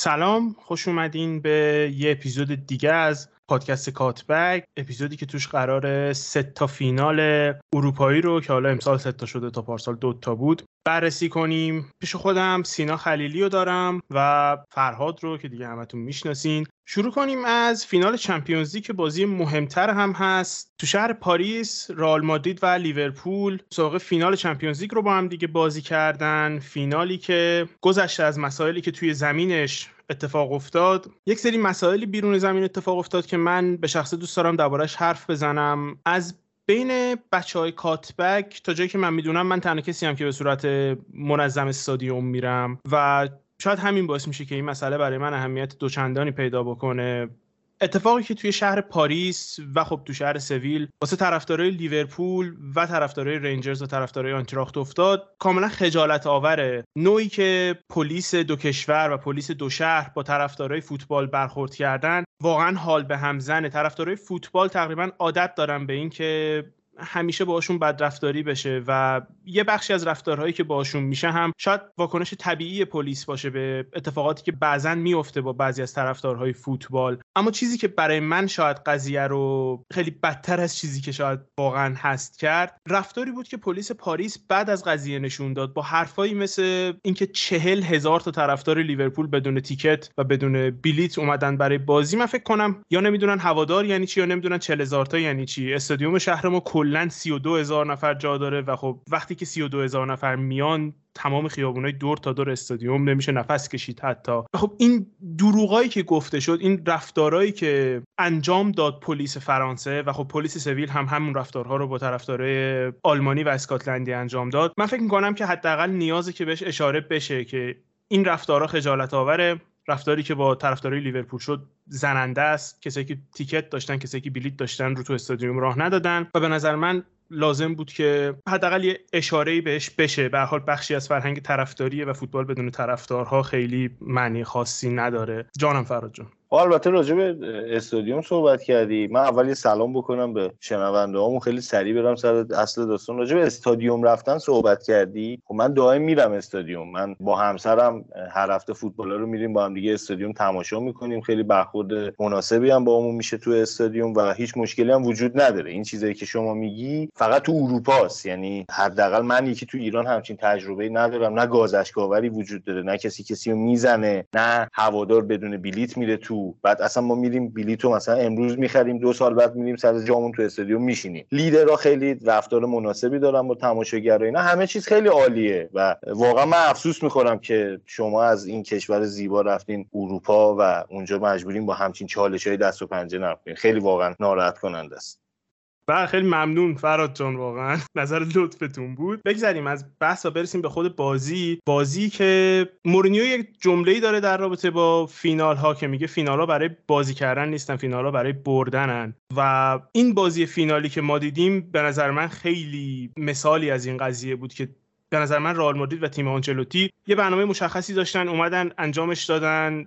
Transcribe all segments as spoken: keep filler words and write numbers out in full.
سلام، خوش اومدین به یه اپیزود دیگه از پادکست کاتبک، اپیزودی که توش قراره سه تا فینال اروپایی رو که حالا امسال سه تا شده تا پارسال دو تا بود بررسی کنیم. پیش خودم سینا خلیلی رو دارم و فرهاد رو که دیگه همتون میشناسین. شروع کنیم از فینال چمپیونز لیگ که بازی مهمتر هم هست. تو شهر پاریس رئال مادرید و لیورپول مسابقه فینال چمپیونز لیگ رو با هم دیگه بازی کردن. فینالی که گذشته از مسائلی که توی زمینش اتفاق افتاد، یک سری مسائلی بیرون زمین اتفاق افتاد که من به شخصه دوست دارم دربارش حرف بزنم. از بین بچهای کاتبک تا جایی که من میدونم من تنها کسی هم که به صورت منظم استادیوم میرم و شاید همین باعث میشه که این مسئله برای من اهمیت دوچندانی پیدا بکنه. اتفاقی که توی شهر پاریس و خب تو شهر سویل واسه طرفدارای لیورپول و طرفدارای رنجرز و طرفدارای آنتراخت افتاد کاملا خجالت آوره. نوعی که پلیس دو کشور و پلیس دو شهر با طرفدارای فوتبال برخورد کردن واقعا حال به هم زنه. طرفدارای فوتبال تقریبا عادت دارن به این که همیشه باهاشون بدرفتاری بشه و یه بخشی از رفتارهایی که باهاشون میشه هم شاید واکنش طبیعی پلیس باشه به اتفاقاتی که بعضن میفته با بعضی از طرفدارهای فوتبال. اما چیزی که برای من شاید قضیه رو خیلی بدتر از چیزی که شاید واقعا هست کرد، رفتاری بود که پلیس پاریس بعد از قضیه نشون داد با حرفایی مثل اینکه چهل هزار تا طرفدار لیورپول بدون تیکت و بدون بلیت اومدن برای بازی. من فکر کنم یا نمیدونن هوادار یعنی چی یا نمیدونن چهل هزار تا یعنی چی. استادیوم شهر ما کلاً سی و دو هزار نفر جا داره و خب وقتی که سی و دو هزار نفر میان تمام خیابونای دور تا دور استادیوم نمیشه نفس کشید حتی. خب این دروغایی که گفته شد، این رفتارهایی که انجام داد پلیس فرانسه و خب پلیس سویل هم همون رفتارها رو با طرفدارای آلمانی و اسکاتلندی انجام داد، من فکر می‌کنم که حداقل نیازه که بهش اشاره بشه که این رفتارها خجالت آوره. رفتاری که با طرفدارای لیورپول شد زننده است. کسایی که تیکت داشتن، کسایی که بلیت داشتن رو تو استادیوم راه ندادن و به نظر من لازم بود که حداقل یه اشاره‌ای بهش بشه. به هر حال بخشی از فرهنگ طرفداریه و فوتبال بدون طرفدارها خیلی معنی خاصی نداره. جانم فراد جان. البته راجع به استادیوم صحبت کردی، من اول یه سلام بکنم به شنونده‌هامون، خیلی سریع برم سر اصل داستان. راجع به استادیوم رفتن صحبت کردی. خب من دائم میرم استادیوم، من با همسرم هر هفته فوتبالا رو میریم با هم دیگه استادیوم تماشا میکنیم. خیلی برخورد مناسبی هم با همون میشه تو استادیوم و هیچ مشکلی هم وجود نداره. این چیزایی که شما میگی فقط تو اروپا است، یعنی حداقل من یکی تو ایران همچین تجربه‌ای ندارم. نه گاز اشک‌آوری وجود داره، نه کسی کسی رو میزنه، نه هوادار بدون بلیت میره تو. بعد اصلا ما میریم بلیتو مثلا امروز میخریم، دو سال بعد میریم سر جامون تو استادیوم میشینیم. لیدرها خیلی رفتار مناسبی دارن با تماشاگرها، اینا همه چیز خیلی عالیه و واقعا من افسوس میخورم که شما از این کشور زیبا رفتین اروپا و اونجا مجبورین با همچین چالشای دست و پنجه نرم کنین. خیلی واقعا ناراحت کننده است. بله خیلی ممنون فراد جان، واقعا نظر لطفتون بود. بگذاریم از بحث و برسیم به خود بازی. بازی که مورینیو یک جمله‌ای داره در رابطه با فینال ها که میگه فینال ها برای بازی کردن نیستن، فینال ها برای بردنن و این بازی فینالی که ما دیدیم به نظر من خیلی مثالی از این قضیه بود که به نظر من رئال مادرید و تیم آنچلوتی یه برنامه مشخصی داشتن، اومدن انجامش دادن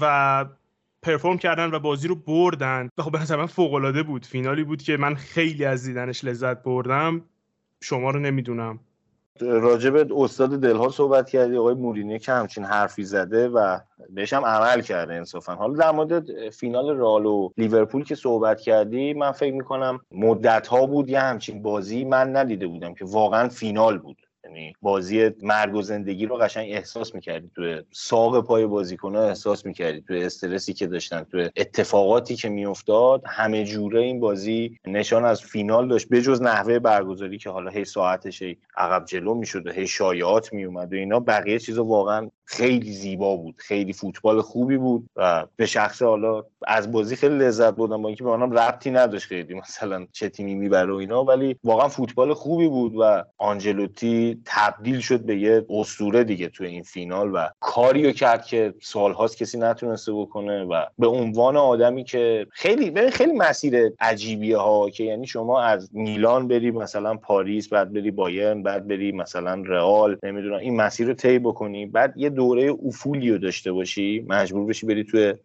و پرفورم کردن و بازی رو بردن و خب به نظر من فوق‌العاده بود. فینالی بود که من خیلی از دیدنش لذت بردم. شما رو نمیدونم. راجع به استاد دلها صحبت کردی، آقای مورینیو که همچین حرفی زده و بهش هم عمل کرده انصافا. حالا در مورد فینال رئال و لیورپول که صحبت کردی، من فکر می‌کنم مدت‌ها بود یه همچین بازی من ندیده بودم که واقعا فینال بود. یعنی بازی مرگ و زندگی رو قشنگ احساس می‌کردی، تو ساق پای بازیکن‌ها احساس می‌کردی، تو استرسی که داشتن، تو اتفاقاتی که میافتاد. همه جوره این بازی نشان از فینال داشت، بجز نحوه برگزاری که حالا هی ساعتش هی عقب جلو می‌شد و هی شایعات میومد و اینا. بقیه چیزا واقعا خیلی زیبا بود، خیلی فوتبال خوبی بود و به شخصه حالا از بازی خیلی لذت بردم، با اینکه به منم ربطی نداشت خیلی مثلا چه تیمی میبره و اینا، ولی واقعا فوتبال خوبی بود و آنجلوتی تبدیل شد به یه اسطوره دیگه تو این فینال و کاریو کرد که سالهاست کسی نتونسته بکنه و به عنوان آدمی که خیلی ببین خیلی مسیر عجیبیه ها، که یعنی شما از میلان بری مثلا پاریس، بعد بری بایرن، بعد بری مثلا رئال، نمیدونم این مسیر رو طی بکنی، بعد یه دوره افولی رو داشته باشی، مجبور بشی بری تو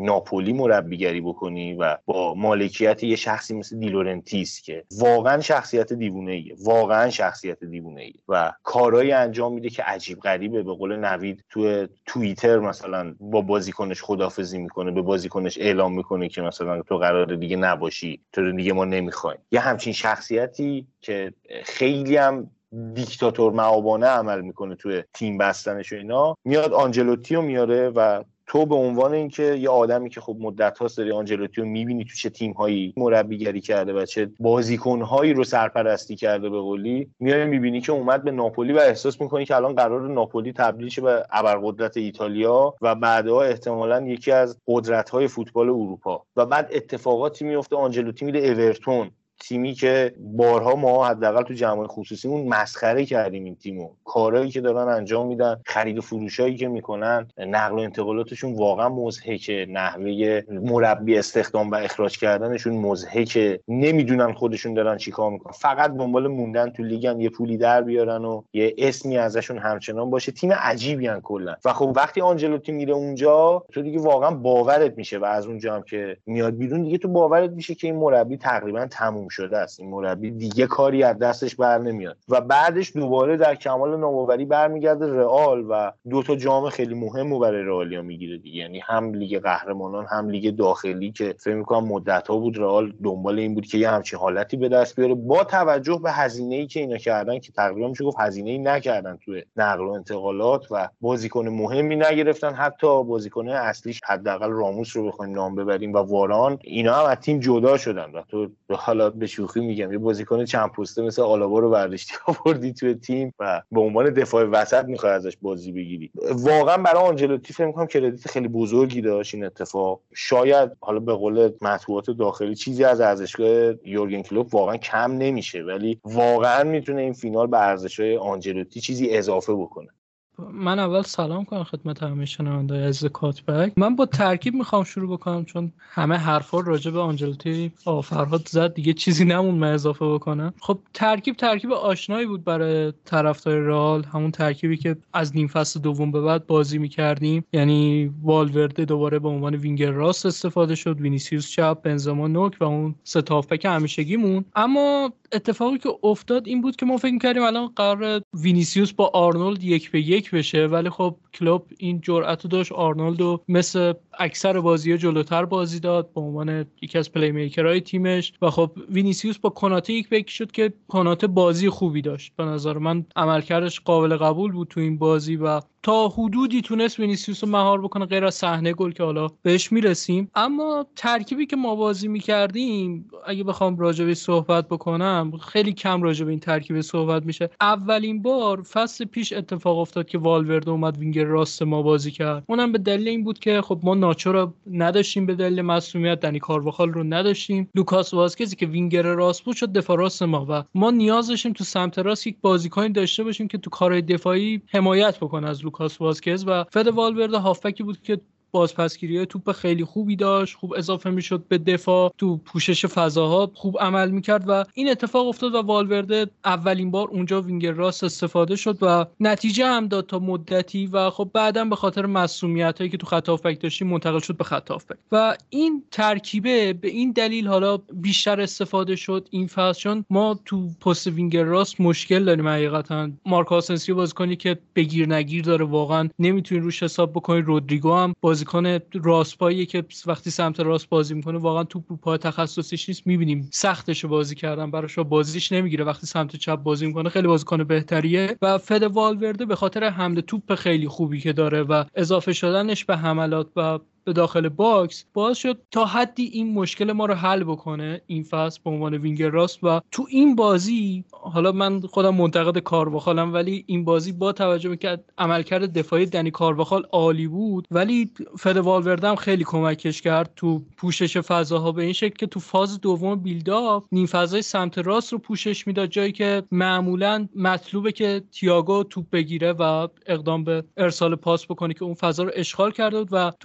ناپولی مربیگری بکنی و با مالکیت یه شخصی مثل دیلورنتیس که واقعا شخصیت دیوونه‌ایه، واقعا شخصیت دیوونه‌ایه و کارهایی انجام میده که عجیب غریبه. به قول نوید تو توییتر مثلا با بازیکنش خداحافظی میکنه، به بازیکنش اعلام میکنه که مثلا تو قراره دیگه نباشی، تو دیگه ما نمیخوایم. یه همچین شخصیتی که خیلی هم دیکتاتور معابانه عمل میکنه توی تیم بستنش و اینا، میاد آنجلوتی رو میاره و تو به عنوان اینکه یه آدمی که خب مدت هاست داری آنجلوتی رو میبینی تو چه تیم‌هایی مربیگری کرده و چه بازیکن‌هایی رو سرپرستی کرده، به قولی میای میبینی که اومد به ناپولی و احساس میکنی که الان قرار ناپولی تبدیل شه به ابرقدرت ایتالیا و بعدها احتمالاً یکی از قدرت‌های فوتبال اروپا. و بعد اتفاقاتی میفته، آنجلوتی میره اورتون، تیمی که بارها ما حداقل تو جمع خصوصیمون مسخره کردیم این تیمو، کارهایی که دارن انجام میدن، خرید و فروشایی که میکنن، نقل و انتقالاتشون واقعا مضحکه، نحوه مربی استخدام و اخراج کردنشون مضحکه، نمیدونن خودشون دارن چیکار میکنن، فقط دنبال موندن تو لیگن، یه پولی در بیارن و یه اسمی ازشون همچنان باشه. تیم عجیبی ان کلا. و خب وقتی آنجلوتی میره اونجا تو دیگه واقعا باورت میشه و از اونجا هم که میاد بیرون دیگه تو باورت میشه که این مربی تقریبا تموم شده است، این مربی دیگه کاری از دستش بر نمیاد. و بعدش دوباره در کمال نوآوری برمیگرده رئال و دو تا جام خیلی مهمو برای رئالیا میگیره دیگه، یعنی هم لیگ قهرمانان هم لیگ داخلی که فکر می‌کنم مدت‌ها بود رئال دنبال این بود که یه همچین حالتی به دست بیاره، با توجه به هزینه‌ای که اینا کردن که تقریبا میشه گفت هزینه‌ای نکردن توی نقل و انتقالات و بازیکن مهمی نگرفتن، حتی بازیکن اصلیش حداقل راموس رو بخوایم نام ببریم و واران، اینا هم از تیم جدا شدن و تو حالا به شوخی میگم یه بازیکن چند پسته مثل آلابا رو برداشتی آوردی توی تیم و به عنوان دفاع وسط میخوای ازش بازی بگیری. واقعا برای آنجلوتی فکر می‌کنم کردیت خیلی بزرگی داشت این اتفاق. شاید حالا به قول مطبوعات داخلی چیزی از ارزشگاه یورگن کلوپ واقعا کم نمیشه، ولی واقعا میتونه این فینال به ارزش‌های آنجلوتی چیزی اضافه بکنه. من اول سلام کنم خدمت همه شنونده‌های عزیز کاتبک. من با ترکیب میخوام شروع بکنم چون همه حرفا راجع به آنجلوتی فرهاد زد، دیگه چیزی نمون من اضافه بکنم. خب ترکیب ترکیب آشنایی بود برای طرفدار رئال، همون ترکیبی که از نیم فصل دوم به بعد بازی میکردیم، یعنی والورده دوباره به عنوان وینگر راست استفاده شد، وینیسیوس چپ، بنزما نوک و اون سه تا هافبک همیشگیمون. اما اتفاقی که افتاد این بود که ما فکر می‌کردیم الان قرار وینیسیوس با آرنولد یک به یک بشه، ولی خب کلوب این جرأتو داشت، آرنولدو مثل اکثر بازی‌ها جلوتر بازی داد به عنوان یکی از پلی میکرهای تیمش و خب وینیسیوس با کناته یک به یک شد که کناته بازی خوبی داشت. به نظر من عملکردش قابل قبول بود تو این بازی و تا حدودی تونست وینیسیوس رو مهار بکنه، غیر از صحنه گل که حالا بهش میرسیم. اما ترکیبی که ما بازی میکردیم اگه بخوام راجع صحبت بکنم، خیلی کم راجع به این ترکیب صحبت میشه. اولین بار فصل پیش اتفاق افتاد که والورده اومد وینگر راست ما بازی کرد، اونم به دلیل این بود که خب ما ناچو رو نداشتیم به دلیل معصومیت، دنی کارواخال رو نداشتیم، لوکاس واسکزی که وینگر راست بود شد دفاع راست ما و ما نیاز داشتیم تو سمت راست یک بازیکنی داشته باشیم که تو کارهای دفاعی حمایت بکنه از لوکاس واسکز و فد والورده هافبکی بود که بازپسگیری توپ خیلی خوبی داشت، خوب اضافه میشد به دفاع، تو پوشش فضاها خوب عمل میکرد و این اتفاق افتاد و والورده اولین بار اونجا وینگر راست استفاده شد و نتیجه هم داد تا مدتی و خب بعداً به خاطر معصومیتایی که تو خط هافبک داشتیم منتقل شد به خط هافبک و این ترکیبه به این دلیل حالا بیشتر استفاده شد این فصل، چون ما تو پست وینگر راست مشکل داریم حقیقتا. مارکو آسنسیو بازیکنی که بگیر نگیر داره، واقعا نمیتونی روش حساب بکنی. رودریگو هم بازیکن راست پاییه که وقتی سمت راست بازی میکنه واقعا توپ رو پای تخصصیش نیست، میبینیم سختش بازی کردن براش، بازیش نمیگیره. وقتی سمت چپ بازی میکنه خیلی بازیکن بهتریه و فد والورده به خاطر حمله توپ خیلی خوبی که داره و اضافه شدنش به حملات و به داخل باکس باعث شد تا حدی این مشکل ما رو حل بکنه این فصل به عنوان وینگر راست. و تو این بازی حالا من خودم منتقد کارواخالم، ولی این بازی با توجه به که عملکرد دفاعی دنی کارواخال عالی بود، ولی فد والورده هم خیلی کمکش کرد تو پوشش فضاها به این شکل که تو فاز دوم بیلداپ نیم فضای سمت راست رو پوشش میداد، جایی که معمولا مطلوبه که تییاگو توپ بگیره و اقدام به ارسال پاس بکنه که اون فضا رو اشغال کرده بود و تو فاز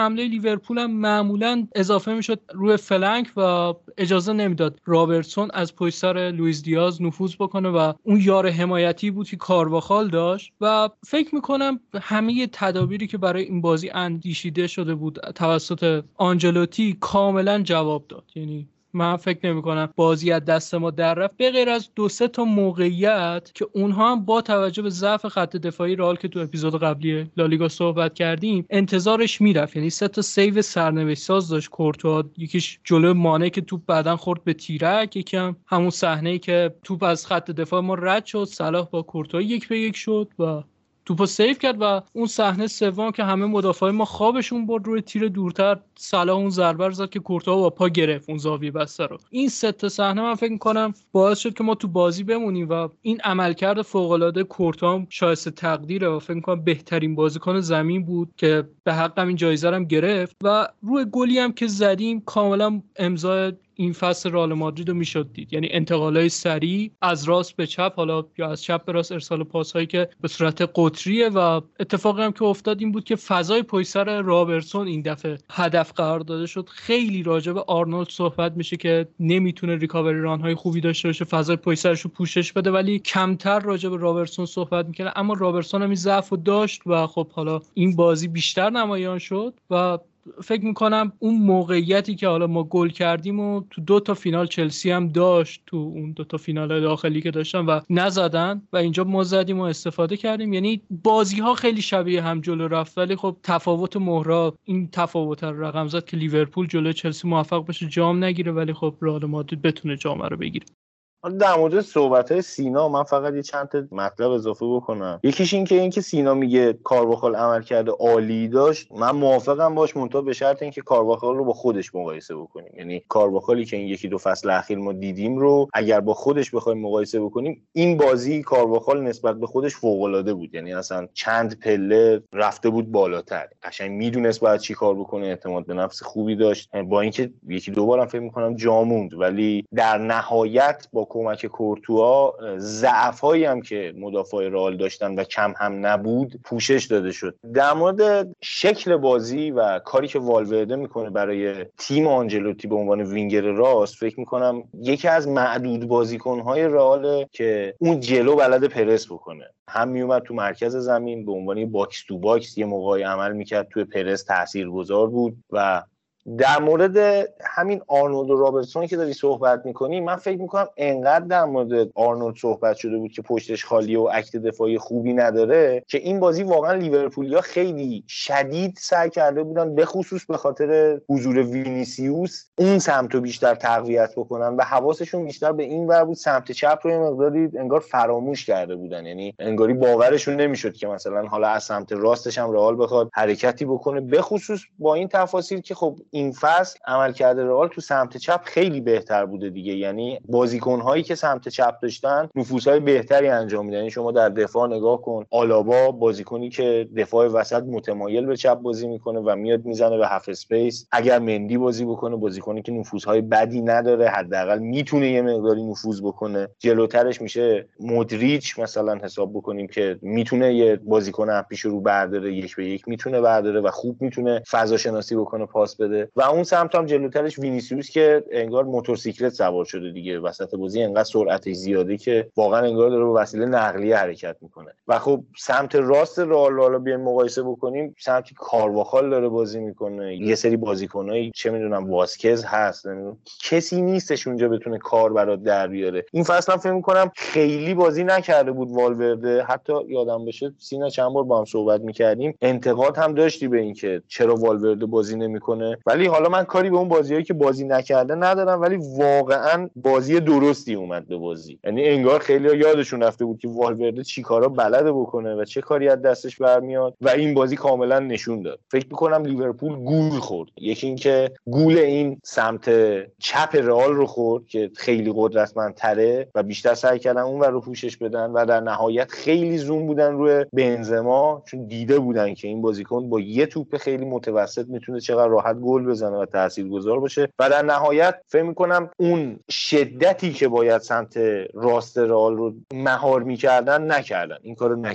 حمله لیورپول هم معمولا اضافه میشد روی فلنک و اجازه نمیداد رابرتسون از پشت سر لوئیس دیاز نفوذ بکنه و اون یار حمایتی بود که کارواخال داشت و فکر میکنم همه تدابیری که برای این بازی اندیشیده شده بود توسط آنجلوتی کاملا جواب داد. یعنی من فکر نمی کنم بازی از دست ما در رفت به غیر از دو سه تا موقعیت که اونها هم با توجه به ضعف خط دفاعی رئال که تو اپیزود قبلی لالیگا صحبت کردیم انتظارش میرفت. یعنی سه تا سیو سرنوشت ساز داشت کورتوا، یکیش جلو مانع که توپ بعدن خورد به تیرک، یکی هم همون صحنه‌ای که توپ از خط دفاع ما رد شد، صلاح با کورتوا یک به یک شد و توپو سیو کرد و اون صحنه سوم که همه مدافعای ما خوابشون برد روی تیر دورتر، صلاح اون ضربه رو زد که کورتوا با پا گرفت اون زاویه بسته رو. این سه تا صحنه من فکر می‌کنم باعث شد که ما تو بازی بمونیم و این عملکرد فوق‌العاده کورتوا شایسته تقدیره و فکر می‌کنم بهترین بازیکن زمین بود که به حق همین جایزه رو هم گرفت و روی گلی هم که زدیم کاملا امضای این فصل رئال مادرید رو میشد دید. یعنی انتقالای سریع از راست به چپ، حالا یا از چپ به راست، ارسال پاس‌هایی که به صورت قطریه و اتفاقی هم که افتاد این بود که فضای پشت سر رابرتسون این دفعه هدف قرار داده شد. خیلی راجع به آرنولد صحبت میشه که نمیتونه ریکاوری ران‌های خوبی داشته باشه، فضای پشت سرش رو پوشش بده، ولی کمتر راجع به رابرتسون صحبت میکنه. اما رابرتسون هم این ضعفو داشت و خب حالا این بازی بیشتر نمایان شد و فکر میکنم اون موقعیتی که حالا ما گل کردیم و تو دو تا فینال چلسی هم داشت، تو اون دو تا فینال داخلی که داشتن و نزدن و اینجا ما زدیم و استفاده کردیم. یعنی بازی ها خیلی شبیه هم جلو رفت، ولی خب تفاوت مهرا این تفاوت رو رقم زد که لیورپول جلو چلسی موفق بشه جام نگیره ولی خب رئال مادرید بتونه جام رو بگیره. در مورد صحبت‌های سینا من فقط یه چند تا مطلب اضافه بکنم. یکیش این که این که سینا میگه کارواخال عمل کرده عالی داشت، من موافقم باش، منتها به شرط اینکه کارواخال رو با خودش مقایسه بکنیم. یعنی کارواخالی که این یکی دو فصل اخیر ما دیدیم رو اگر با خودش بخوایم مقایسه بکنیم، این بازی کارواخال نسبت به خودش فوق‌العاده بود. یعنی اصلا چند پله رفته بود بالاتر، قشنگ میدونست باید چی کار بکنه، اعتماد به نفس خوبی داشت، با اینکه یکی دو بارم فکر می‌کنم جا موند، ولی در نهایت با کمک کورتوا ضعفایی هم که مدافع رئال داشتن و کم هم نبود پوشش داده شد. در مورد شکل بازی و کاری که والورده میکنه برای تیم آنجلوتی به عنوان وینگر راست، فکر میکنم یکی از معدود بازیکن‌های رئال که اون جلو بلد پرس بکنه. هم میومد تو مرکز زمین به عنوان باکس تو باکس یه موقعی عمل میکرد، توی پرس تاثیرگذار بود. و در مورد همین آرنولد و رابرتسون که داری صحبت میکنی، من فکر میکنم انقدر در مورد آرنولد صحبت شده بود که پشتش خالیه و اکت دفاعی خوبی نداره که این بازی واقعا لیورپولیا خیلی شدید سعی کرده بودن به خصوص به خاطر حضور وینیسیوس اون سمتو بیشتر تقویت بکنن و حواسشون بیشتر به این ور بود. سمت چپ رو یه مقداری انگار فراموش کرده بودن، یعنی انگاری باورشون نمیشد که مثلا حالا از سمت راستش هم رئال بخواد حرکتی بکنه، به خصوص با این تفاصیل که خب این فصل عملکرد رئال تو سمت چپ خیلی بهتر بوده دیگه. یعنی بازیکن‌هایی که سمت چپ داشتن نفوذهای بهتری انجام میدن. یعنی شما در دفاع نگاه کن، آلابا بازیکنی که دفاع وسط متمایل به چپ بازی میکنه و میاد میزنه به هاف اسپیس. اگر مندی بازی بکنه، بازیکنی که نفوذهای بدی نداره، حداقل میتونه یه مقداری نفوذ بکنه. جلوترش میشه مودریچ مثلا حساب بکنیم که میتونه یه بازیکن اپیش رو برداره، یک به یک میتونه برداره و خوب میتونه فضا شناسی بکنه، پاس بده. و اون سمت هم جلوترش وینیسیوس که انگار موتورسیکلت سوار شده دیگه، وسط بازی انقدر سرعتش زیاده که واقعا انگار داره با وسیله نقلیه حرکت میکنه. و خب سمت راست رئال حالا بیایم مقایسه بکنیم، سمتی کارواخال داره بازی میکنه، یه سری بازیکنایی چه میدونم واسکز هست، نمیدونم کسی نیستش اونجا بتونه کار برات در بیاره. این فصل هم فکر میکنم خیلی بازی نکرده بود والورده، حتی یادم بشه سینا چند بار با هم صحبت میکردیم انتقاد هم داشتی به این که چرا والورده بازی نمیکنه، ولی حالا من کاری به اون بازیایی که بازی نکرده ندارم، ولی واقعا بازی درستی اومد به بازی. یعنی انگار خیلی‌ها یادشون رفته بود که والورده چی کارا بلده بکنه و چه کاری از دستش برمیاد و این بازی کاملا نشون داد. فکر می‌کنم لیورپول گول خورد. یکی این که گول این سمت چپ رئال رو خورد که خیلی قدرتمندتره و بیشتر سعی کردن اون ور رو پوشش بدن و در نهایت خیلی زوم بودن روی بنزما، چون دیده بودن که این بازیکن با یه توپ خیلی متوسط میتونه چقدر راحت گل بزنه و تاثیرگذار باشه. و در نهایت فکر می‌کنم اون شدتی که باید سمت راست رئال رو مهار می‌کردن نکردن، این کارو نکردن.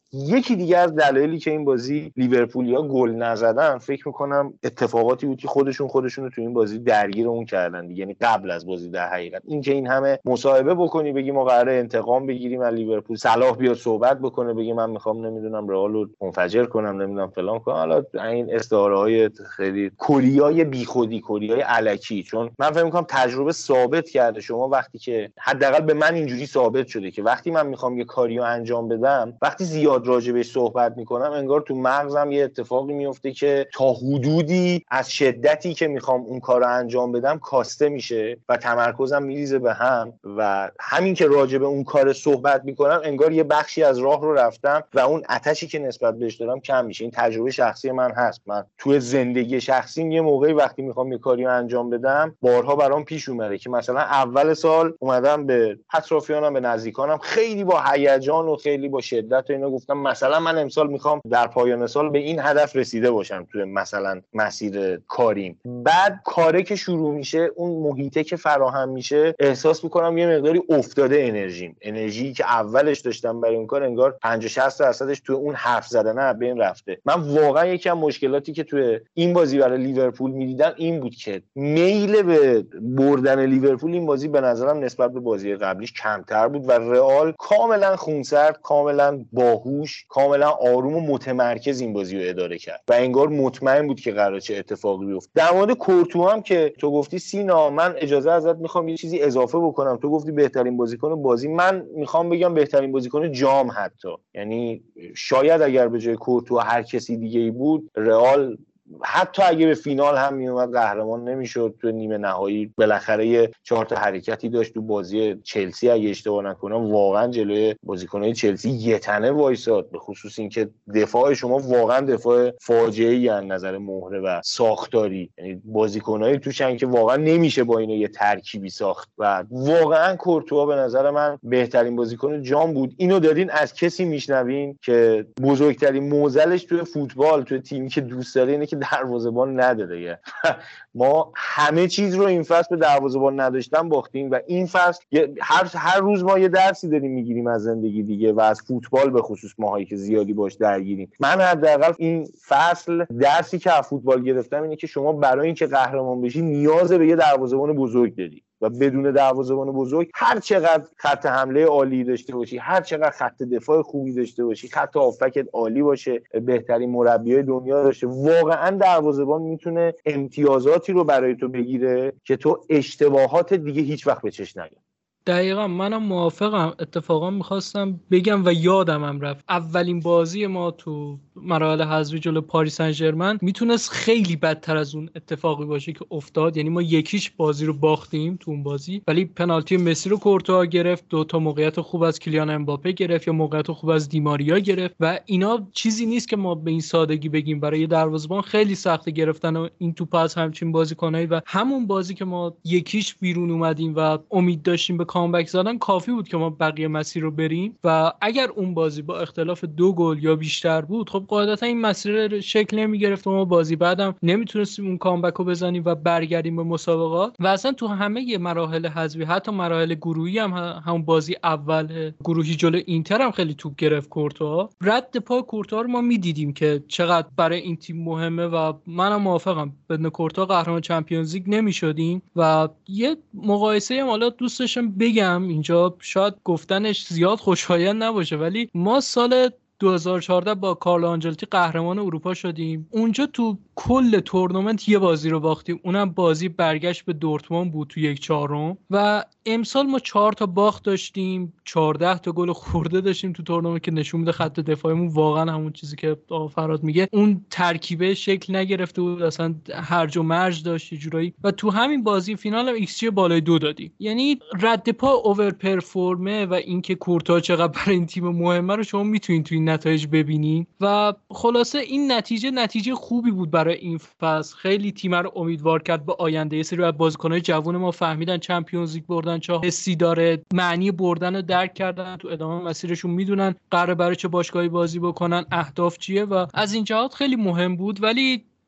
یکی دیگه از دلایلی که این بازی لیورپولیا گل نزدن فکر میکنم اتفاقاتی بود که خودشون خودشون رو تو این بازی درگیر اون کردن دیگه، یعنی قبل از بازی در حقیقت این که این همه مصاحبه بکنی بگی ما قراره انتقام بگیریم از لیورپول، صلاح بیاد صحبت بکنه بگی من میخوام نمیدونم رئال رو منفجر کنم نمیدونم فلان کنم، حالا این استعاره‌های خیلی کوریای بیخودی کوریای الکی، چون من فکر میکنم تجربه ثابت کرده شما وقتی که حداقل به من اینجوری ثابت شده که وقتی من میخوام یه کاریو انجام بدم وقتی زیاد راجبش صحبت میکنم انگار تو مغزم یه اتفاقی میفته که تا حدودی از شدتی که میخوام اون کارو انجام بدم کاسته میشه و تمرکزم میریزه به هم و همین که راجب اون کار صحبت میکنم انگار یه بخشی از راه رو رفتم و اون آتشی که نسبت بهش دارم کم میشه. این تجربه شخصی من هست. من تو زندگی شخصیم یه موقعی وقتی میخوام یه کاریو انجام بدم بارها برام پیش اومده که مثلا اول سال اومدم به اطرافیانم به نزدیکانم خیلی با هیجان و خیلی با شدت و اینا گفتم مثلا من امسال میخوام در پایان سال به این هدف رسیده باشم تو مثلا مسیر کاریم. بعد کاره که شروع میشه اون محیطه که فراهم میشه احساس میکنم یه مقداری افتاده انرژیم، انرژی که اولش داشتم برای اون کار انگار پنجاه شصت درصدش تو اون حرف زدن بین رفته. من واقعا یکی از مشکلاتی که تو این بازی برای لیورپول میدیدم این بود که میل به بردن لیورپول این بازی به نظرم نسبت به بازی قبلیش کمتر بود و رئال کاملا خونسرد، کاملا باهوش، کاملا آروم و متمرکز این بازی رو اداره کرد و انگار مطمئن بود که قراره چه اتفاقی بیفته. در مورد کورتوا هم که تو گفتی سینا، من اجازه ازت میخوام یه چیزی اضافه بکنم. تو گفتی بهترین بازیکن بازی، من میخوام بگم بهترین بازیکن جام حتی، یعنی شاید اگر به جای کورتوا هر کسی دیگه ای بود رئال حتی اگه به فینال هم میومد قهرمان نمیشد. تو نیمه نهایی بالاخره یه چهار تا حرکتی داشت تو بازی چلسی اگه اشتباه نکنم واقعا جلوی بازیکنای چلسی یه تنه وایساد، به خصوص اینکه دفاع شما واقعا دفاع فاجعه‌ای از نظر مهره و ساختاری، یعنی بازیکنایی توشن که واقعا نمیشه با اینا یه ترکیبی ساخت و واقعا کورتوا به نظر من بهترین بازیکن جام بود. اینو دارین از کسی میشنوین که بزرگترین معضلش توی فوتبال توی تیمی که دوست داره اینه که دروازه‌بان نداره. ما همه چیز رو این فصل به دروازه‌بان نداشتن باختیم و این فصل هر هر روز ما یه درسی داریم میگیریم از زندگی دیگه و از فوتبال به خصوص ماهایی که زیادی باش درگیریم. من حداقل این فصل درسی که از فوتبال گرفتم اینه که شما برای اینکه قهرمان بشی نیاز به یه دروازه‌بان بزرگ داری و بدون دروازه‌بان بزرگ هر چقدر خط حمله عالی داشته باشی، هر چقدر خط دفاع خوبی داشته باشی، خط هافبکت عالی باشه، بهترین مربیای دنیا داشته، واقعا دروازه‌بان میتونه امتیازاتی رو برای تو بگیره که تو اشتباهات دیگه هیچ وقت به چش نیاد. دقیقا منم موافقم. اتفاقا میخواستم بگم و یادم هم رفت اولین بازی ما تو مراحل حذفی جلو پاریس سن ژرمن میتونست خیلی بدتر از اون اتفاقی باشه که افتاد. یعنی ما یکیش بازی رو باختیم تو اون بازی ولی پنالتی مسی رو کورتوا گرفت، دو تا موقعیت خوب از کیلیان امباپه گرفت یا موقعیت خوب از دیماریا گرفت و اینا چیزی نیست که ما به این سادگی بگیم. برای دروازه‌بان خیلی سخت گرفتن و این توپ از همچین بازیکنایی و همون بازی که ما یکیش بیرون اومدیم و امید داشتیم به کامبک زدن کافی بود که ما بقیه مسیر رو بریم و اگر اون بازی با اختلاف دو گل یا بیشتر بود خب قاعدتا این مسیر شکل نمیگرفت و ما بازی بعدم نمیتونستیم اون کامبک رو بزنیم و برگردیم به مسابقات. و اصلا تو همه مراحل حذفی حتی مراحل گروهی هم همون بازی اول گروهی جلو اینتر هم خیلی توپ گرفت کورتوا. رد پا کورتوا رو ما میدیدیم که چقدر برای این تیم مهمه و منم موافقم بدون کورتوا قهرمان چمپیونز لیگ نمیشدیم. و یه مقایسه هم حالا دوست داشتم بگم اینجا، شاید گفتنش زیاد خوشایند نباشه ولی ما سال دو هزار و چهارده با کارلو آنجلوتی قهرمان اروپا شدیم. اونجا تو کل تورنمنت یه بازی رو باختیم، اونم بازی برگشت به دورتموند بود تو یک چهارم. و امسال ما چهار تا باخت داشتیم، چهارده تا گل خورده داشتیم تو تورنمنت که نشون میده خط دفاعیمون واقعا همون چیزی که آقا فراد میگه اون ترکیبه شکل نگرفته بود، اصلا هرج و مرج داشت جورایی. و تو همین بازی فینال هم ایکس جی بالای دو دادیم. یعنی رد پا اوور پرفورمه و اینکه کورتوا چقدر برای این تیم مهمه رو شما میتونید تو این نتایج ببینین. و خلاصه این نتیجه نتیجه خوبی بود برای این فصل، خیلی تیم رو امیدوار کرد به آینده. یه سری از بازیکن‌های جوان ما فهمیدن چمپیونز لیگ بردن چه حسی داره، معنی بردن رو درک کردن، تو ادامه مسیرشون میدونن قراره برای چه باشگاهی بازی بکنن، اهداف چیه و از این جهات خیلی مهم بود. ولی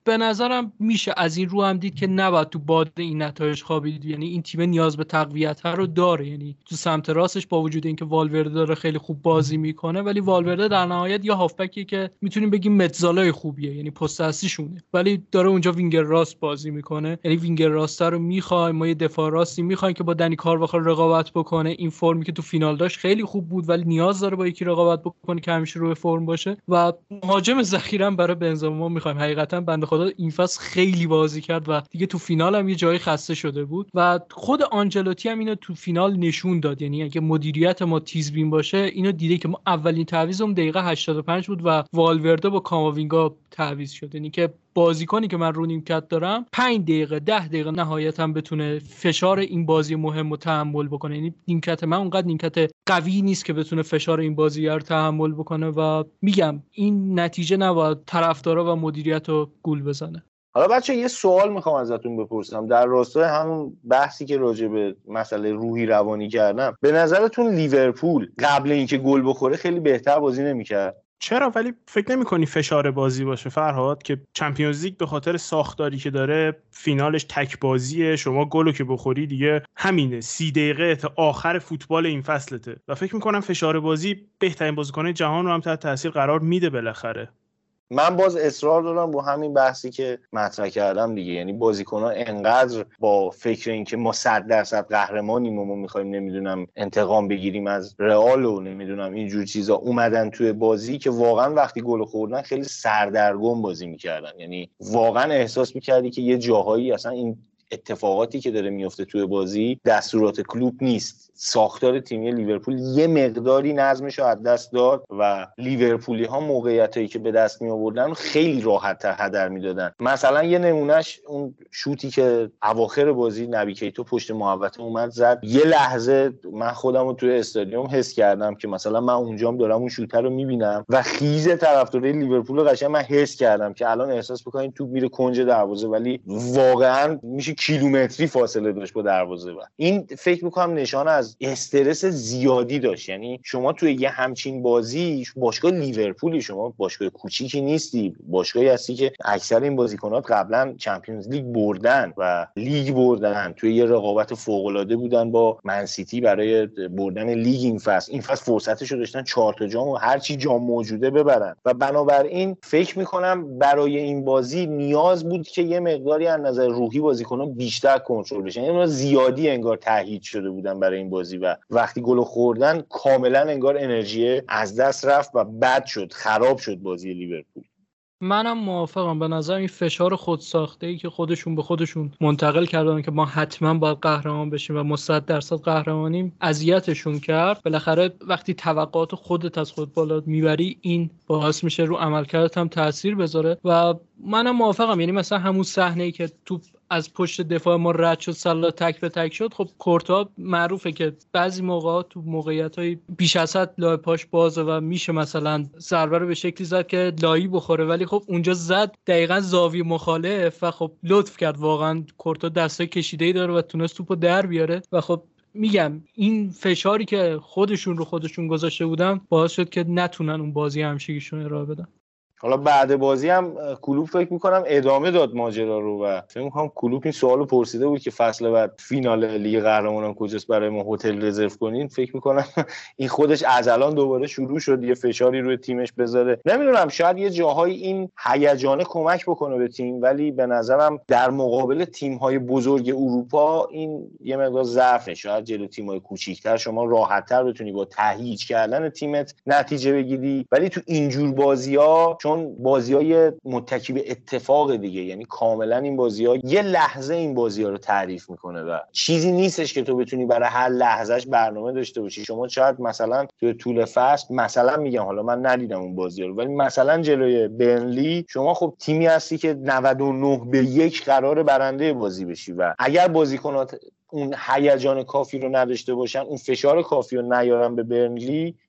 به نظرم میشه از این رو هم دید که نباید تو باد این نتایج خوابید. یعنی این تیم نیاز به تقویت رو داره. یعنی تو سمت راستش با وجود اینکه والورده داره خیلی خوب بازی میکنه، ولی والورده در نهایت یه هافبکی که میتونیم بگیم متزالای خوبیه، یعنی پست اصلیشونه، ولی داره اونجا وینگر راست بازی میکنه. یعنی وینگر راست رو میخوایم، ما یه دفاع راستی میخوایم که با دنی کارواخال رقابت بکنه. این فرمی که تو فینال داشت خیلی خوب بود، ولی نیاز داره با یکی رقابت بکنه که همیشه روی فرم باشه. و مهاجم ذخیره هم برای بنزما میخوایم. حقیقتا بنده خدا این فصل خیلی بازی کرد و دیگه تو فینال هم یه جایی خسته شده بود و خود آنجلوتی هم اینو تو فینال نشون داد. یعنی اگه مدیریت ما تیزبین باشه اینو دیده که ما اولین تعویضم دقیقه هشتاد و پنج بود و والورده با کاماوینگا تعویض شد. یعنی که بازیکنی که من رو نیمکت دارم پنج دقیقه ده دقیقه نهایتا بتونه فشار این بازی مهم رو تحمل بکنه. یعنی نیمکت من اونقدر نیمکت قوی نیست که بتونه فشار این بازی رو تحمل بکنه و میگم این نتیجه نباید طرفدارا و مدیریت رو گول بزنه. حالا بچه یه سوال میخوام ازتون بپرسم در راستای همون بحثی که راجع به مسئله روحی روانی کردم. به نظرتون لیورپول قبل اینکه گل بخوره خیلی بهتر بازی نمیکرد؟ چرا؟ ولی فکر نمی‌کنی فشار بازی باشه فرهاد که چمپیونز لیگ به خاطر ساختاری که داره فینالش تک بازیه، شما گلو که بخوری دیگه همینه، سی دقیقه تا آخر فوتبال این فصلته و فکر می‌کنم فشار بازی بهترین بازیکن جهان رو هم تحت تاثیر قرار میده بالاخره. من باز اصرار دارم با همین بحثی که مطرح کردم دیگه. یعنی بازیکن‌ها انقدر با فکر این که ما صد درصد قهرمانیم و ما می‌خوایم نمیدونم انتقام بگیریم از رئال و نمیدونم اینجور چیزا اومدن توی بازی که واقعا وقتی گل خوردن خیلی سردرگم بازی می‌کردن. یعنی واقعا احساس می‌کردی که یه جاهایی اصلا این اتفاقاتی که داره میفته توی بازی دستورات کلوب نیست. ساختار تیمی لیورپول یه مقداری نظمش رو از دست داد و لیورپولی ها موقعیتایی که به دست می آوردن خیلی راحت تر هدر میدادن. مثلا یه نمونهش اون شوتی که اواخر بازی نبی کیتو پشت محوطه اومد زد، یه لحظه من خودم رو توی استادیوم حس کردم که مثلا من اونجام دارم اون شوتر رو میبینم و خیز طرفدارای لیورپول قشنگ من حس کردم که الان احساس بکنین توپ میره کنج دروازه، ولی واقعا میشه کیلومتری فاصله داشت با دروازه. و این فکر میکنم نشانه از استرس زیادی داشت. یعنی شما توی یه همچین بازی باشگاه لیورپولی، شما باشگاه کوچیکی نیستی، باشگاهی هستی که اکثر این بازیکنات قبلا چمپیونز لیگ بردن و لیگ بردن، توی یه رقابت فوق العاده بودن با منسیتی برای بردن لیگ این فصل. این فصل فرصتشو داشتن چهار تا جام و هر چی جام موجوده ببرن و بنابراین فکر میکنم برای این بازی نیاز بود که یه مقداری از نظر روحی بازیکن‌ها بیشتر کنترل بشن. یعنی زیادی انگار تهییج شده بودن برای این بازی و وقتی گل خوردن کاملا انگار انرژی از دست رفت و بد شد، خراب شد بازی لیورپول. منم موافقم. به نظر این فشار خودساخته‌ای که خودشون به خودشون منتقل کردن که ما حتما باید قهرمان بشیم و ما صد درصد قهرمانیم اذیتشون کرد. بالاخره وقتی توقعات خودت از خود بالا میبری این باعث میشه رو عملکردت هم تاثیر بذاره و منم موافقم. یعنی مثلا همون صحنه‌ای که توپ از پشت دفاع ما رد شد، سلا تک به تک شد، خب کورتا معروفه که بعضی موقعات تو موقعیت‌های بیش از حد لای پاش بازه و میشه مثلا ضربه رو به شکلی زد که لایی بخوره، ولی خب اونجا زد دقیقاً زاویه مخالف و خب لطف کرد. واقعا کورتا دستای کشیده‌ای داره و تونست توپو در بیاره و خب میگم این فشاری که خودشون رو خودشون گذاشته بودن باعث شد که نتونن اون بازی همیشگیشون ارائه بدن. حالا بعد بازی هم کلوب فکر میکنم ادامه داد ماجرا رو و فکر میکنم کلوب این سوالو پرسیده بود که فصل بعد فینال لیگ قهرمانان کجاست برای ما هتل رزرو کنین. فکر میکنم این خودش از الان دوباره شروع شد یه فشاری روی تیمش بذاره. نمیدونم شاید یه جاهای این هیجانه کمک بکنه به تیم، ولی به نظرم در مقابل تیم‌های بزرگ اروپا این یه مقدار ضعفه. شاید جلوی تیم‌های کوچیک‌تر شما راحت‌تر بتونی با تهییج کردن تیمت نتیجه بگیری، ولی تو اینجور بازی‌ها چون بازی‌های متکی به اتفاق دیگه، یعنی کاملا این بازی‌ها یه لحظه این بازی‌ها رو تعریف میکنه و چیزی نیستش که تو بتونی برای هر لحظهش برنامه داشته باشی. شما شاید مثلا تو طول فصل، مثلا میگم حالا من ندیدم اون بازی‌ها رو، ولی مثلا جلوی برنلی شما خب تیمی هستی که نود و نه به یک قرار برنده بازی بشی و اگر بازیکنات اون هیجان کافی رو نداشته باشن، اون فشار کافی رو نیارن به برنلی،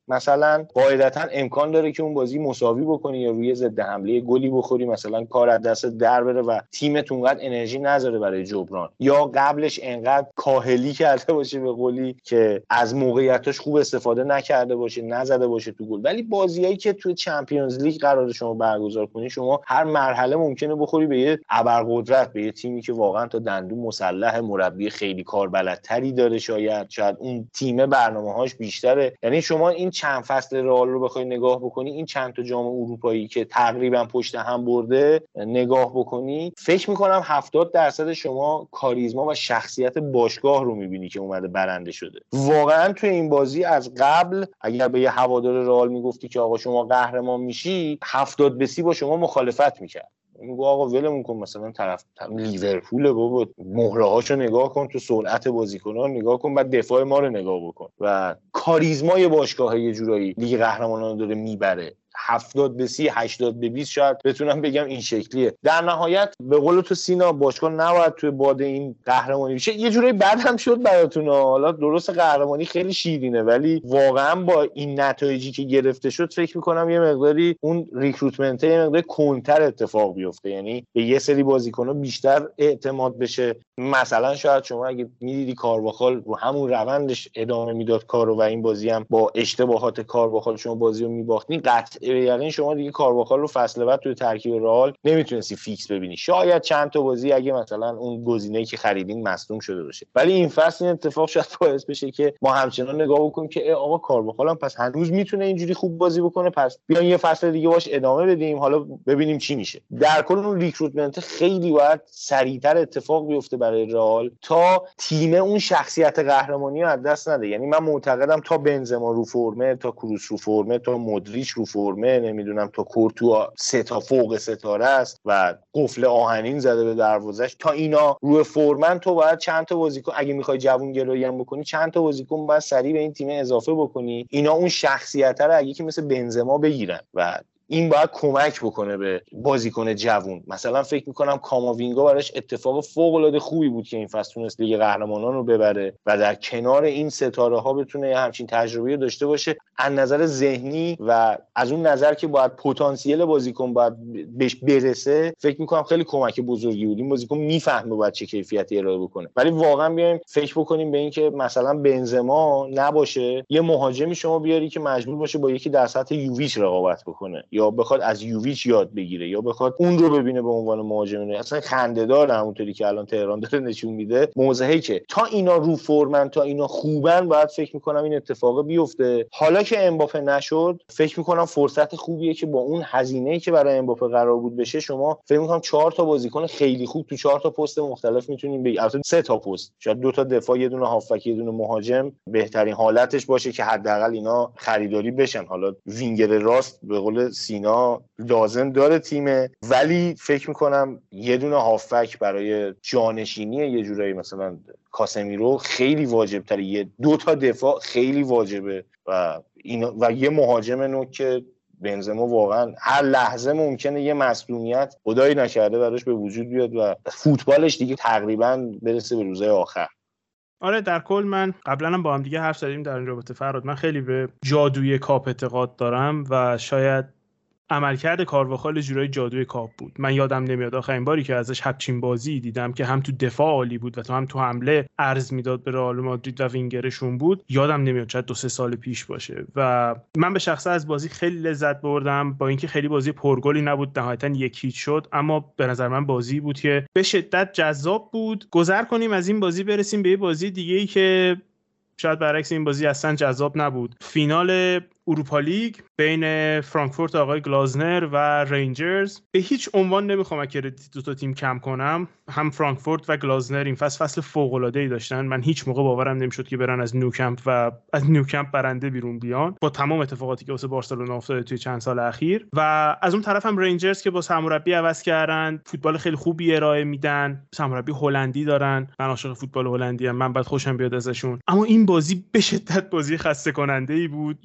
مثلا قاعدتا امکان داره که اون بازی مساوی بکنی یا روی ضد حمله گلی بخوری، مثلا کار از دست در بره و تیمت اونقدر انرژی نذاره برای جبران، یا قبلش انقدر کاهلی کرده باشه به قولی که از موقعیتاش خوب استفاده نکرده باشه، نزده باشه تو گل. ولی بازیایی که تو چمپیونز لیگ قراره شما برگزار کنی، شما هر مرحله ممکنه بخوری به یه ابرقدرت، به یه تیمی که واقعا تا دندون مسلح، مربی خیلی کاربلدتری داره، شاید شاید اون تیم برنامه‌هاش بیشتره. یعنی شما این چند فصل رئال رو بخوای نگاه بکنی، این چند تا جام اروپایی که تقریبا پشت هم برده نگاه بکنی، فکر می‌کنم هفتاد درصد شما کاریزما و شخصیت باشگاه رو می‌بینی که اومده برنده شده. واقعا توی این بازی از قبل اگر به یه هوادار رئال میگفتی که آقا شما قهرمان میشی، هفتاد به سی با شما مخالفت میکرد. میگو آقا ولمون کن، مثلا طرف لیورپول بابا، مهرهاشو نگاه کن، تو سرعت بازیکنان نگاه کن، بعد دفاع ما رو نگاه بکن. و کاریزمای باشگاه یه جورایی لیگ قهرمانان داره میبره. هفتاد به سی، هشتاد به بیست شاید بتونم بگم این شکلیه. در نهایت به قول تو سینا، باشگاه نباید توی باد این قهرمانی بشه. یه جوری بد هم شد براتون. حالا درست قهرمانی خیلی شیرینه، ولی واقعا با این نتایجی که گرفته شد فکر میکنم یه مقداری اون ریکروتمنت یه مقداری کنتر اتفاق بیفته، یعنی به یه سری بازیکن‌ها بیشتر اعتماد بشه. مثلا شاید شما اگه میدیدی کارواخال رو همون روندش ادامه میداد کارو و این بازی هم با اشتباهات کارواخال شما بازی رو میباختین، قطع یقین شما دیگه کارواخال رو فصل بعد توی ترکیب رئال نمیتونستی فیکس ببینی. شاید چند تا بازی اگه مثلا اون گزینه‌ای که خریدین مصدوم شده باشه، ولی این فصل این اتفاق شاید باعث بشه که ما همچنان نگاه بکنیم که آقا کارواخال هم پس هنوز میتونه اینجوری خوب بازی بکنه، پس بیاین یه فصل دیگه باش ادامه بدیم، حالا ببینیم چی میشه. در کل اون ریکروتمنت خیلی باید سریعتر اتفاق بیفته برای رئال تا تیم اون شخصیت قهرمانی رو از دست نده. یعنی من معتقدم تا بنزما رو فرمه، تا کروس رو فرمه، تا مودریچ رو فرمه، نمیدونم تا کورتوا سه تا فوق ستاره است و قفل آهنین زده به دروازش، تا اینا روی فرمن، تو باید چند تا بازیکن اگه میخوای جوون گرایی هم بکنی، چند تا بازیکن باید سریع به این تیم اضافه بکنی، اینا اون شخصیت رو اگه که مثل بنزما بگیرن و این باید کمک بکنه به بازیکن جوون. مثلا فکر میکنم کاماوینگا براش اتفاق فوق العاده خوبی بود که این فصل تونست لیگ قهرمانان رو ببره و در کنار این ستاره ها بتونه همچین تجربه داشته باشه. از نظر ذهنی و از اون نظر که باید پتانسیل بازیکن باید بهش برسه، فکر میکنم خیلی کمک بزرگی بود. این بازیکن میفهمه باید چه کیفیتی ارائه بکنه. ولی واقعا بیایم فکر بکنیم به این که مثلا بنزما نباشه، یه مهاجمی شما بیاری که مجبور باشه با یکی در سطح یوویچ رقابت بکنه، یا بخواد از یوویچ یاد بگیره، یا بخواد اون رو ببینه به عنوان مهاجم. اصلا خنده‌دار همونطوری که الان تهران داره نشون میده. موضحی که تا اینا رو فرمن، تا اینا خوبن، باید فکر میکنم این اتفاق بیفته. حالا که امباپه نشد، فکر میکنم فرصت خوبیه که با اون هزینه‌ای که برای امباپه قرار بود بشه، شما فکر میکنم چهار تا بازیکن خیلی خوب تو چهار تا پست مختلف میتونین بگیرید. البته سه تا پست، شاید دو تا دفاع، یه دونه هافبک، یه دونه مهاجم بهترین حالتش باشه که حداقل اینا خریداری بشن. حالا وینگر راست به قول سینا لازم داره تیمه، ولی فکر میکنم یه دونه هافبک برای جانشینی یه جورایی مثلا کاسمیرو خیلی واجب تره، یه دو تا دفاع خیلی واجبه و اینا، و یه مهاجم نوک که بنزما واقعا هر لحظه ممکنه یه مصدومیت خدایی نکرده براش به وجود بیاد و فوتبالش دیگه تقریبا برسه به روزهای آخر. آره در کل من قبلا هم با هم دیگه حرف زدیم در این رابطه فراد، من خیلی به جادوی کاپ اعتقاد دارم و شاید عملکرد کارواخال جورای جادوی کاپ بود. من یادم نمیاد آخرین باری که ازش همچین بازی دیدم که هم تو دفاع عالی بود و تو هم تو حمله عرض میداد به رئال مادرید و وینگرشون بود. یادم نمیاد، شاید دو سه سال پیش باشه. و من به شخصه از بازی خیلی لذت بردم، با اینکه خیلی بازی پرگلی نبود، نهایتا یک هیچ شد، اما به نظر من بازی بود که به شدت جذاب بود. گذر کنیم از این بازی برسیم به یه بازی دیگه‌ای که شاید برعکس این بازی اصلا جذاب نبود. فینال اروپا لیگ بین فرانکفورت آقای گلازنر و رنجرز. به هیچ عنوان نمیخوام کردیت دو تا تیم کم کنم. هم فرانکفورت و گلازنر این فصل فصل فوق العاده ای داشتن. من هیچ موقع باورم نمیشد که برن از نیوکمپ و از نیوکمپ برنده بیرون بیان، با تمام اتفاقاتی که واسه بارسلونا افتاده توی چند سال اخیر. و از اون طرف هم رنجرز که با سرمربی عوض کردن، فوتبال خیلی خوبی ارائه میدن، سرمربی هلندی دارن. من عاشق فوتبال هلندی ام، من بعد خوشم بیاد ازشون. اما این بازی به شدت بازی خسته کننده ای بود. یه بخش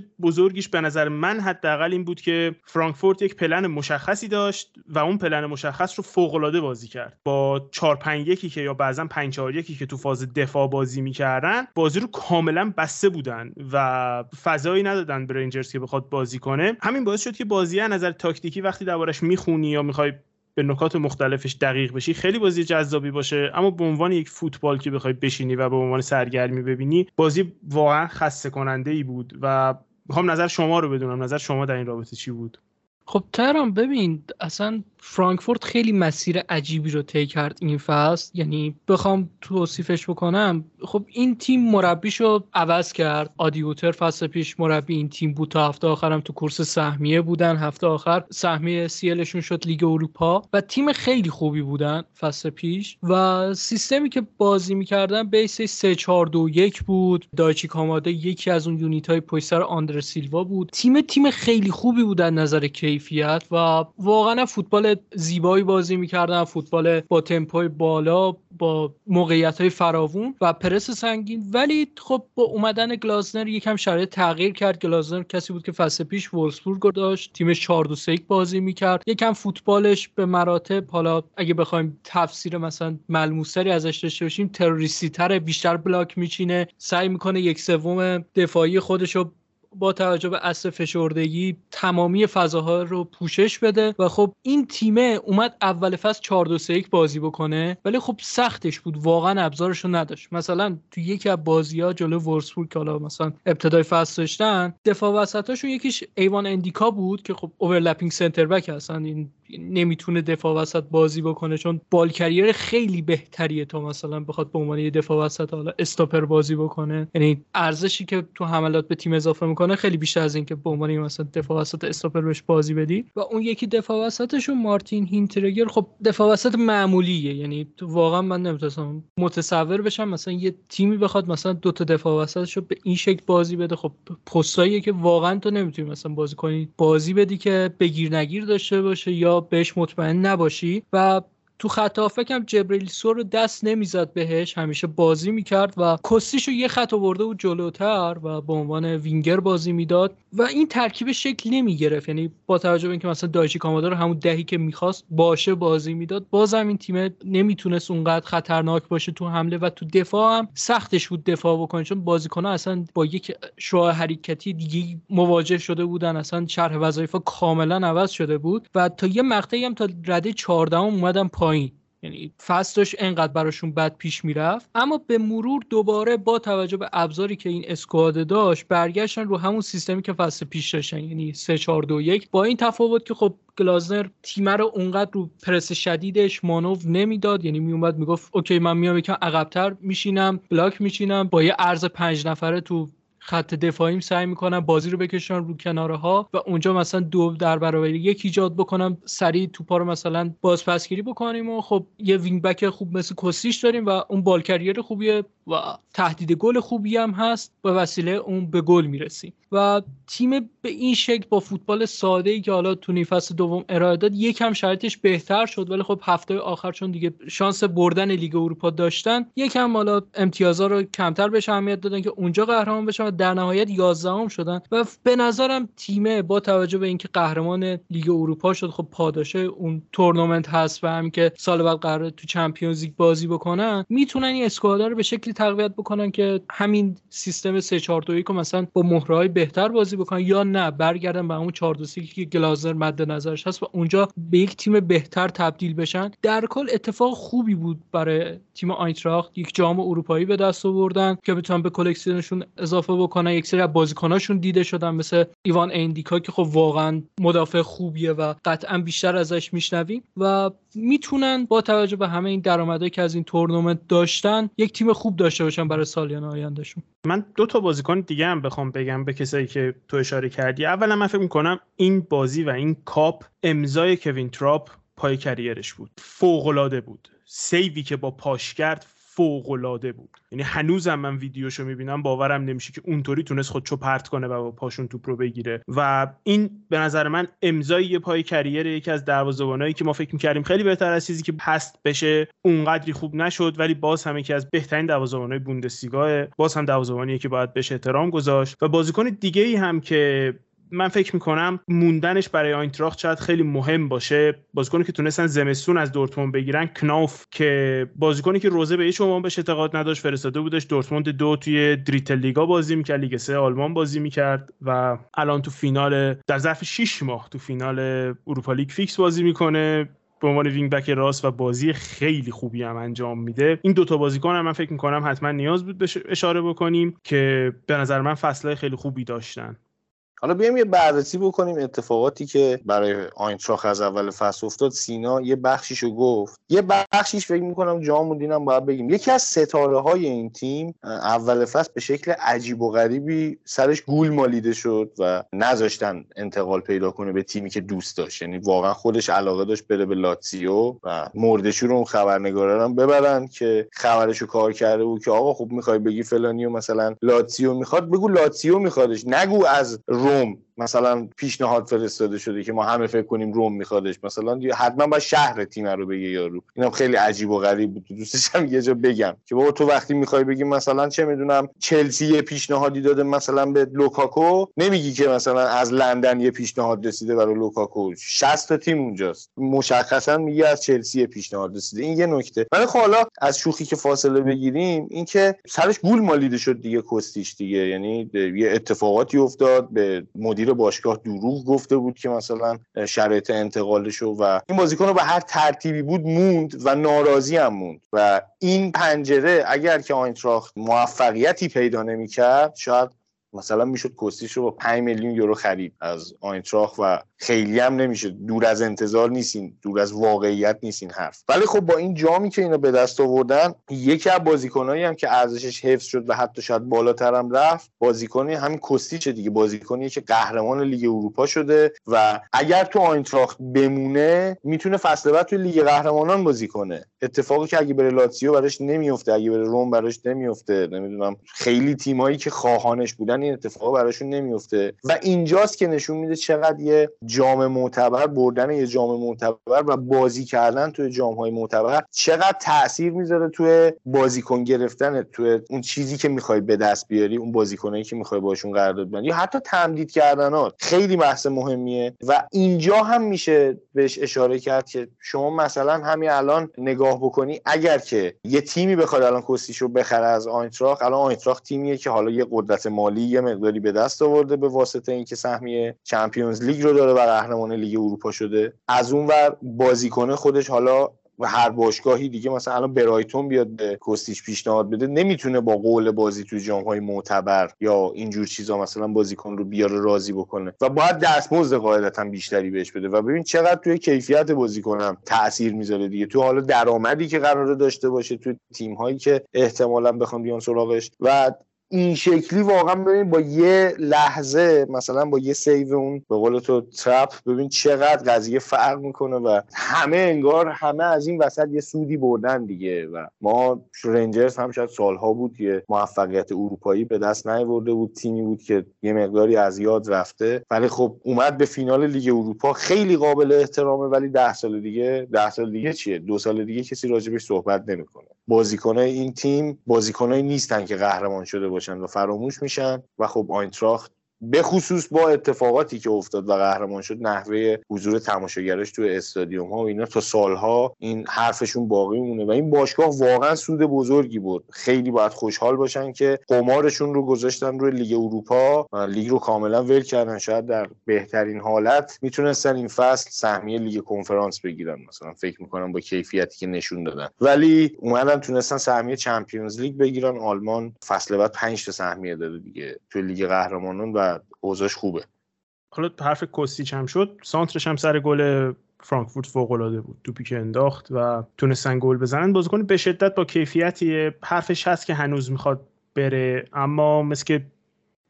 بزرگیش به نظر من حداقل این بود که فرانکفورت یک پلن مشخصی داشت و اون پلن مشخص رو فوق‌العاده بازی کرد. با چهار پنج یک که یا بعضا پنج چهار یک که تو فاز دفاع بازی می‌کردن، بازی رو کاملا بسته بودن و فضایی ندادن به رنجرز که بخواد بازی کنه. همین باعث شد که بازی از نظر تاکتیکی وقتی دربارش میخونی یا میخوای به نکات مختلفش دقیق بشی خیلی بازی جذابی باشه، اما به عنوان یک فوتبال که بخوای بشینی و به عنوان سرگرمی ببینی، بازی واقعا خسته کننده ای بود و میخوام نظر شما رو بدونم، نظر شما در این رابطه چی بود؟ خب تهران ببین، اصلا فرانکفورت خیلی مسیر عجیبی رو طی کرد این فصل. یعنی بخوام توصیفش بکنم، خب این تیم مربیشو عوض کرد. آدیوتر فصل پیش مربی این تیم بود، تا هفته آخرم تو کورس سهمیه بودن، هفته آخر سهمیه سیلشون شد لیگ اروپا و تیم خیلی خوبی بودن فصل پیش و سیستمی که بازی میکردن بیس سه چهار دو یک بود. دایچی کاماده یکی از اون یونیت‌های پشت سر آندر سیلوا بود. تیم تیم خیلی خوبی بود از نظر کیفیت و واقعا فوتبال زیبایی بازی میکردن، فوتبال با تمپوی بالا، با موقعیت‌های فراوون و پرس سنگین. ولی خب با اومدن گلازنر یکم شرایط تغییر کرد. گلازنر کسی بود که فصل پیش وولفسبورگ داشت، تیمش چهار دو سه یک بازی میکرد، یکم فوتبالش به مراتب، حالا اگه بخوایم تفسیر مثلا ملموسری ازش داشته باشیم، تروریستی تره، بیشتر بلاک میچینه، سعی میکنه یک سوم دفاعی خودشو با توجه به اصل فشردگی تمامی فضاها رو پوشش بده و خب این تیمه اومد اول فصل چهار دو سه یک بازی بکنه، ولی خب سختش بود، واقعا ابزارش رو نداشت. مثلا تو یکی از بازی‌ها جلو وولفسبورگ که حالا مثلا ابتدای فصل داشتن، دفاع وسطاشون یکیش ایوان اندیکا بود که خب اورلپینگ سنتر بک هستن، این نمیتونه دفاع وسط بازی بکنه چون بال کریر خیلی بهتریه تا مثلا بخواد به عنوان یه دفاع وسط حالا استاپر بازی بکنه. یعنی ارزشی که تو حملات به تیم اضافه میکنه خیلی بیشتر از این که به عنوان مثلا دفاع وسط استاپر بهش بازی بدی. و اون یکی دفاع وسطشون مارتین هینترگر، خب دفاع وسط معمولیه. یعنی تو واقعا من نمیتونم متصور بشم مثلا یه تیمی بخواد مثلا دو تا دفاع وسطشو به این شکل بازی بده. خب پستاییه که واقعا تو نمیتونی مثلا بازی کنی بازی بدی که بگیر نگیر داشته باشه یا بهش مطمئن نباشی. و تو خط هافک هم جبریل سو رو دست نمیزد بهش، همیشه بازی میکرد و کستیشو یه خط آورده بود جلوتر و به عنوان وینگر بازی میداد و این ترکیب شکل نمیگرفت. یعنی با توجه به اینکه مثلا دایچی کامادا رو همون دهی که میخواست باشه بازی میداد، بازم این تیم نمیتونست اونقدر خطرناک باشه تو حمله و تو دفاع هم سختش بود دفاع بکنه، چون بازیکن‌ها اصلا با یک شعاع حرکتی دیگه مواجه شده بودن، اصلا شرح وظایف‌ها کاملا عوض شده بود و تا یه مقطعی هم تا رده چهاردهم اومدن پایین. یعنی فصلش انقدر براشون بد پیش میرفت، اما به مرور دوباره با توجه به ابزاری که این اسکواد داشت برگشتن رو همون سیستمی که فصل پیش داشتن، یعنی سه چهار دو یک، با این تفاوت که خب گلازنر تیم رو اونقدر رو پرس شدیدش مانور نمیداد. یعنی میومد میگفت اوکی من میام یکم عقب‌تر میشینم، بلاک میچینم، با یه عرض پنج نفره تو خط دفاعیم سعی میکنم بازی رو بکشن رو کناره ها و اونجا مثلا دو در برابر یک ایجاد بکنم، سریع توپا رو مثلا بازپسگیری بکنیم و خب یه وینگ بک خوب مثل کوسیش داریم و اون بال کریر خوبیه و تهدید گل خوبی هم هست، به وسیله اون به گل میرسیم و تیم به این شکل با فوتبال ساده‌ای که حالا تو نیم فصل دوم ارائه داد یکم شرایطش بهتر شد. ولی خب هفته آخر چون دیگه شانس بردن لیگ اروپا داشتن، یکم حالا امتیازها رو کمتر بهش اهمیت دادن که اونجا قهرمان بشن و در نهایت یازدهم شدن و به نظرم تیم با توجه به اینکه قهرمان لیگ اروپا شد، خب پاداشه اون تورنمنت هست و همین که سال بعد قراره تو چمپیونز لیگ بازی بکنن، میتونن این اسکواد رو به شکلی تقویت بکنن که همین سیستم سه چهار دو یک رو مثلا با مهره‌های بهتر بازی بکنن یا نه برگردن به اون چهار دو سه یک که گلازنر مد نظرش هست و اونجا به یک تیم بهتر تبدیل بشن. در کل اتفاق خوبی بود برای تیم آینتراخت، یک جام اروپایی به دست آوردن که بتونن به کلکسیونشون اضافه بکنن. یک سری از بازیکناشون دیده شدن مثل ایوان اندیکا که خب واقعا مدافع خوبیه و قطعا بیشتر ازش میشنویم و میتونن با توجه به همه این درآمدایی که از این تورنمنت داشتن یک تیم خوب داشته باشن برای سالیان آیندهشون. من دو تا بازیکن دیگه هم بخوام بگم به کسایی که تو اشاره کردی. اولا من فکر می‌کنم این بازی و این کاپ امضای کوین تراپ پای کریرش بود، فوق‌العاده بود. سیوی که با پاش کرد فوق‌العاده بود. یعنی هنوزم من ویدیوشو میبینم باورم نمیشه که اونطوری تونست خودشو پرت کنه و با پاشون توپ رو بگیره و این به نظر من امضای یه پای کریر یکی از دروازه‌بانایی که ما فکر می‌کردیم خیلی بهتر از چیزی که هست بشه، اونقدری خوب نشد ولی باز هم یکی از بهترین دروازه‌بانای بوندسلیگا، باز هم دروازه‌بانیه که باید بهش احترام گذاشت. و بازیکن دیگه‌ای هم که من فکر میکنم موندنش برای آینتراخت شاید خیلی مهم باشه، بازیکنی که تونستن زمستون از دورتموند بگیرن، کناوف، که بازیکنی که روزه به هیچ عنوان بهش اعتقاد نداشت، فرستاده بودش دورتموند دو توی دریتل لیگا بازی میکرد، لیگ سه آلمان بازی میکرد و الان تو فینال در ظرف شش ماه تو فینال اروپا لیگ فیکس بازی میکنه به عنوان وینگ بک راست و بازی خیلی خوبی هم انجام میده. این دوتا بازیکن هم من فکر میکنم حتما نیاز بود بهش اشاره بکنیم که به نظر من فصلهای خیلی خوبی داشتن. حالا بیایم یه بررسی بکنیم اتفاقاتی که برای آینتراخت از اول فصل افتاد. سینا یه بخشیشو گفت، یه بخشیش فکر می‌کنم جا موندینم باید بگیم. یکی از ستاره‌های این تیم اول فصل به شکل عجیب و غریبی سرش گول مالیده شد و نذاشتن انتقال پیدا کنه به تیمی که دوست داشت. یعنی واقعا خودش علاقه داشت بره به لاتزیو و مردشور رو اون خبرنگارا هم ببرن که خبرشو کار کرده بود که آقا خوب می‌خوای بگی فلانیو مثلا لاتزیو میخواد، بگو لاتزیو میخوادش، نگو از روم مثلا پیشنهاد فرستاده شده که ما همه فکر کنیم روم میخوادش، مثلا حتما با شهر تیم رو بگه یارو. اینم خیلی عجیب و غریب بود. دوستش هم یه جا بگم که بابا تو وقتی میخوای بگی مثلا چه میدونم چلسی یه پیشنهادی داده مثلا به لوکاکو، نمیگی که مثلا از لندن یه پیشنهاد رسیده برای لوکاکو، شصت تا تیم اونجاست، مشخصا میگه از چلسی یه پیشنهاد رسیده. این یه نکته. ولی خب حالا از شوخی که فاصله بگیریم، این که سرش گول مالیده شد دیگه کستیش دیگه، یعنی یه اتفاقاتی افتاد، به مدیر باشگاه دروغ گفته بود که مثلا شرایط انتقالشو و این بازیکن رو به هر ترتیبی بود موند و ناراضی هم موند و این پنجره اگر که آینتراخت موفقیتی پیدا نمی‌کرد شاید مثلا میشد کوستیش رو با پنج میلیون یورو خرید از آینتراخت و خیلی هم نمیشه، دور از انتظار نیستین، دور از واقعیت نیستین حرف. ولی خب با این جامی که اینا به دست آوردن، یکی از بازیکنایی هم که ارزشش حفظ شد و حتی شاید بالاتر هم رفت، بازیکنی همین کوستیچ دیگه، بازیکنیه که قهرمان لیگ اروپا شده و اگر تو آینتراخت بمونه میتونه فصل بعد تو لیگ قهرمانان بازی کنه. اتفاقی که اگه بره لاتزیو براش نمیفته، اگه بره روم براش نمیفته، نمیدونم خیلی تیمایی که خواهانش بودن این اتفاق براشون نمیفته و اینجاست که نشون میده چقدر یه جام معتبر، بردن یه جام معتبر و بازی کردن توی جام‌های معتبر چقدر تأثیر میذاره توی بازیکن گرفتن، توی اون چیزی که میخوای به دست بیاری، اون بازیکنایی که میخوای باشون قرارداد ببندی یا حتی تمدید کردنات. خیلی بحث مهمیه و اینجا هم میشه بهش اشاره کرد که شما مثلا همین الان نگاه بکنی، اگر که یه تیمی بخواد الان کوستیشو بخره از آینتراخت، الان آینتراخت تیمیه که حالا یه قدرت مالی یه مقداری به دست آورده به واسطه اینکه سهمیه چمپیونز لیگ رو داره و قهرمان لیگ اروپا شده. از اون ور بازیکن خودش حالا و هر باشگاهی دیگه، مثلا الان برایتون بیاد به کوستیچ پیشنهاد بده، نمیتونه با قول بازی توی جام‌های معتبر یا اینجور چیزا مثلا بازیکن رو بیاره راضی بکنه و باید دستمزد قاعدتا بیشتری بهش بده و ببین چقدر توی کیفیت بازیکنم تأثیر میذاره دیگه، تو حالا درآمدی که قراره داشته باشه تو تیم‌هایی که احتمالاً بخوام بیان سراغش و این شکلی واقعا ببین با یه لحظه مثلا با یه سیو اون به قول تو ترپ، ببین چقدر قضیه فرق میکنه و همه انگار همه از این وسط یه سودی بردن دیگه و ما رنجرز هم شاید سالها بود یه موفقیت اروپایی به دست نیاورده بود، تیمی بود که یه مقداری از یاد رفته ولی خب اومد به فینال لیگ اروپا، خیلی قابل احترامه. ولی ده سال دیگه ده سال دیگه چیه، دو سال دیگه کسی راجبش صحبت نمیکنه. بازیکنای این تیم بازیکنایی نیستن که قهرمان شده باشن و فراموش میشن و خب آینتراخت به خصوص با اتفاقاتی که افتاد و قهرمان شد، نحوه حضور تماشاگرش توی استادیوم ها و اینا تا سالها این حرفشون باقی مونه و این باشگاه واقعا سود بزرگی بود. خیلی باید خوشحال باشن که قمارشون رو گذاشتن روی لیگ اروپا، لیگ رو کاملا ول کردن. شاید در بهترین حالت میتونستن این فصل سهمیه لیگ کنفرانس بگیرن، مثلا فکر میکنم با کیفیتی که نشون دادن، ولی اومدن تونستن سهمیه چمپیونز لیگ بگیرن. آلمان فصل بعد پنج تا سهمیه داده دیگه توی لیگ قهرمانان و اوضاعش خوبه. حالا حرف کوستیچ هم شد، سانترش هم سر گل فرانکفورت فوق‌العاده بود، توپی که انداخت و تونستن گل بزنن. بازیکن به شدت با کیفیتیه، حرفش هست که هنوز میخواد بره، اما مثل که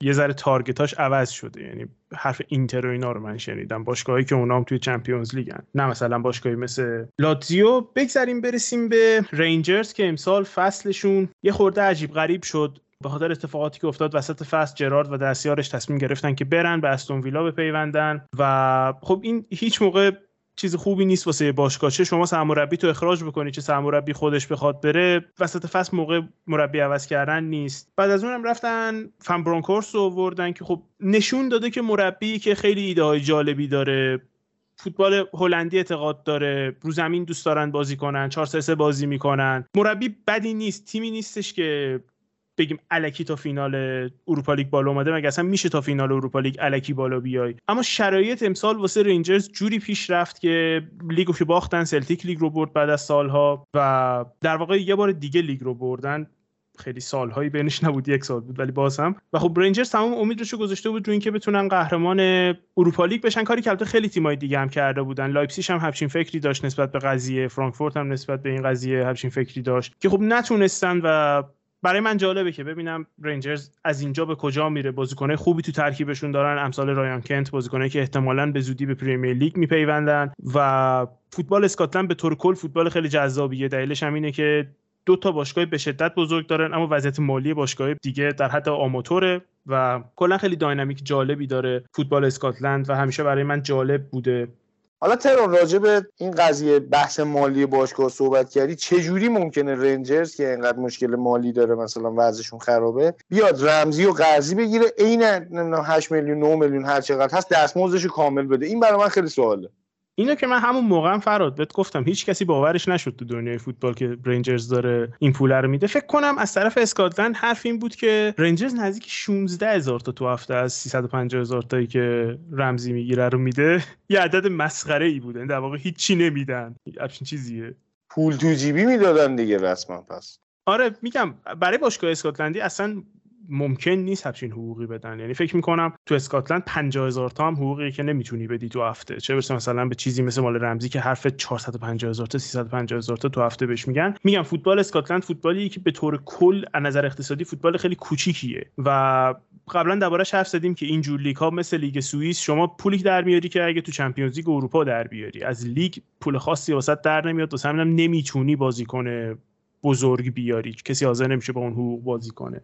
یه ذره تارگتاش عوض شده. یعنی حرف اینتر و اینا رو من شنیدم، باشگاهایی که اونام توی چمپیونز لیگن، نه مثلا باشگاهی مثل لاتزیو. بگذاریم برسیم به رنجرز که امسال فصلشون یه خورده عجیب غریب شد به خاطر اتفاقاتی که افتاد وسط فصل. جرارد و دستیارش تصمیم گرفتن که برن به استون ویلا بپیوندن و خب این هیچ موقع چیز خوبی نیست واسه باشگاه. چه شما سرمربی تو اخراج بکنی، چه سرمربی خودش بخواد بره وسط فصل، موقع مربی عوض کردن نیست. بعد از اونم رفتن فن برانکورس رو آوردن که خب نشون داده که مربی که خیلی ایده های جالبی داره، فوتبال هلندی اعتقاد داره، رو زمین دوست دارن بازی کنن، چهار سه سه بازی میکنن. مربی بدی نیست، تیمی نیستش که بگیم الکی تا فینال اروپا لیگ بالا اومده، مگه اصلا میشه تا فینال اروپا لیگ الکی بالا بیای. اما شرایط امسال واسه رنجرز جوری پیش رفت که لیگو که باختن، سلتیک لیگ رو برد بعد از سالها و در واقع یه بار دیگه لیگ رو بردن. خیلی سالهایی بینش نبود، یک سال بود ولی باز هم. و خب رنجرز تمام امیدشو گذاشته بود رو اینکه بتونن قهرمان اروپا لیگ بشن، کاری که البته خیلی تیمای دیگه هم کرده بودن. لایپزیگ هم همچین فکری داشت نسبت به قضیه، فرانکفورت هم نسبت به این قضیه همچین فکری داشت که خب نتونستن. و برای من جالبه که ببینم رنجرز از اینجا به کجا میره. بازیکنای خوبی تو ترکیبشون دارن، امثال رایان کنت، بازیکنایی که احتمالاً به زودی به پریمیر لیگ میپیوندن. و فوتبال اسکاتلند به طور کل فوتبال خیلی جذابیه. دلیلش هم اینه که دو تا باشگاه به شدت بزرگ دارن اما وضعیت مالی باشگاه دیگه در حد آماتوره و کلا خیلی داینامیک جالبی داره فوتبال اسکاتلند و همیشه برای من جالب بوده. حالا ترون راجع به این قضیه بحث مالی باشگاه صحبت کردی، چه جوری ممکنه رنجرز که اینقدر مشکل مالی داره، مثلا وضعشون خرابه، بیاد رمزی و قرضی بگیره عین هشت میلیون نه میلیون هر چقدر هست دستمزدشو کامل بده؟ این برای من خیلی سواله. اینو که من همون موقعم فراد بهت گفتم هیچ کسی باورش نشد تو دنیای فوتبال که رنجرز داره این پول رو میده. فکر کنم از طرف اسکاتلند حرف این بود که رنجرز نزدیک شانزده هزار تا تو هفته از سیصد و پنجاه هزار تایی که رمزی میگیره رو میده. یه عدد مسخره ای بود، در واقع هیچی نمیدن، همچین چیزیه. پول تو جیبی میدادن دیگه رسما. پس آره میگم برای باشگاه اسکاتلندی اصلا ممکن نیست همچین حقوقی بدن. یعنی فکر میکنم تو اسکاتلند پنجاه هزار تا هم حقوقی که نمیتونی بدی تو هفته، چه برسه مثلا به چیزی مثل مال رمزی که حرف چهارصد و پنجاه هزار تا سیصد و پنجاه هزار تا تو هفته بهش میگن. میگم فوتبال اسکاتلند فوتبالی که به طور کل از نظر اقتصادی فوتبال خیلی کوچیکیه و قبلا دربارش حرف زدیم که این جور لیگ ها مثل لیگ سوئیس شما پولی در میاری که اگه تو چمپیونز لیگ اروپا در بیاری، از لیگ پول خاصی واسط در نمیاد، واسه همینم نمیتونی بازیکن بزرگ بیاری، کسی حاضر نمیشه با اون حقوق بازی کنه.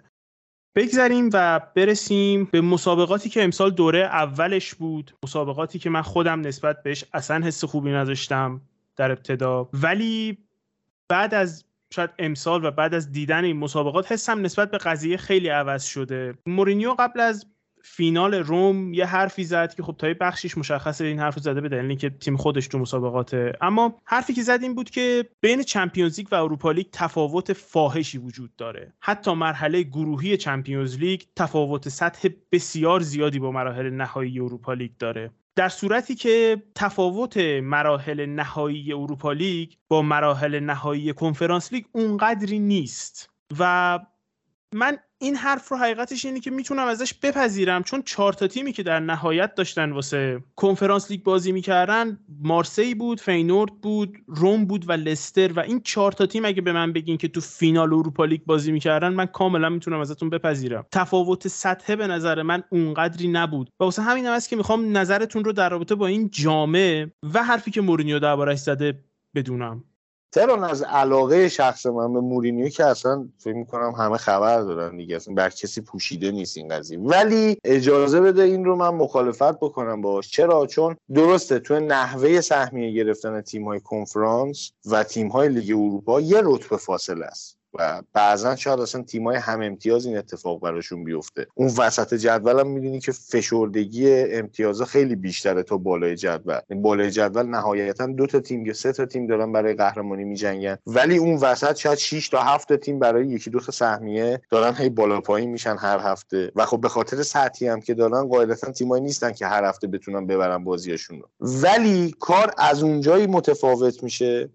بگذاریم و برسیم به مسابقاتی که امسال دوره اولش بود، مسابقاتی که من خودم نسبت بهش اصلا حس خوبی نداشتم در ابتدا، ولی بعد از شاید امسال و بعد از دیدن این مسابقات حسم نسبت به قضیه خیلی عوض شده. مورینیو قبل از فینال روم یه حرفی زد که خب تا یه بخشیش مشخصه این حرفو زده به دلیل اینکه تیم خودش تو مسابقاته، اما حرفی که زد این بود که بین چمپیونز لیگ و اروپا لیگ تفاوت فاحشی وجود داره. حتی مرحله گروهی چمپیونز لیگ تفاوت سطح بسیار زیادی با مراحل نهایی اروپا لیگ داره، در صورتی که تفاوت مراحل نهایی اروپا لیگ با مراحل نهایی کنفرانس لیگ اونقدری نیست. و من این حرف رو حقیقتش اینه که میتونم ازش بپذیرم، چون چهار تا تیمی که در نهایت داشتن واسه کنفرانس لیگ بازی میکردن مارسی بود، فینورد بود، روم بود و لستر، و این چهار تا تیم اگه به من بگین که تو فینال اروپا لیگ بازی میکردن من کاملا میتونم ازتون بپذیرم. تفاوت سطح به نظر من اونقدری نبود و واسه همین هم هست که میخوام نظرتون رو در رابطه با این جامعه و حرفی که مورینیو دربارش زده بدونم. ترون از علاقه شخص من به مورینیو که اصلا فکر می‌کنم همه خبر دارن دیگه، اصلا بر کسی پوشیده نیست این قضیه، ولی اجازه بده این رو من مخالفت بکنم باش. چرا؟ چون درسته تو نحوه سهمیه گرفتن تیم‌های کنفرانس و تیم‌های لیگ اروپا یه رتبه فاصله است و بعضا شاید اصلا تیمای هم امتیاز این اتفاق براشون بیفته. اون وسط جدول هم می‌بینی که فشردگی امتیازها خیلی بیشتره تا بالای جدول. این بالای جدول نهایتا دو تا تیم یا سه تا تیم دارن برای قهرمانی می‌جنگن، ولی اون وسط شاید شش تا هفت تا تیم برای یکی دو تا سهمیه دارن هی بالا پایین میشن هر هفته و خب به خاطر سطحی هم که دارن قاعدتا تیمایی نیستن که هر هفته بتونن ببرن بازیاشون رو. ولی کار از اونجایی متفاوت میشه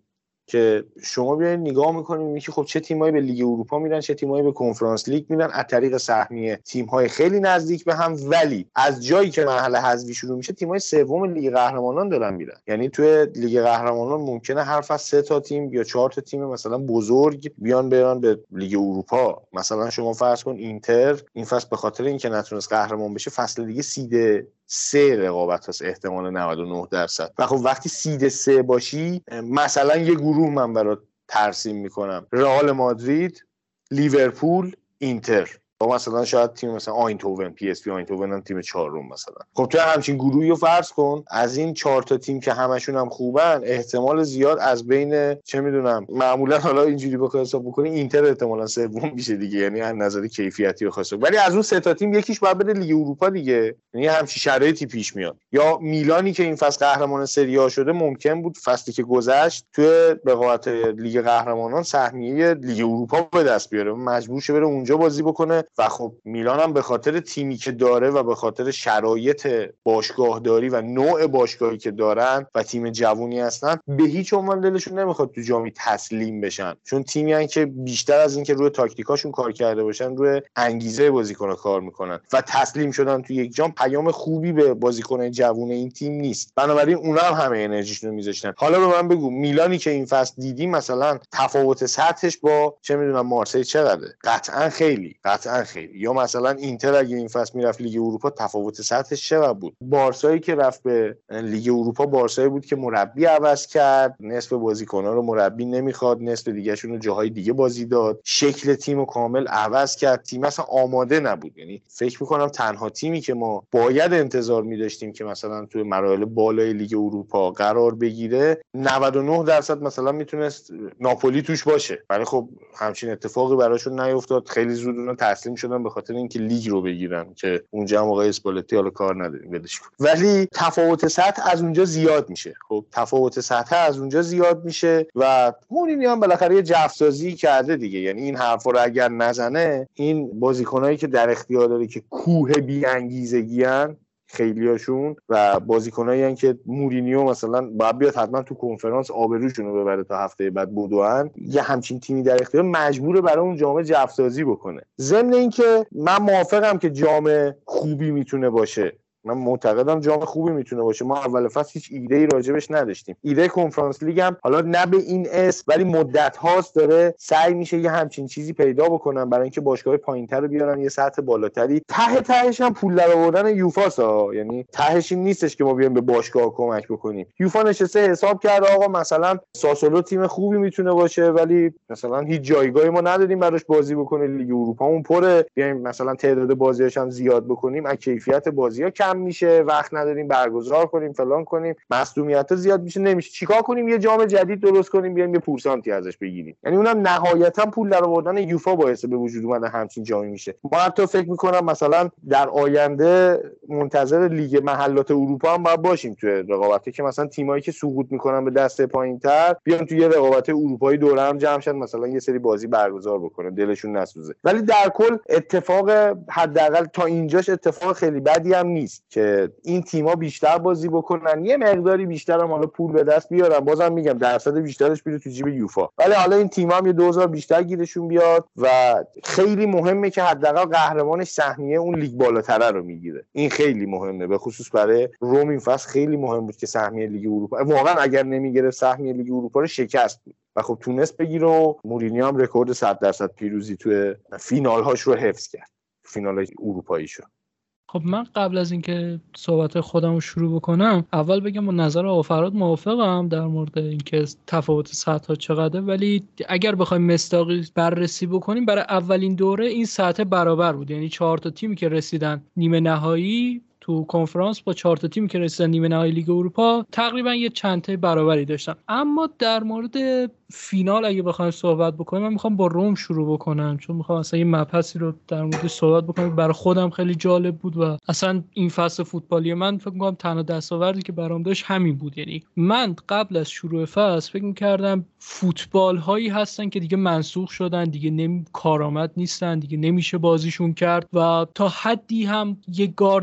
که شما بیاین نگاه میکنید میگی خب چه تیمایی به لیگ اروپا میرن، چه تیمایی به کنفرانس لیگ میرن از طریق سهمیه، تیم‌های خیلی نزدیک به هم، ولی از جایی که مرحله حذفی شروع میشه تیم‌های سوم لیگ قهرمانان دارن میرن. یعنی توی لیگ قهرمانان ممکنه هر فصل سه تا تیم یا چهار تا تیم مثلا بزرگ بیان بیان به لیگ اروپا. مثلا شما فرض کن اینتر این فصل به خاطر اینکه نتونست قهرمان بشه فصل دیگه سید سه رقابت هست، احتمال نود و نه درصد. و خب وقتی سید سه باشی مثلا یه گروه من برات ترسیم میکنم، رئال مادرید، لیورپول، اینتر، با مثلا شاید تیم مثلا آینتوون، پی اس وی آینتوون هم تیم چهارم مثلا. خب تو همچین گروهی رو فرض کن از این چهار تا تیم که همشون هم خوبن احتمال زیاد از بین چه میدونم معمولا حالا اینجوری بخوای حساب بکنی اینتر احتمالاً سوم میشه دیگه، یعنی از نظر کیفیتی بخواسته، ولی از اون سه تا تیم یکیش باید بره لیگ اروپا دیگه. یعنی همچین شرایطی پیش میاد. یا میلانی که این فصل قهرمان سری آ شده ممکن بود فصلی که گذشت توی رقابت لیگ قهرمانان سهمیه لیگ اروپا به دست بیاره، مجبور شه بره اونجا بازی بکنه. و خب میلان هم به خاطر تیمی که داره و به خاطر شرایط باشگاهداری و نوع باشگاهی که دارن و تیم جوونی هستن به هیچ عنوان دلشون نمیخواد تو جامی تسلیم بشن، چون تیمی هستن که بیشتر از این که روی تاکتیکاشون کار کرده باشن روی انگیزه بازیکن‌ها کار میکنن و تسلیم شدن تو یک جام پیام خوبی به بازیکن‌های جوون این تیم نیست. بنابراین اونا هم همه انرژیشون رو میذاشتن. حالا به من بگو میلانی که این فصل دیدی مثلا تفاوت سطحش با چه میدونم مارسی چقدره؟ قطعا خیلی قطعا خیلی. یا مثلا اینتر اگه این فصل میرفت لیگ اروپا تفاوت سطحش چقدر بود؟ بارسایی که رفت به لیگ اروپا بارسایی بود که مربی عوض کرد، نصف بازیکن‌ها رو مربی نمیخواد، نصف دیگه‌شون رو جاهای دیگه بازی داد، شکل تیمو کامل عوض کرد، تیم اصلا آماده نبود. یعنی فکر می‌کنم تنها تیمی که ما باید انتظار می‌داشتیم که مثلا توی مراحل بالای لیگ اروپا قرار بگیره نود و نه درصد مثلا میتونست ناپولی توش باشه، ولی خب همچین اتفاقی براشون نیفتاد. خیلی زود اونا تسلیم شدن به خاطر اینکه لیگ رو بگیرن که اونجا هم آقای اسپالتی حالا کار نداریم بدش کن. ولی تفاوت سطح از اونجا زیاد میشه. خب تفاوت سطح از اونجا زیاد میشه و مورینیو هم بالاخره یه جفسازی کرده دیگه. یعنی این حرفا رو اگر نزنه این بازیکنایی که در اختیار داره که کوه بی انگیزگیان خیلیاشون و بازیکنایی ان که مورینیو مثلا باید بیاد حتما تو کنفرانس آبروشون رو ببره تا هفته بعد بدوئن، یه همچین تیمی در اختیار مجبوره برای اون جام جفسازی بکنه. ضمن اینکه من موافقم که جام خوبی میتونه باشه، من معتقدم جام خوبی میتونه باشه. ما اول فصل هیچ ایده‌ای راجبش نداشتیم. ایده کنفرانس لیگ هم حالا نه به این اسم ولی مدت هاست داره سعی میشه یه همچین چیزی پیدا بکنن برای اینکه باشگاه‌های پایین‌تر رو بیارن یه سطح بالاتری. ته تهش هم پول درآوردن یوفا، یعنی تهش این نیستش که ما بیایم به باشگاه کمک بکنیم. یوفا نشسته حساب کرده آقا مثلا ساسولو تیم خوبی میتونه باشه ولی مثلا هیچ جایگاهی ما نداریم براش بازی بکنه، لیگ اروپا اون پره، بیایم مثلا تعداد بازیاش هم زیاد بکنیم، از کیفیت بازی‌ها میشه، وقت نداریم برگزار کنیم، فلان کنیم، مصدومیت‌ها زیاد میشه، نمیشه. چیکار کنیم؟ یه جام جدید درست کنیم بیایم یه پورسانتی ازش بگیریم. یعنی اونم نهایتا پول درآوردن یوفا باعث به وجود اومدن همچین جامی میشه. ما حتی فکر می‌کنم مثلا در آینده منتظر لیگ محلات اروپا هم باید باشیم توی رقابتی که مثلا تیمایی که سقوط میکنن به دسته پایین‌تر بیان توی یه رقابت اروپایی دوره هم جمع شدن مثلا یه سری بازی برگزار بکنه، دلشون نسوزه. ولی در کل اتفاق حداقل تا اینجاش اتفاق خیلی بدی هم نیست که این تیم‌ها بیشتر بازی بکنن، یه مقداری بیشتر هم حالا پول به دست بیارن. بازم میگم درصد بیشترش میره تو جیب یوفا، ولی حالا این تیم‌ها هم یه دوزار بیشتر گیرشون بیاد و خیلی مهمه که حداقل قهرمانش سهمیه اون لیگ بالاتره رو میگیره. این خیلی مهمه، به خصوص برای روم این فصل خیلی مهم بود که سهمیه لیگ اروپا واقعا اگر نمیگیره سهمیه لیگ اروپا رو شکست بود و خب تونست بگیره و مورینیو هم رکورد صد درصد پیروزی تو فینال‌هاش رو حفظ کرد، فینال اروپاییشو. خب من قبل از اینکه صحبت خودم رو شروع بکنم اول بگم با نظر آقا فراد موافقم در مورد اینکه تفاوت سطح‌ها چقدره، ولی اگر بخوایم مصداقی بررسی بکنیم برای اولین دوره این سطح برابر بود. یعنی چهار تا تیمی که رسیدن نیمه نهایی تو کنفرانس با چهار تا تیمی که رسیدن نیمه نهایی لیگ اروپا تقریبا یه چند تا برابری داشتن. اما در مورد فینال اگه بخوایم صحبت بکنیم من میخوام با روم شروع بکنم، چون میخوام اصلا یه مبحثی رو در مورد صحبت بکنم برای خودم خیلی جالب بود و اصلا این فصل فوتبالی من فکر میکنم تنها دستاوردی که برام داشت همین بود. یعنی من قبل از شروع فصل فکر میکردم فوتبال هایی هستن که دیگه منسوخ شدن، دیگه نمی کارآمد نیستن، دیگه نمیشه بازیشون کرد و تا حدی هم یه گاردی داشتم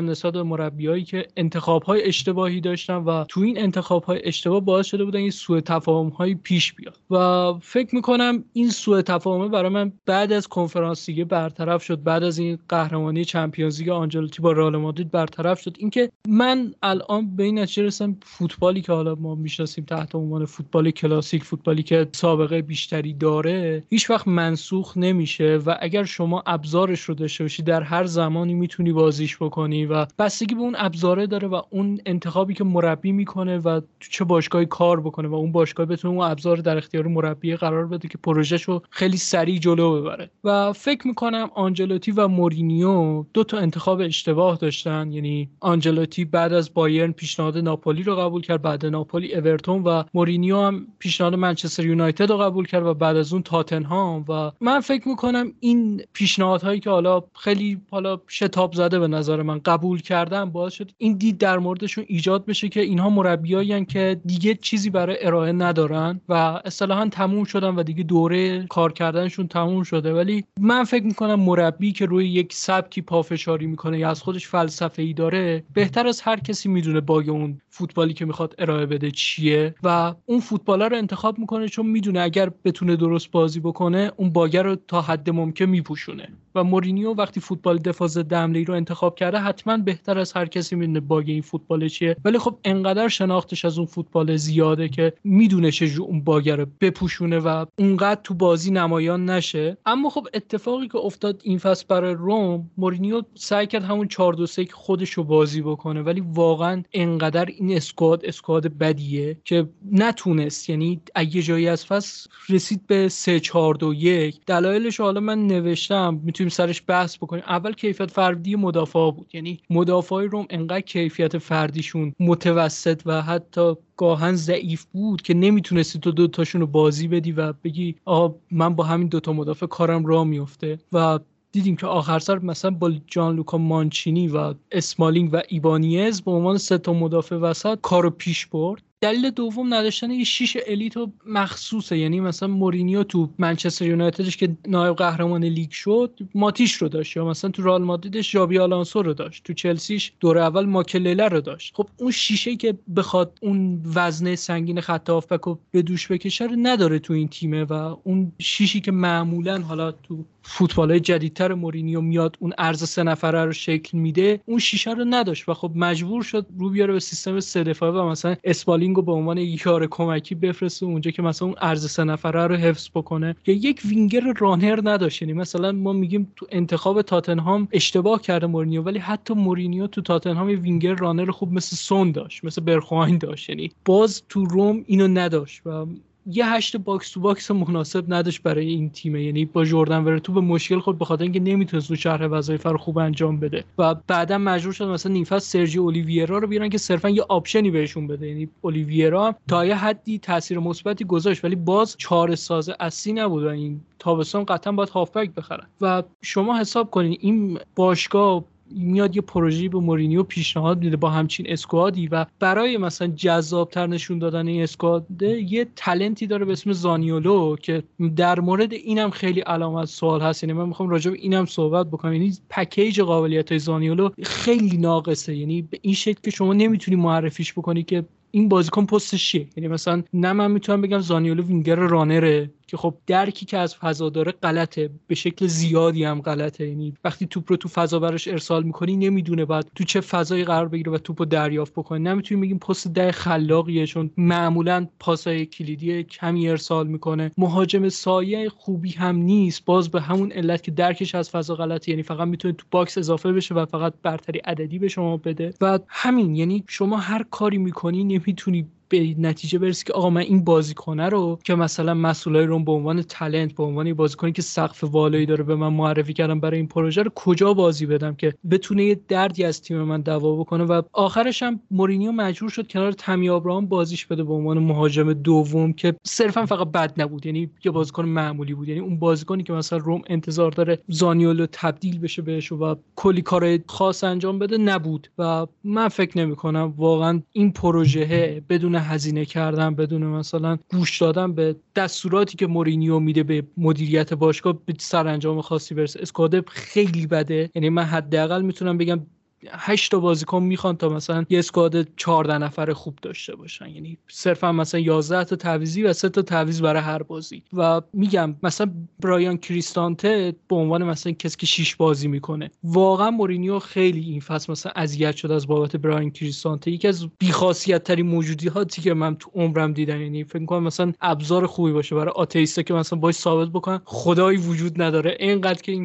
میکنم نسبت به مربیایی که انتخاب‌های اشتباهی داشتن و تو این انتخاب‌های اشتباه باعث شده بودن این سوء تفاهم‌های پیش بیاد و فکر میکنم این سوء تفاهم برای من بعد از کنفرانس لیگ برطرف شد، بعد از این قهرمانی چمپیونز لیگ آنجلوتی با رئال مادرید برطرف شد. اینکه من الان به این نتیجه رسیدم فوتبالی که حالا ما میشناسیم تحت عنوان فوتبال کلاسیک، فوتبالی که سابقه بیشتری داره، هیچ وقت منسوخ نمیشه و اگر شما ابزارش رو داشته باشی در هر زمانی میتونی بازیش بکنی و بستگی به اون ابزاره داره و اون انتخابی که مربی میکنه و تو چه باشگاهی کار بکنه و اون باشگاه بتونه اون ابزار در اختیار مربی قرار بده که پروژهشو خیلی سریع جلو ببره. و فکر میکنم آنجلوتی و مورینیو دو تا انتخاب اشتباه داشتن. یعنی آنجلوتی بعد از بایرن پیشنهاد ناپولی رو قبول کرد، بعد ناپولی اورتون، و مورینیو هم پیشنهاد منچستر یونایتد رو قبول کرد و بعد از اون تاتنهام. و من فکر میکنم این پیشنهادهایی که حالا خیلی حالا شتاب زده به نظر من قبول کردن باعث شد این دید در موردشون ایجاد بشه که اینها مربیایین که دیگه چیزی برای ارائه ندارن و اصطلاحاً تموم شدن و دیگه دوره کار کردنشون تموم شده. ولی من فکر میکنم مربی که روی یک سبکی پافشاری میکنه یا از خودش فلسفه‌ای داره، بهتر از هر کسی میدونه باگ اون فوتبالی که میخواد ارائه بده چیه و اون فوتبالر رو انتخاب میکنه چون میدونه اگر بتونه درست بازی بکنه اون باگ رو تا حد ممکن میپوشونه. و مورینیو وقتی فوتبال دفاع ضد حمله رو انتخاب کرده حتما بهتر از هر کسی میدونه باگ این فوتبال چیه، ولی خب انقدر شناختش از اون فوتبال زیاده که میدونه چجوری اون باگ رو بپوشونه و اونقدر تو بازی نمایان نشه. اما خب اتفاقی که افتاد این فصل برای روم، مورینیو سعی کرد همون چهار دو سه خودش رو بازی بکنه ولی واقعا انقدر این اسکواد اسکواد بدیه که نتونست، یعنی یه جایی از فصل رسید به سه چهار دو یک. دلایلش حالا من نوشتم، میتونیم سرش بحث بکنیم. اول کیفیت فردی مدافعا بود، یعنی مدافعای روم انقدر کیفیت فردیشون متوسط و حتی گاهن ضعیف بود که نمیتونستی تو دو تاشون رو بازی بدی و بگی آها من با همین دوتا مدافع کارم راه میفته. و دیدیم که آخر سر مثلا با جان لوکا مانچینی و اسمالینگ و ایبانیز به عنوان سه تا مدافع وسط کارو پیش برد. دلیل دوم نداشتن یه شیش الیت و مخصوصه. یعنی مثلا مورینیو تو منچستر یونایتدش که نایب قهرمان لیگ شد ماتیش رو داشت، یا مثلا تو رئال مادریدش ژابی آلونسو رو داشت، تو چلسیش دور اول ماکلله رو داشت. خب اون شیشه‌ای که بخواد اون وزنه سنگین خط هافبک رو به دوش بکشه رو نداره تو این تیمه و اون شیشی که معمولا حالا تو فوتبالای جدیدتر مورینیو میاد اون ارز سه نفره رو شکل میده، اون شیشه رو نداشت و خب مجبور شد رو بیاره به سیستم سه دفاعه و مثلا اسپالینگ رو به عنوان یار کمکی بفرسته اونجا که مثلا اون ارز سه نفره رو حفظ بکنه. یا یک وینگر رانر نداشت. یعنی مثلا ما میگیم تو انتخاب تاتنهام اشتباه کرده مورینیو، ولی حتی مورینیو تو تاتنهام یه وینگر رانر خوب مثل سون داشت، مثل برخواین داشت. یعنی باز تو روم اینو نداشت و یه هشت باکس تو باکس مناسب نداشت برای این تیمه. یعنی با جردن ورتو به مشکل خورد به خاطر اینکه نمیتونست اون شرح وظایف رو خوب انجام بده و بعدا مجبور شد مثلا نیم فصل سرجی اولیویرا رو بیارن که صرفا یه آپشنی بهشون بده. یعنی اولیویرا تا یه حدی تاثیر مثبتی گذاشت ولی باز چاره ساز اصلی نبود و این تابستون قطعا باید هافبک بخرن. و شما حساب کنین این باشگاه میاد یه پروژه‌ای به مورینیو پیشنهاد میده با همچین اسکوادی و برای مثلا جذاب‌تر نشون دادن این اسکواد یه تالنتی داره به اسم زانیولو که در مورد اینم خیلی علامت سوال هست. یعنی من میخوام راجع به اینم صحبت بکنم. یعنی پکیج قابلیت‌های زانیولو خیلی ناقصه. یعنی به این شکل که شما نمیتونی معرفیش بکنی که این بازیکن پستش چیه. یعنی مثلا نه من میتونم بگم زانیولو وینگر رانره که خب درکی که از فضا داره غلطه، به شکل زیادی هم غلطه. یعنی وقتی توپ رو تو فضا براش ارسال میکنی نمیدونه بعد تو چه فضایی قرار بگیره و توپو دریافت بکنه. نمیتونیم بگیم پست ده خلاقیه چون معمولا پاسای کلیدی کمی ارسال میکنه. مهاجم سایه خوبی هم نیست، باز به همون علت که درکش از فضا غلطه. یعنی فقط میتونه تو باکس اضافه بشه و فقط برتری عددی به شما بده و همین. یعنی شما هر کاری میکنی نمیتونی به نتیجه برسی که آقا من این بازیکنه رو که مثلا مسئولای روم به عنوان تالنت، به عنوان بازیکنی که سقف والایی داره به من معرفی کردن برای این پروژه رو کجا بازی بدم که بتونه یه دردی از تیم من دوا بکنه. و آخرش هم مورینیو مجبور شد کنار تامی ابراهام بازیش بده به عنوان مهاجم دوم که صرفا فقط بد نبود، یعنی یه بازیکن معمولی بود. یعنی اون بازیکنی که مثلا روم انتظار داره زانیولو تبدیل بشه بهش و کلی کار خاص انجام بده نبود. و من فکر نمی‌کنم واقعا این پروژه بدون هزینه کردن، بدون مثلا گوش دادن به دستوراتی که مورینیو میده به مدیریت باشگاه به سرانجام خاصی برسه. اسکواد خیلی بده. یعنی من حداقل میتونم بگم هشت تا بازیکن میخوان تا مثلا یه اسکواد چهارده نفر خوب داشته باشن، یعنی صرفا مثلا یازده تا تعویضی و سه تا تعویض برای هر بازی. و میگم مثلا برایان کریستانته به عنوان مثلا کسی که شش بازی میکنه، واقعا مورینیو خیلی این فصل مثلا اذیت شده از بابت برایان کریستانته، یکی از بی‌خاصیت ترین موجودیاتی که من تو عمرم دیدم. یعنی فکر کنم مثلا ابزار خوبی باشه برای آتئیسته که مثلا باید ثابت بکنن خدایی وجود نداره، اینقدر که این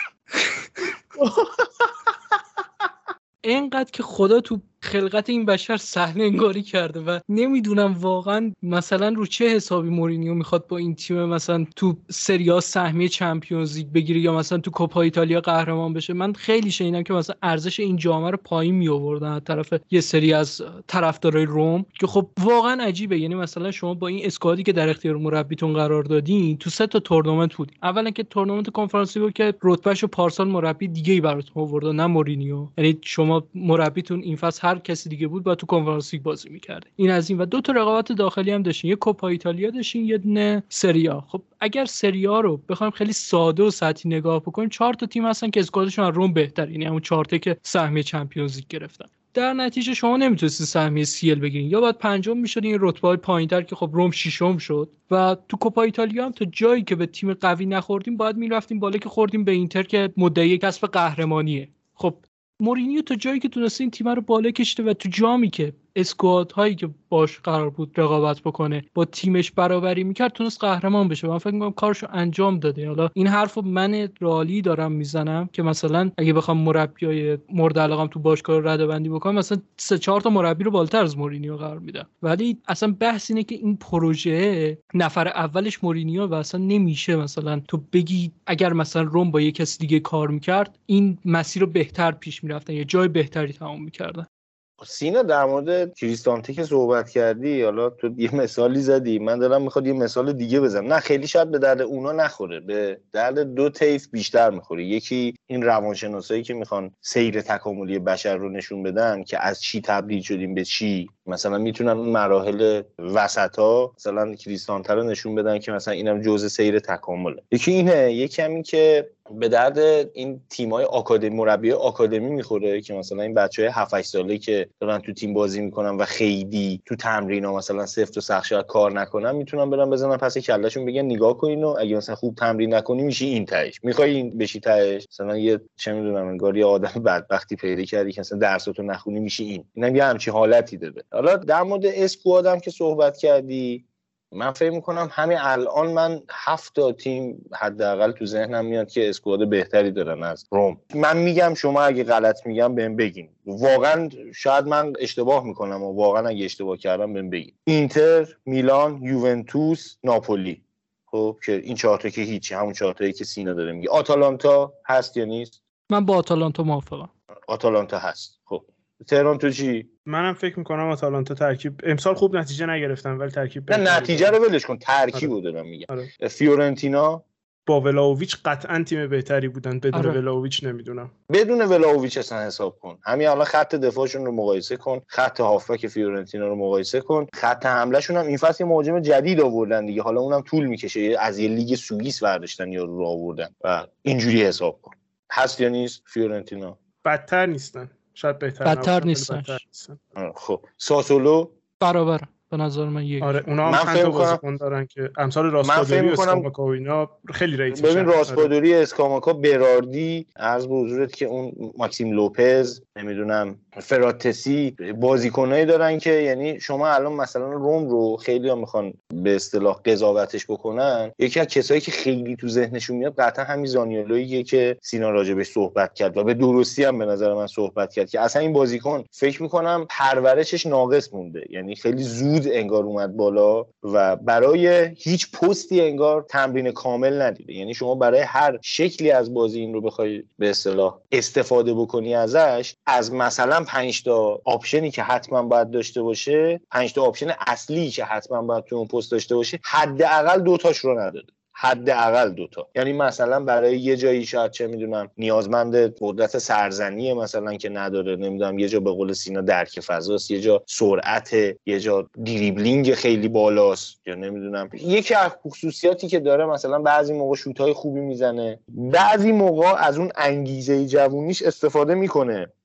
اینقدر که خدا تو خلقت این بشر صحنه انگاری کرده و نمیدونم واقعا مثلا رو چه حسابی مورینیو میخواد با این تیم مثلا تو سری آ سهمیه چمپیونز لیگ بگیره یا مثلا تو کوپا ایتالیا قهرمان بشه. من خیلی شنیدم که مثلا ارزش این جام رو پایین می آوردن از طرف یه سری از طرفدارای روم، که خب واقعا عجیبه. یعنی مثلا شما با این اسکوادی که در اختیار مربیتون قرار دادین تو سه تا تورنمنت بود، اولا که تورنمنت کنفرانسی بود که رتبهشو پارسال مربی دیگه‌ای براتون آورد نه مورینیو، یعنی شما مربیتون این فصل هر کسی دیگه بود با تو کنفرانس لیگ بازی می‌کرد. این از این. و دو تا رقابت داخلی هم داشتین، یه کوپا ایتالیا داشتین، یه دونه سری آ. خب اگر سری آ رو بخوایم خیلی ساده و سطحی نگاه بکنیم، چهار تا تیم هستن که اسکوادشون از روم بهتره، یعنی همون چهار تا که سهمیه چمپیونز لیگ گرفتن. در نتیجه شما نمیتونستید سهمیه سی ال بگیرین، یا باید پنجم میشدین این رتبه‌های پایین‌تر که خب روم ششم شد. و تو کوپا ایتالیا هم تا جایی که به تیم قوی نخوردیم باید میرفتیم بالا که خوردیم به اینتر که مدعی کسب قهرمانیه. خب مورینیو تا جایی که تونسته این تیم رو بالا کشته و تو جامی که اسکواد هایی که باش قرار بود رقابت بکنه با تیمش برابری میکرد تونست قهرمان بشه. من فکر می‌کنم کارشو انجام داده. حالا این حرفو من رالی دارم میزنم که مثلا اگه بخوام مربیای مورد علاقم تو باشگاه رو رده‌بندی بکنم مثلا سه چهار تا مربی رو بالاتر از مورینیو قرار میدم، ولی اصلا بحث اینه که این پروژه نفر اولش مورینیو و اصلا نمیشه مثلا تو بگی اگر مثلا روم با یه کسی دیگه کار میکرد این مسیر رو بهتر پیش میرفتن یا جای بهتری تمام میکردن. سینا در مورد کریستانته که صحبت کردی، حالا تو یه مثالی زدی، من دلم میخواد یه مثال دیگه بزنم. نه خیلی شاید به درد اونا نخوره، به درد دو طیف بیشتر میخوره. یکی این روانشناسایی که میخوان سیر تکاملی بشر رو نشون بدن که از چی تبدیل شدیم به چی، مثلا میتونن اون مراحل وسطا مثلا کریستانته رو نشون بدن که مثلا اینم جزء سیر تکامله. یکی اینه، یکی همین که به درد این تیم‌های آکادمی، مربی آکادمی میخوره که مثلا این بچهای هفت هشت ساله که دارن تو تیم بازی میکنن و خیلی تو تمرین‌ها مثلا سفت و سخت شاید کار نکنن، میتونن برن بزنن پس کلهشون بگن نگاه کنین و اگه مثلا خوب تمرین نکنی میشی این تهش، میخوای این بشی تهش، مثلا یه چه میدونم انگار یه آدم بدبختی پیدا کردی که مثلا درساتو نخونی میشی این. اینم یه همچین حالتی داره. حالا در مورد اسکوادم که صحبت کردی، من فکر میکنم همین الان من هفت تا تیم حداقل تو ذهنم میاد که اسکواد بهتری دارن از روم. من میگم شما اگه غلط میگم بهم بگین، واقعا شاید من اشتباه میکنم و واقعا اگه اشتباه کردم بهم بگین. اینتر، میلان، یوونتوس، ناپولی. خب که این چهار تا که هیچی، همون چهار تایی که سینا داره میگه. آتالانتا هست یا نیست؟ من با آتالانتا موافقم. آتالانتا هست. خب تهران تو چی؟ منم فکر میکنم آتالانتا ترکیب امسال خوب نتیجه نگرفتن ولی ترکیب نه نتیجه رو ولش کن، ترکیبو دارم میگم. آره. فیورنتینا با ولاویچ قطعا تیم بهتری بودن، بدون آره. ولاویچ نمیدونم. بدون ولاویچ اصلا حساب کن. همین الان خط دفاعشون رو مقایسه کن، خط هافبک فیورنتینا رو مقایسه کن، خط حملهشون هم این فصل یه مهاجم جدید آوردن دیگه، حالا اونم طول میکشه، از یه لیگ سوئیس برداشتن یا رو آوردن و اینجوری حساب کن. هست یا نیست فیورنتینا؟ بدتر نیستن، شاید بهتر بدتر نیستن. نیستن. خب ساسولو برابر به نظر من یک. آره اونا هم چند تا بازیکن دارن که امثال راسپادوری و اسکاماکا و اینا خیلی ریت میشن. ببین راسپادوری، اسکاماکا، براردی، از به حضورت که اون ماکسیم لوپز، نمیدونم فراتسی، بازیکنایی دارن که یعنی شما الان مثلا روم رو خیلی ها میخوان به اصطلاح قضاوتش بکنن. یکی از کسایی که خیلی تو ذهنشون میاد قطعا همین زانیولویی که سینا راجبش صحبت کرد و به درستی هم به نظر من صحبت کرد که اصلا این بازیکن فکر میکنم پرورشش ناقص مونده، یعنی خیلی زود انگار اومد بالا و برای هیچ پستی انگار تمرین کامل ندیده. یعنی شما برای هر شکلی از بازی این رو بخوای به اصطلاح استفاده بکنی ازش، از مثلا پنج تا آپشنی که حتما باید داشته باشه، پنج تا آپشن اصلی که حتما باید تو اون پست داشته باشه، حداقل دو تاش رو نداده، حداقل دوتا. یعنی مثلا برای یه جایی شاید چه میدونم نیازمند قدرت سرزنیه مثلا که نداره، نمیدونم یه جا به قول سینا درک فضاست، یه جا سرعت، یه جا دریبلینگ خیلی بالاست، یا نمیدونم یکی از خصوصیاتی که داره مثلا بعضی موقع شوت‌های خوبی میزنه، بعضی موقع از اون انگیزه جوونیش استفاده میکنه.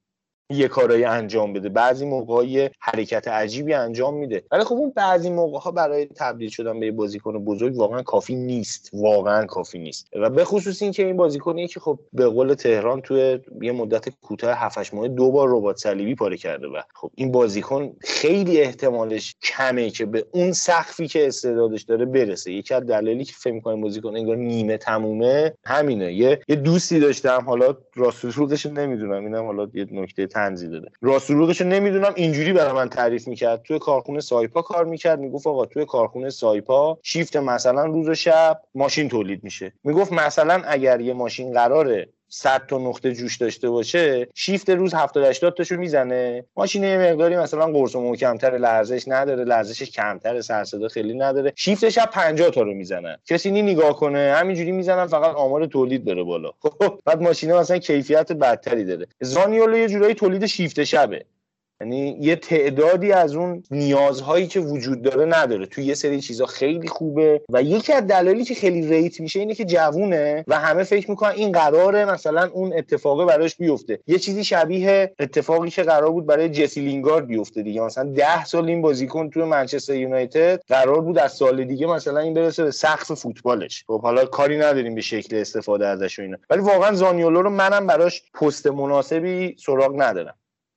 یه کارایی انجام بده، بعضی موقع‌ها یه حرکت عجیبی انجام میده، ولی خب اون بعضی موقع‌ها برای تبدیل شدن به یه بازیکن بزرگ واقعا کافی نیست، واقعا کافی نیست. و به خصوص این که این بازیکنیه که خب به قول تهران توی یه مدت کوتاه هفت هشت ماه دو بار رباط صلیبی پاره کرده و خب این بازیکن خیلی احتمالش کمه که به اون سقفی که استعدادش داره برسه. یکی از دلایلی که فکر می‌کنم بازیکن انگار نیمه تمومه همینه. یه یه دوستی داشتم، حالا راست دروغش نمیدونم، اینم حالا یه نکته طنزی داده، راست دروغش نمیدونم، اینجوری برای من تعریف میکرد توی کارخونه سایپا کار میکرد، میگفت آقا توی کارخونه سایپا شیفت مثلا روز و شب ماشین تولید میشه، میگفت مثلا اگر یه ماشین قراره صد تا نقطه جوش داشته باشه، شیفت روز هفتاد هشتاد تاشو میزنه، ماشین یه مقداری مثلا قرص و محکم‌تر، لرزش نداره، لرزشش کمتره، سر صدا خیلی نداره، شیفت شب پنجاه تا رو میزنه، کسی نی نگاه کنه، همینجوری میزنن فقط آمار تولید بره بالا. خب بعد ماشینه مثلا کیفیت بدتری داره. زانیولو یه جورایی تولید شیفت شبه، یعنی یه تعدادی از اون نیازهایی که وجود داره نداره، توی یه سری چیزا خیلی خوبه و یکی از دلایلی که خیلی ریت میشه اینه که جوونه و همه فکر میکنن این قراره مثلا اون اتفاقه براش بیفته. یه چیزی شبیه اتفاقی که قرار بود برای جسی لینگارد بیفته دیگه، مثلا ده سال این بازیکن توی منچستر یونایتد قرار بود از سال دیگه مثلا این برسه به سقف فوتبالش. خب حالا کاری نداریم به شکل استفاده ازش و اینا، ولی واقعا زانیولو رو منم براش پست مناسبی سراغ ندارم.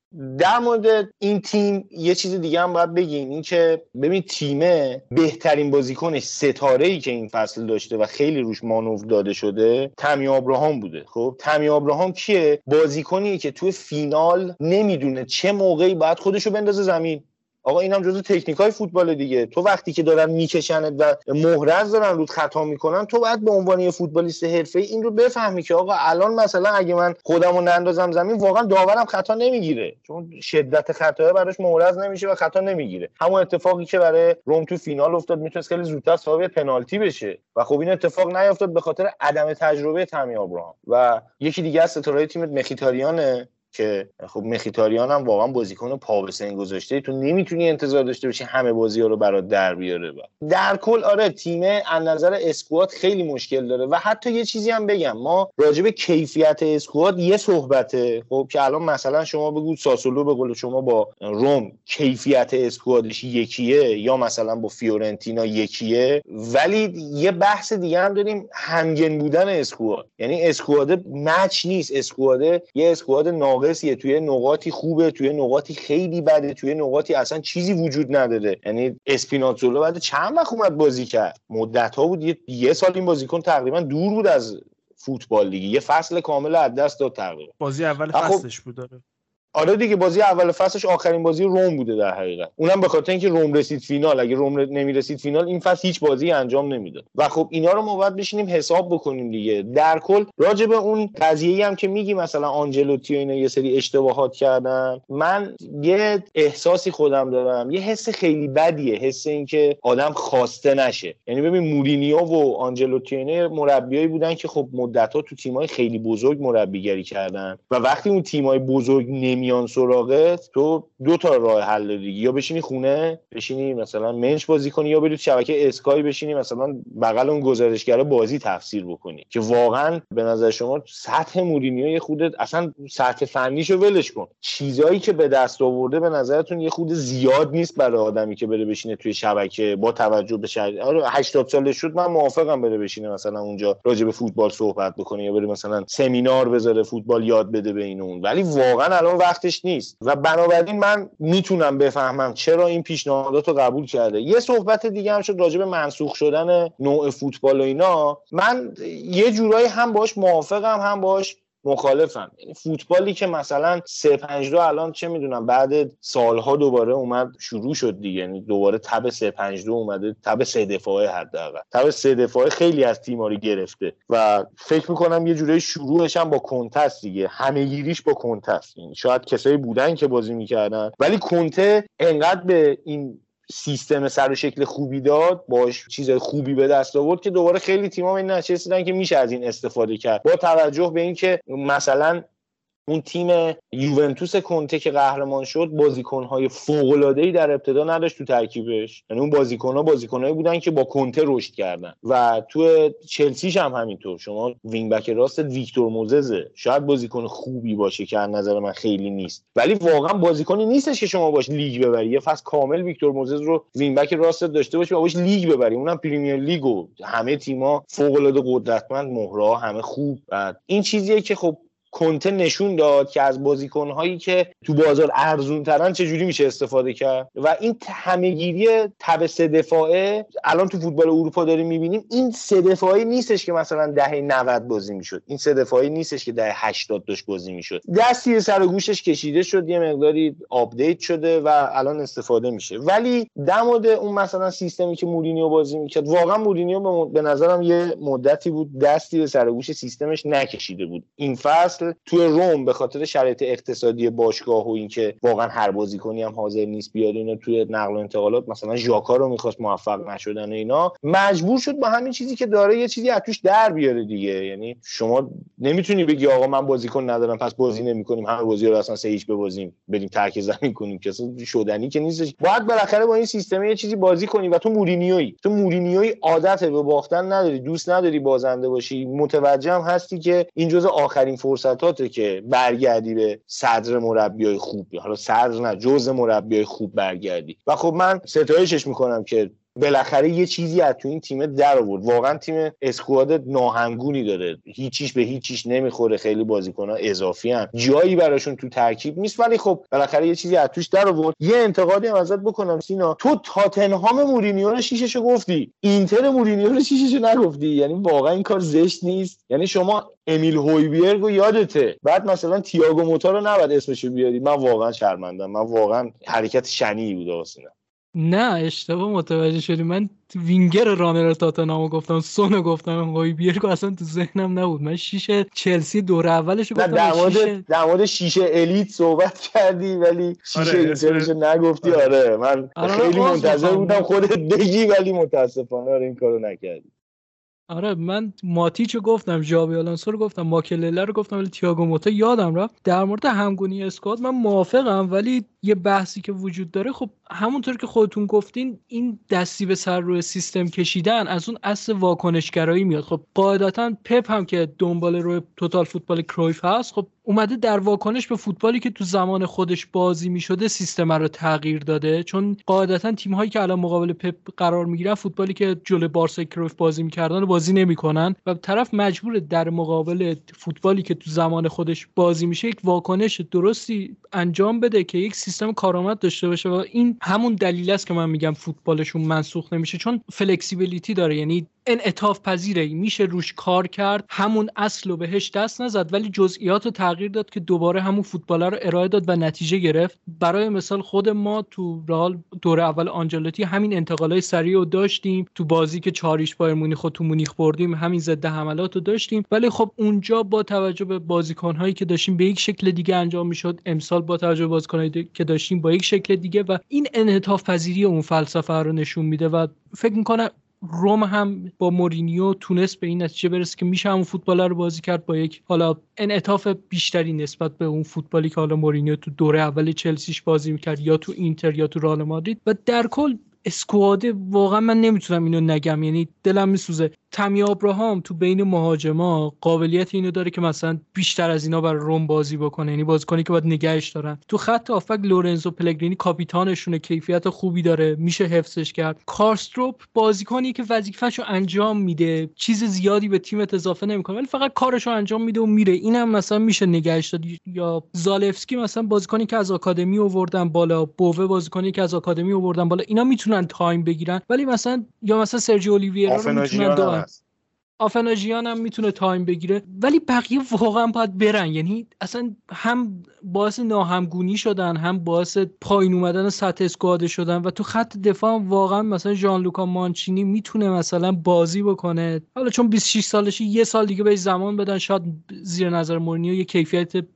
در مورد این تیم یه چیز دیگه هم باید بگیم، این که ببین تیمه بهترین بازیکنش ستاره‌ای که این فصل داشته و خیلی روش مانور داده شده تامی ابراهام بوده. خب تامی ابراهام کیه؟ بازیکنیه که توی فینال نمیدونه چه موقعی باید خودشو بندازه زمین. آقا اینم جزو تکنیکای فوتبال دیگه. تو وقتی که دارن میکشنت و مهرز دارن رود خطا میکنن، تو باید به عنوان یه فوتبالیست حرفه‌ای این رو بفهمی که آقا الان مثلا اگه من خودمو نندازم زمین واقعا داورم خطا نمیگیره، چون شدت خطا براش مهرز نمیشه و خطا نمیگیره. همون اتفاقی که برای روم تو فینال افتاد میتونست خیلی زودتر صاحب پنالتی بشه و خب این اتفاق نیفتاد به خاطر عدم تجربه تامی ابراهام. و یکی دیگه از ستاره‌های تیمت مخیتاریانه که خب مخیتاریان هم واقعا بازیکن پا به سن گذاشته، تو نمیتونی انتظار داشته باشی همه بازی‌ها رو برات در بیاره. در کل آره تیم از نظر اسکواد خیلی مشکل داره. و حتی یه چیزی هم بگم، ما راجع به کیفیت اسکواد یه صحبته، خب که الان مثلا شما بگو ساسولو به قول شما با روم کیفیت اسکوادش یکیه یا مثلا با فیورنتینا یکیه، ولی یه بحث دیگه هم داریم، همگن بودن اسکواد. یعنی اسکواد مچ نیست، اسکواد یه اسکواد ناقص یه توی نقاطی خوبه، توی نقاطی خیلی بده، توی نقاطی اصلا چیزی وجود نداره. یعنی اسپیناتزولا بعد چند وقت اومد بازی کرد، مدت‌ها بود، یه, یه سال این بازیکن تقریبا دور بود از فوتبال دیگه، یه فصل کامل از دست داد تقریبا. بازی اول فصلش بود داره. آره دیگه بازی اول فصلش آخرین بازی روم بوده در حقیقت، اونم به خاطر اینکه روم رسید فینال. اگه روم نمیرسید فینال این فصل هیچ بازی انجام نمیداد. و خب اینا رو ما باید بشینیم حساب بکنیم دیگه. در کل راجع به اون قضیه‌ای هم که میگی مثلا آنجلوتی و اینا یه سری اشتباهات کردن، من یه احساسی خودم دارم، یه حس خیلی بدیه، حس این که آدم خواسته نشه. یعنی ببین مورینیو و آنجلوتی اینا مربیایی بودن که خب مدت‌ها تو تیم‌های خیلی بزرگ مربیگری کردن و وقتی اون تیم‌های بزرگ نمی میان سراغت، تو دو تا راه حل دیگه، یا بشینی خونه بشینی مثلا منچ بازی کنی، یا بری شبکه اسکای بشینی مثلا بغل اون گزارشگر بازی تفسیر بکنی. که واقعا به نظر شما سطح مورینیو یه خودت اصلا سطح فنیشو ولش کن، چیزایی که به دست آورده به نظرتون یه خود زیاد نیست برای آدمی که بره بشینه توی شبکه با توجه به شرایط؟ آره هشتاد سالش شد، من موافقم بره بشینه مثلا اونجا راجع به فوتبال صحبت بکنه یا بره مثلا سمینار بذاره فوتبال یاد بده به این اون، ولی واقعا الان وقتش نیست. و بنابراین من میتونم بفهمم چرا این پیشنهادات رو قبول کرده. یه صحبت دیگه هم شد راجع به منسوخ شدن نوع فوتبال و اینا، من یه جورایی هم باش موافقم هم باش مخالفم. یعنی فوتبالی که مثلا سه پنج دو الان چه میدونم بعد سالها دوباره اومد شروع شد دیگه، یعنی دوباره تب سه پنج دو اومده، تب سه دفاعه، حداقل تب سه دفاعه خیلی از تیم‌ها رو گرفته و فکر میکنم یه جوری شروعش هم با کنته دیگه، همه گیریش با کنته است. یعنی شاید کسایی بودن که بازی میکردن ولی کنته انقدر به این سیستم سر و شکل خوبی داد، باش چیزای خوبی به دست آورد که دوباره خیلی تیم‌ها این نشستن که میشه از این استفاده کرد، با توجه به اینکه مثلا اون تیم یوونتوس کنته که قهرمان شد بازیکن‌های فوق‌العاده‌ای در ابتدا نداشت تو ترکیبش، یعنی اون بازیکن‌ها بازیکنایی بودن که با کنته رشد کردن و تو چلسیش هم همینطور. شما وینگ بک راست ویکتور موززه، شاید بازیکن خوبی باشه که از نظر من خیلی نیست، ولی واقعا بازیکنی نیستش که شما باش لیگ ببری. یه فصل کامل ویکتور موزز رو وینگ بک راست داشته باشی و باش لیگ ببری، اونم پریمیر لیگو. همه تیم‌ها فوق‌العاده قدرتمند، مهره‌ها همه خوب. و این چیزیه که خب کنته نشون داد که از بازیکن‌هایی که تو بازار ارزون‌ترن چجوری میشه استفاده کرد و این همه‌گیری تب سه دفاعه الان تو فوتبال اروپا داریم می‌بینیم. این سه دفاعی نیستش که مثلا دهه نود بازی می‌شد، این سه دفاعی نیستش که دهه هشتاد داشت بازی می‌شد. دستی سر و گوشش کشیده شد، یه مقداری آپدیت شده و الان استفاده میشه. ولی در مورد اون مثلا سیستمی که مورینیو بازی می‌کرد، واقعا مورینیو به نظرم یه مدتی بود دستی به سر و گوش سیستمش نکشیده بود. این فصل توی روم به خاطر شرایط اقتصادی باشگاه و اینکه واقعا هر بازیکنی هم حاضر نیست بیاد اینو توی نقل و انتقالات، مثلا ژاکا رو می‌خواست موفق نشدن و اینا، مجبور شد با همین چیزی که داره یه چیزی از توش در بیاره دیگه. یعنی شما نمیتونی بگی آقا من بازیکن ندارم پس بازی نمی‌کنیم، همه بازی رو اصلا سه هیچ ببازیم بریم ترک زمین کنیم، که اصلا شدنی که نیستش. باید بالاخره با این سیستم یه چیزی بازی کنی و تو مورینیویی تو مورینیویی عادت به باختن نداری، دوست نداری بازنده باشی، متوجه هم هستی که این جزء آخرین فرصتاته که برگردی به صدر مربیای خوب، حالا صدر نه جزء مربیای خوب برگردی. و خب من ستایشش میکنم که بالاخره یه چیزی از تو این تیم در آورد. واقعا تیم اسکواد ناهمگونی داره، هیچیش به هیچیش نمیخوره، خیلی بازیکن‌ها اضافی ان، جایی براشون تو ترکیب نیست، ولی خب بالاخره یه چیزی از توش در آورد. یه انتقادی هم ازت بکنم سینا، تو تاتنهام مورینیو رو شیشه‌شو گفتی، اینتر مورینیو رو شیشه‌شو نگفتی. یعنی واقعا این کار زشت نیست؟ یعنی شما امیل هویبرگ رو یادته، بعد مثلا تییاگو موتا رو نباید اسمشو بیاری. من واقعا شرمندم، من واقعا حرکت شنیعی بود واسه. نه اشتباه متوجه شدی، من وینگر رانر تاتنهامو گفتم، سونو گفتم، هویبرگ اصلا تو ذهنم نبود. من شیشه چلسی دور اولش گفتم. در مورد در مورد شیشه الیت صحبت کردی ولی شیشه اینترش نگفتی. آره من آره خیلی منتظر بودم خودت بگی ولی متاسفانه آره این کارو نکردی. آره من ماتیچو گفتم، ژاوی آلونسو رو گفتم، ماکلله رو گفتم، ولی تییاگو موتا یادم رفت. در مورد همگونی اسکواد من موافقم، ولی یه بحثی که وجود داره، خب همونطور که خودتون گفتین این دستی به سر روی سیستم کشیدن از اون اصل واکنشگرایی میاد. خب قاعدتا پپ هم که دنبال روی توتال فوتبال کرویف هست، خب اومده در واکنش به فوتبالی که تو زمان خودش بازی میشده سیستم رو تغییر داده، چون قاعدتا تیم هایی که الان مقابل پپ قرار میگیرن فوتبالی که جلوی بارسا کرویف بازی میکردن رو بازی نمیکنن و طرف مجبور در مقابل فوتبالی که تو زمان خودش بازی میشه یک واکنش درستی انجام بده که یک سیستم کارآمد داشته باشه. و این همون دلیل است که من میگم فوتبالشون منسوخ نمیشه، چون فلکسیبیلیتی داره، یعنی انعطاف پذیره، میشه روش کار کرد، همون اصل رو بهش دست نزد ولی جزئیات رو تغییر داد که دوباره همون فوتبال رو ارائه داد و نتیجه گرفت. برای مثال خود ما تو رئال دوره اول آنجلوتی همین انتقالای سریع رو داشتیم، تو بازی که چاریش بایر مونیخ رو تو مونیخ بردیم همین ضد حملات رو داشتیم، ولی خب اونجا با توجه به بازیکن‌هایی که داشتیم به یک شکل دیگه انجام میشد، امسال با توجه به بازیکن‌هایی که داشتیم با یک شکل دیگه، و این انعطاف پذیری اون فلسفه رو نشون میده. و فکر می‌کنم روم هم با مورینیو تونست به این نتیجه برسه که میشه همون فوتبال رو بازی کرد با یک حالا انعطاف بیشتری نسبت به اون فوتبالی که حالا مورینیو تو دوره اول چلسیش بازی میکرد یا تو اینتر یا تو رئال مادرید. و در کل اسکواد واقعا من نمیتونم اینو نگم، یعنی دلم میسوزه. تامی ابراهام تو بین مهاجما قابلیت اینو داره که مثلا بیشتر از اینا برای روم بازی بکنه، یعنی بازیکنی که باید نگهش دارن. تو خط هافبک لورنزو پلگرینی کاپیتانشونه، کیفیت خوبی داره، میشه حفظش کرد. کارستروپ بازیکنی که وظیفه‌شو انجام میده، چیز زیادی به تیم اضافه نمیکنه ولی فقط کارشو انجام میده و میره، اینم مثلا میشه نگهش داد. یا زالفسکی مثلا بازیکنی که از آکادمی آوردن بالا، بووه بازیکنی که از آکادمی آوردن بالا، اینا میتونن تایم بگیرن، ولی مثلا یا مثلا سرجیو اولیویرا رو میتونن دو آفناژیان هم میتونه تایم بگیره، ولی بقیه واقعا باید برن. یعنی اصلا هم باعث ناهمگونی شدن، هم باعث پایین اومدن سطح اسکواد شدن. و تو خط دفاع واقعا مثلا ژان لوکا مانچینی میتونه مثلا بازی بکنه، حالا چون بیست و شش سالشه یه سال دیگه بهش زمان بدن، شاید زیر نظر مورینیو یه کیفیت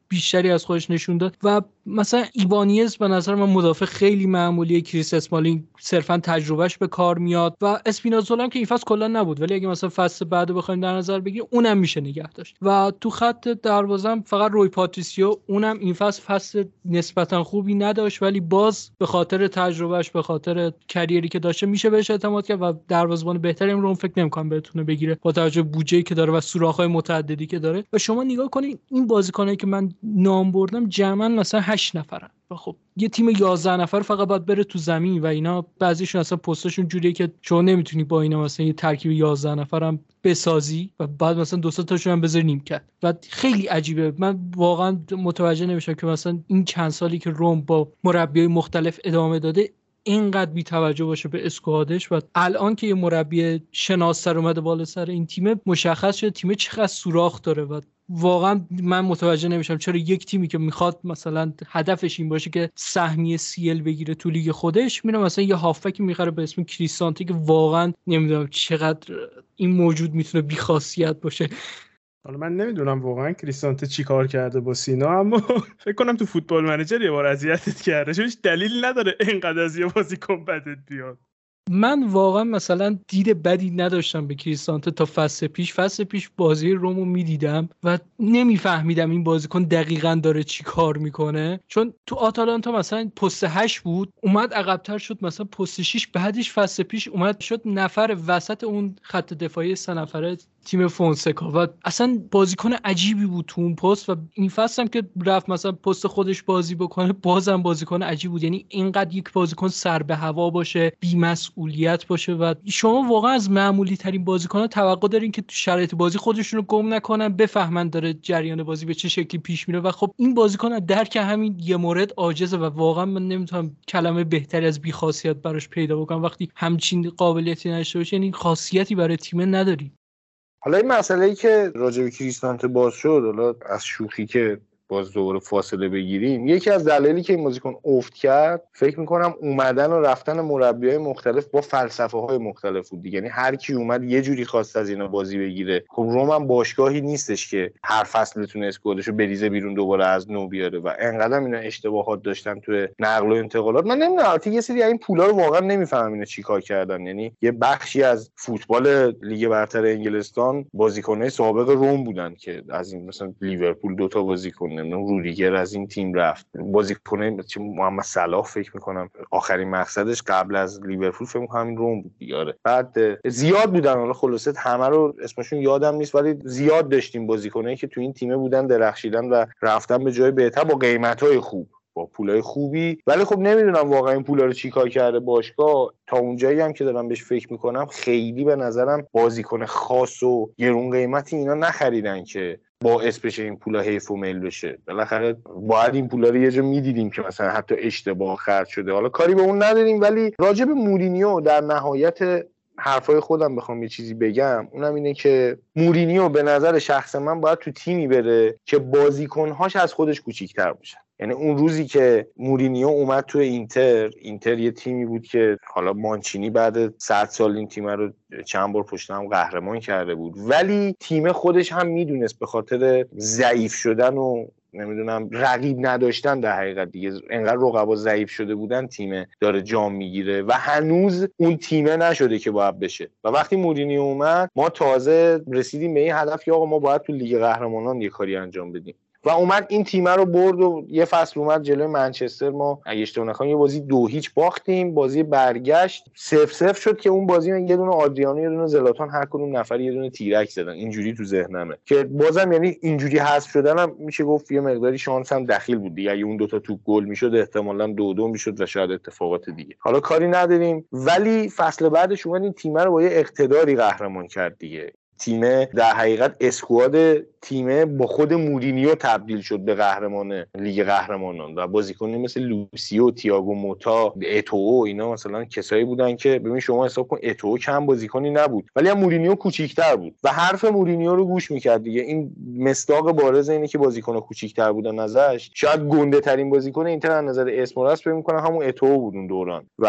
بیشتری از خودش نشون داد. و مثلا ایبانیز به نظر من مدافع خیلی معمولیه، کریس اسمالینگ صرفا تجربهش به کار میاد و اسپینازولا هم که این فصل کلا نبود، ولی اگه مثلا فصل بعدو بخوایم در نظر بگیریم اونم میشه نگه داشت. و تو خط دروازه فقط روی پاتریسیو، اونم این فصل فصل نسبتا خوبی نداشت، ولی باز به خاطر تجربهش، به خاطر کریری که داشته میشه بهش اعتماد کرد و دروازه‌بان بهتری رو فکر نمی‌کنم بتونه بگیره با توجه به بودجه‌ای که داره و سوراخ‌های متعددی که داره. و شما نگاه کنید این بازیکنایی که من نام بردم جمعاً مثلا هشت نفرن و خب یه تیم یازده نفر فقط باید بره تو زمین و اینا بعضیشون اصلا پستشون جوریه که شما نمیتونی با اینا مثلا یه ترکیب یازده نفرم بسازی و بعد مثلا دو سه تاشون هم بذاری نیمکت و خیلی عجیبه. من واقعا متوجه نمیشم که مثلا این چند سالی که روم با مربیای مختلف ادامه داده اینقدر بی توجه باشه به اسکوادش و الان که یه مربی شناس‌تر اومده بالا سر این تیم مشخص شده تیم چقدر سوراخ داره و واقعا من متوجه نمیشم چرا یک تیمی که میخواد مثلا هدفش این باشه که سهمیه سی ال بگیره تو لیگ خودش میره مثلا یه هافبکی میخره به اسم کریستانته که واقعا نمیدونم چقدر این موجود میتونه بی‌خاصیت باشه. حالا من نمیدونم واقعا کریستانته چی کار کرده با سینا، اما فکر کنم تو فوتبال منیجر یه بار اذیتت کرده چون هیچ دلیل نداره اینقدر از یه بازیکن بدت بیاد. من واقعا مثلا دید بدی نداشتم به کریستانته تا فصل پیش. فصل پیش بازی رومو میدیدم و نمیفهمیدم این بازیکن دقیقاً داره چی کار میکنه، چون تو آتالانتا مثلا پست هشت بود اومد عقب‌تر شد مثلا پست شش، بعدش فصل پیش اومد شد نفر وسط اون خط دفاعی سه نفره تیم فونسکا و اصلا بازیکن عجیبی بود تو اون پست و این فصل هم که رفت مثلا پست خودش بازی بکنه بازم بازیکن عجیب بود. یعنی اینقدر یک بازیکن سر به هوا باشه، بی‌مسئولیت باشه و شما واقعا از معمولی ترین بازیکن‌ها توقع دارین که تو شرایط بازی خودشون رو گم نکنن، بفهمن داره جریان بازی به چه شکلی پیش میره و خب این بازیکن درک همین یه مورد عاجزه و واقعا من نمیتونم کلمه بهتری از بی‌خاصیت براش پیدا بکنم. وقتی همچین قابلیتی نداشته باشه یعنی خاصیتی برای تیم نداری. حالا این مسئله‌ای که راجع به کریستانته باز شد، حالا از شوخی که باز دوباره فاصله بگیریم، یکی از دلایلی که این بازیکن افت کرد فکر می‌کنم اومدن و رفتن مربیای مختلف با فلسفه‌های مختلف بود دیگه. یعنی هر کی اومد یه جوری خواست از اینا بازی بگیره. خب روم هم باشگاهی نیستش که هر فصل بتونه اسکوادشو بریزه بیرون دوباره از نو بیاره و انقدر اینا اشتباهات داشتن تو نقل و انتقالات. من نمیدونم البته یه سری این پولا رو واقعا نمیفهمم اینا چیکار کردن. یعنی یه بخشی از فوتبال لیگ برتر انگلستان بازیکن‌های سابق روم بودن که از این مثلا لیورپول دو تا بازیکن رودیگر از این تیم رفت، بازیکن محمد صلاح فکر میکنم آخرین مقصدش قبل از لیورپول فکر میکنم این روم بود دیگه. بعد زیاد بودن، حالا خلاصه همه رو اسمشون یادم نیست ولی زیاد داشتیم بازیکنایی که تو این تیم بودن درخشیدن و رفتن به جای بهتر با قیمت‌های خوب با پولای خوبی. ولی خب نمیدونم واقعا این پولا رو چیکار کرده باشگاه. تا اونجایی هم که دارم بهش فکر میکنم خیلی به نظرم بازیکن خاص و گرون قیمتی اینا نخریدن که باعث بشه این پولا حیف و میل بشه. بالاخره باید این پولا رو یه جا میدیدیم که مثلا حتی اشتباه خرج شده. حالا کاری به اون نداریم، ولی راجع به مورینیو در نهایت حرفای خودم بخوام یه چیزی بگم اونم اینه که مورینیو به نظر شخص من باید تو تیمی بره که بازیکن‌هاش از خودش کوچیک‌تر باشن. یعنی اون روزی که مورینیو اومد تو اینتر، اینتر یه تیمی بود که حالا مانچینی بعد صد سال این تیم رو چند بار پشت هم قهرمان کرده بود، ولی تیم خودش هم میدونست به خاطر ضعیف شدن و نمیدونم رقیب نداشتن در حقیقت دیگه انقدر رقبا ضعیف شده بودن تیم داره جام میگیره و هنوز اون تیمه نشده که باید بشه. و وقتی مورینیو اومد ما تازه رسیدیم به این هدف که آقا ما باید تو لیگ قهرمانان یه کاری انجام بدیم و اومد این تیم رو برد و یه فصل اومد جلوی منچستر ما اگه اشتباه نکنم یه بازی دو هیچ باختیم، بازی برگشت صفر صفر شد که اون بازی من یه دونه آدریانو یه دونه زلاتان هر کدوم نفر یه دونه تیرک زدن. اینجوری تو ذهنمه که بازم یعنی اینجوری حذف شدنم میشه گفت یه مقداری شانس هم دخیل بود دیگه. اگه اون دوتا توپ گل میشد احتمالاً دو دو میشد و شاید اتفاقات دیگه. حالا کاری نداریم، ولی فصل بعدش اومد این تیم رو با یه اقتداری قهرمان کرد دیگه. تیم در حقیقت اسکواد تیم با خود مورینیو تبدیل شد به قهرمان لیگ قهرمانان و بازیکنی مثل لوسیو، تییاگو موتا، اتو اینا مثلا کسایی بودن که ببین شما حساب کن اتو کم بازیکنی نبود ولی هم مورینیو کوچیک‌تر بود و حرف مورینیو رو گوش میکرد دیگه. این مصداق بارز اینه که بازیکن‌ها کوچیک‌تر بودن ازش. شاید گنده ترین بازیکن اینتر از نظر اسم و رسم فکر می‌کنم همون اتو بود اون دوران و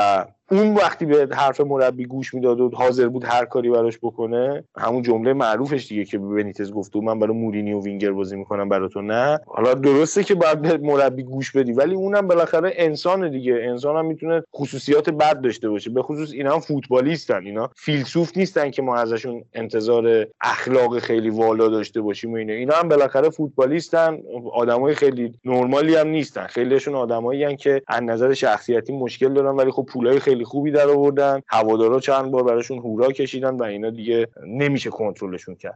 اون وقتی به حرف مربی گوش میداد و حاضر بود هر کاری براش بکنه، همون جمله معروفش دیگه که بنیتز گفت من برای مورینیو وینگر بازی میکنم برای تو نه. حالا درسته که باید به مربی گوش بدی، ولی اونم بالاخره انسان دیگه، انسان هم میتونه خصوصیات بد داشته باشه. به خصوص اینا هم فوتبالیستن، اینا فیلسوف نیستن که ما ازشون انتظار اخلاق خیلی والا داشته باشیم و اینا. اینا هم بالاخره فوتبالیستن، آدمای خیلی نرمالی هم نیستن. خیلیشون آدمایی ان که از نظر شخصیتی مشکل دارن، ولی خب پولای خیلی خوبی در آوردن، هوادارا چند بار براشون هورا کشیدن و اینا دیگه نمیشه کنترلشون کرد.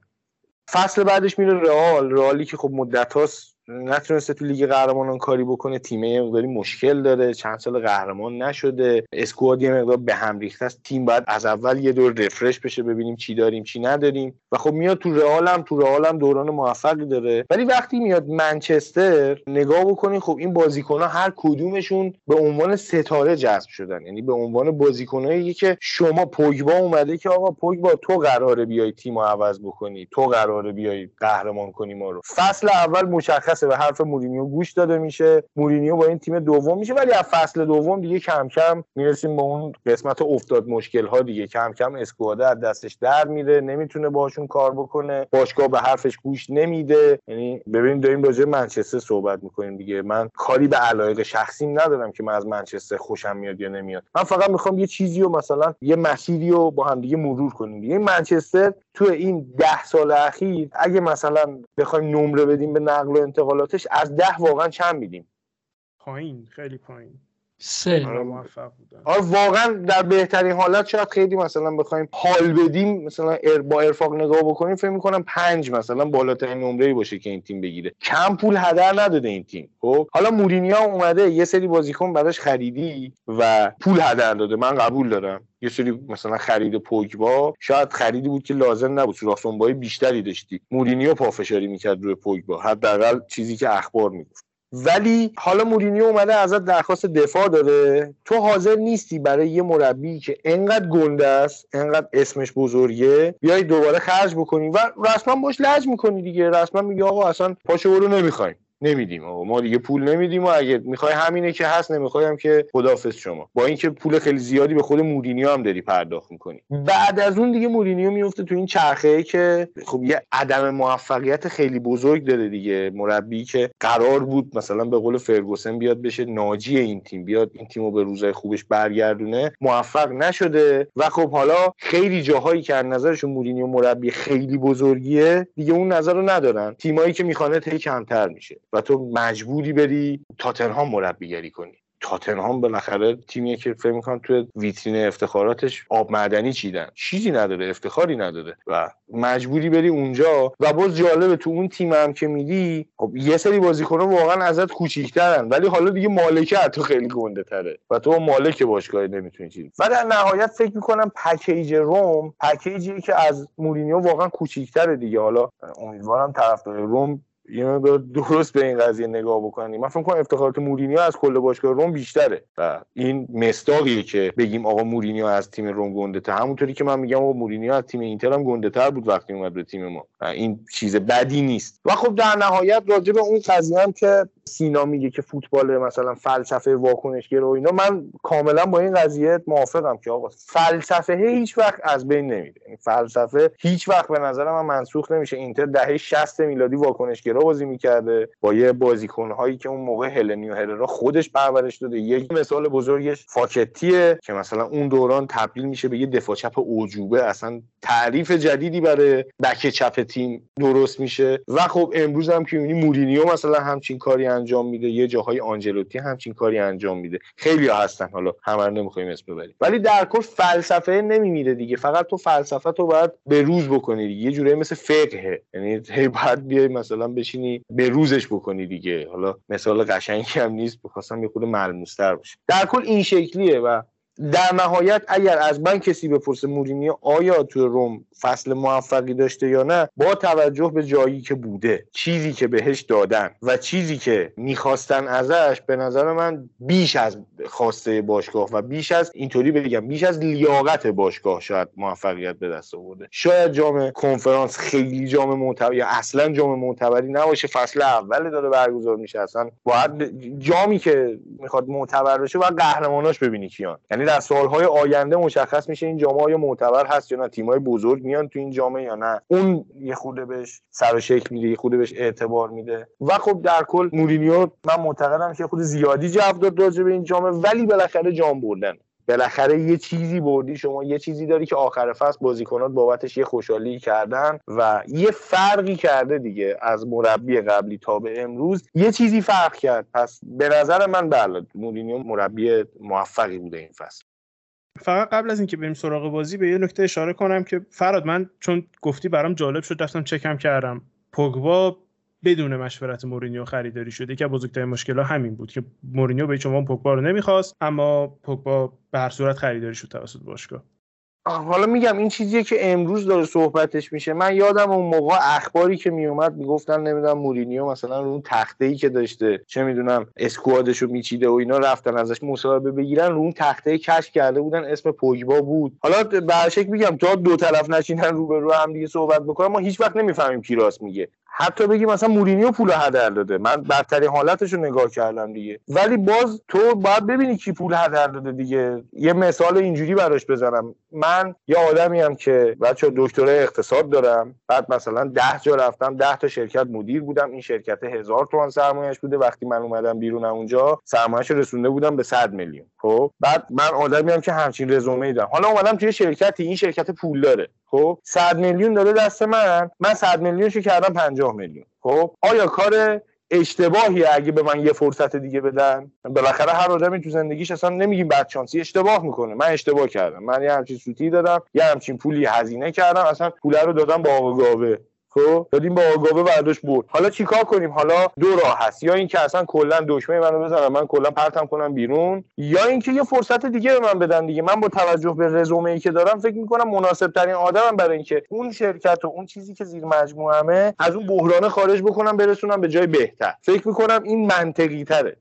فصل بعدش میره رئال، رئالی که خب مدت‌هاست نتونسته تو لیگ قهرمانان کاری بکنه، تیم یه مقداری مشکل داره، چند سال قهرمان نشده، اسکواد یه مقدار به هم ریخته است، تیم باید از اول یه دور رفرش بشه ببینیم چی داریم چی نداریم. و خب میاد تو رئال هم تو رئال هم دوران موفقی داره. ولی وقتی میاد منچستر نگاه بکنین، خب این بازیکن‌ها هر کدومشون به عنوان ستاره جذب شدن، یعنی به عنوان بازیکنایی که شما پوگبا اومده که آقا پوگبا تو قراره بیای تیمو عوض بکنی، تو قراره بیای قهرمان کنی ما رو. فصل اول مشخص به حرف مورینیو گوش داده میشه، مورینیو با این تیم دوم میشه، ولی از فصل دوم دیگه کم کم میرسیم به اون قسمت افتاد مشکل ها دیگه. کم کم اسکواد از دستش در میره، نمیتونه باشون کار بکنه، باشگاه به حرفش گوش نمیده. یعنی ببینید داریم راجع به منچستر صحبت میکنیم دیگه. من کاری به علایق شخصیم ندارم که من از منچستر خوشم میاد یا نمیاد، من فقط میخوام یه چیزی رو مثلا یه مسیری رو با هم دیگه مرور کنیم دیگه. این منچستر تو این ده سال اخیر اگه مثلا بخوایم نمره بدیم به نقل و انتقالاتش، از ده واقعا چند میدیم؟ پایین، خیلی پایین. سه. آره موفق بودن. آره واقعا در بهترین حالت شاید خیلی مثلا بخوایم حال بدیم، مثلا با ارفاق نگاه بکنیم، فکر می‌کنم پنج مثلا بالاترین نمره‌ای باشه که این تیم بگیره. کم پول هدر نداده این تیم. خب حالا مورینیو اومده یه سری بازیکن براش خریدی و پول هدر داده، من قبول دارم. یه سری مثلا خرید پوگبا شاید خریدی بود که لازم نبود، سوراخ‌سنبای بیشتری داشتی، مورینیو پافشاری می‌کرد روی پوگبا، حداقل چیزی که اخبار میگفت. ولی حالا مورینیو اومده ازت درخواست دفاع داره، تو حاضر نیستی برای یه مربی که انقدر گنده است، انقدر اسمش بزرگه، بیای دوباره خرج بکنی و رسما باش لج میکنی دیگه. رسما میگی آقا اصلا پاشو برو، نمیخوایم، نمیدیم، آقا ما دیگه پول نمیدیم و اگه میخوای همینه که هست، نمیخوایم که خداحافظ شما. با اینکه پول خیلی زیادی به خود مورینیو هم داری پرداخت میکنی. بعد از اون دیگه مورینیو میفته تو این چرخه‌ای که خب یه عدم موفقیت خیلی بزرگ داره دیگه. مربی که قرار بود مثلا به قول فرگوسن بیاد بشه ناجی این تیم، بیاد این تیمو به روزای خوبش برگردونه، موفق نشده و خب حالا خیلی جاهایی که از نظرشون مورینیو مربی خیلی بزرگیه دیگه اون نظر رو ندارن. تیمایی که میخوانه تی کمتر میشه و تو مجبوری بری تاتنهام مربیگری کنی. تاتنهام بالاخره تیمیه که فکر می‌کنم تو ویترین افتخاراتش آب معدنی چیدن، چیزی نداره، افتخاری نداره و مجبوری بری اونجا. و باز جالبه تو اون تیم هم که میدی، خب یه سری بازیکن‌ها واقعا ازت کوچیک‌ترن، ولی حالا دیگه مالکه تو خیلی گنده‌تره و تو مالک باشگاه نمیتونی چیزی. و در نهایت فکر می‌کنم پکیج روم پکیجی که از مورینیو واقعا کوچیک‌تره دیگه. حالا امیدوارم طرفدار روم یه مقدار درست به این قضیه نگاه بکنیم. من فکر می‌کنم افتخارات مورینیو از کل باشگاه روم بیشتره و این مصداقیه که بگیم آقا مورینیو از تیم روم گنده‌تر. همونطوری که من میگم آقا مورینیو از تیم اینتر هم گنده‌تر بود وقتی اومد به تیم ما. این چیز بدی نیست. و خب در نهایت راجع به اون قضیه هم که سینا میگه که فوتبال مثلا فلسفه واکنشگرا و اینا، من کاملا با این قضیه موافقم که آقا فلسفه هیچ وقت از بین نمیره. یعنی فلسفه هیچ وقت به نظر من منسوخ نمیشه. اینتر دهه شصت میلادی واکنشگرا بازی میکرده با یه بازیکن‌هایی که اون موقع هلنی و هررا خودش پرورش داده. یک مثال بزرگش فاکتیه که مثلا اون دوران تبدیل میشه به یه دفاع چپ اوجوبه، اصلا تعریف جدیدی برای بک چپ تیم درست میشه. و خب امروز هم که می‌بینی مورینیو مثلا همچین کاری انجام میده، یه جاهای آنجلوتی همچین کاری انجام میده، خیلی ها هستن، حالا همه رو نمیخوایم اسم ببریم، ولی در کل فلسفه نمیمیره دیگه. فقط تو فلسفه تو باید به روز بکنی دیگه، یه جوری مثل فقه، یعنی هی باید بیای مثلا بشینی به روزش بکنی دیگه. حالا مثال قشنگی هم نیست، بخواستم یه خورده ملموس‌تر باشه. در کل این شکلیه و در نهایت اگر از من کسی بپرسه مورینیو آیا تو روم فصل موفقی داشته یا نه، با توجه به جایی که بوده، چیزی که بهش دادن و چیزی که میخواستن ازش، به نظر من بیش از خواسته باشگاه و بیش از اینطوری بگم بیش از لیاقت باشگاه شاید موفقیت به دست آورده. شاید جام کنفرانس خیلی جام معتبر یا اصلا جام معتبری نباشه، فصل اول داره برگزار میشه، اصلا باید جامی که میخواد معتبر بشه باید قهرماناش ببینی کیان. یعنی یعنی در سالهای آینده مشخص میشه این جام آیا معتبر هست یا نه، تیم‌های بزرگ میان تو این جام یا نه. اون یه خورده بهش سر و شکل میده، یه خورده بهش اعتبار میده. و خب در کل مورینیو من معتقدم که خود زیادی جو داد راجع به این جام، ولی بالاخره جام بردن. بالاخره یه چیزی بردی، شما یه چیزی داری که آخر فصل بازیکنات بابتش یه خوشحالی کردن و یه فرقی کرده دیگه از مربی قبلی تا به امروز، یه چیزی فرق کرد. پس به نظر من بله مورینیو مربی موفقی بوده این فصل. فقط قبل از اینکه بریم سراغ بازی به یه نکته اشاره کنم که فراد، من چون گفتی برام جالب شد رفتم چکم کردم. پوگبا بدون مشورت مورینیو خریداری شده که بزرگترین مشکل‌ها همین بود که مورینیو به هیچ عنوان پوگبا رو نمیخواست، اما پوگبا به هر صورت خریداری شد توسط باشگاه. حالا میگم این چیزیه که امروز داره صحبتش میشه. من یادم اون موقع اخباری که میومد میگفتن نمیدونم مورینیو مثلا رو اون تخته‌ای که داشته چه میدونم اسکوادشو میچیده و اینا، رفتن ازش مصاحبه بگیرن، رو اون تخته کشف کرده بودن اسم پوگبا بود. حالا به هر شکل میگم تا دو طرف نشینن رو به رو هم دیگه صحبت بکنن ما هیچ وقت نمیفهمیم کی راست میگه. حتی بگی مثلا مورینیو پول هدر داده، من بدترین حالتش رو نگاه کردم دیگه، ولی باز تو باید ببینی کی پول هدر داده دیگه. یه مثال اینجوری براش بزنم، من یه آدمی ام که بچا دکترای اقتصاد دارم، بعد مثلا ده جا رفتم، ده تا شرکت مدیر بودم، این شرکت هزار تومان سرمایه‌اش بوده، وقتی من اومدم بیرون اونجا سرمایه‌اش رو رسونده بودم به صد میلیون. خب بعد من آدمی ام که همچین رزومه‌ای دارم، حالا اومدم توی شرکتی، این شرکت پول داره، خب صد میلیون داده دست من، من صد میلیونشو کردم پنجاه میلیون. خب آیا کار اشتباهی اگه به من یه فرصت دیگه بدن؟ بالاخره هر آدمی تو زندگیش اصلا نمیگیم بد شانسی، اشتباه میکنه. من اشتباه کردم، من یه همچین سوتی دادم، یه همچین پولی هزینه کردم، اصلا پول رو دادم با آقاگاوه، خب دادیم با آقاگاوه برداشت برد. حالا چیکار کنیم؟ حالا دو راه هست، یا اینکه اصلا کلا دشمن منو بزنن من کلا پرتم کنم بیرون، یا اینکه یه فرصت دیگه به من بدن دیگه. من با توجه به رزومه‌ای که دارم فکر میکنم مناسب ترین آدمم برای اینکه اون شرکت و اون چیزی که زیر مجموعه‌مه از اون بحران خارج بکنم، برسونم به جای بهتر. فکر میکنم این منطقی تره.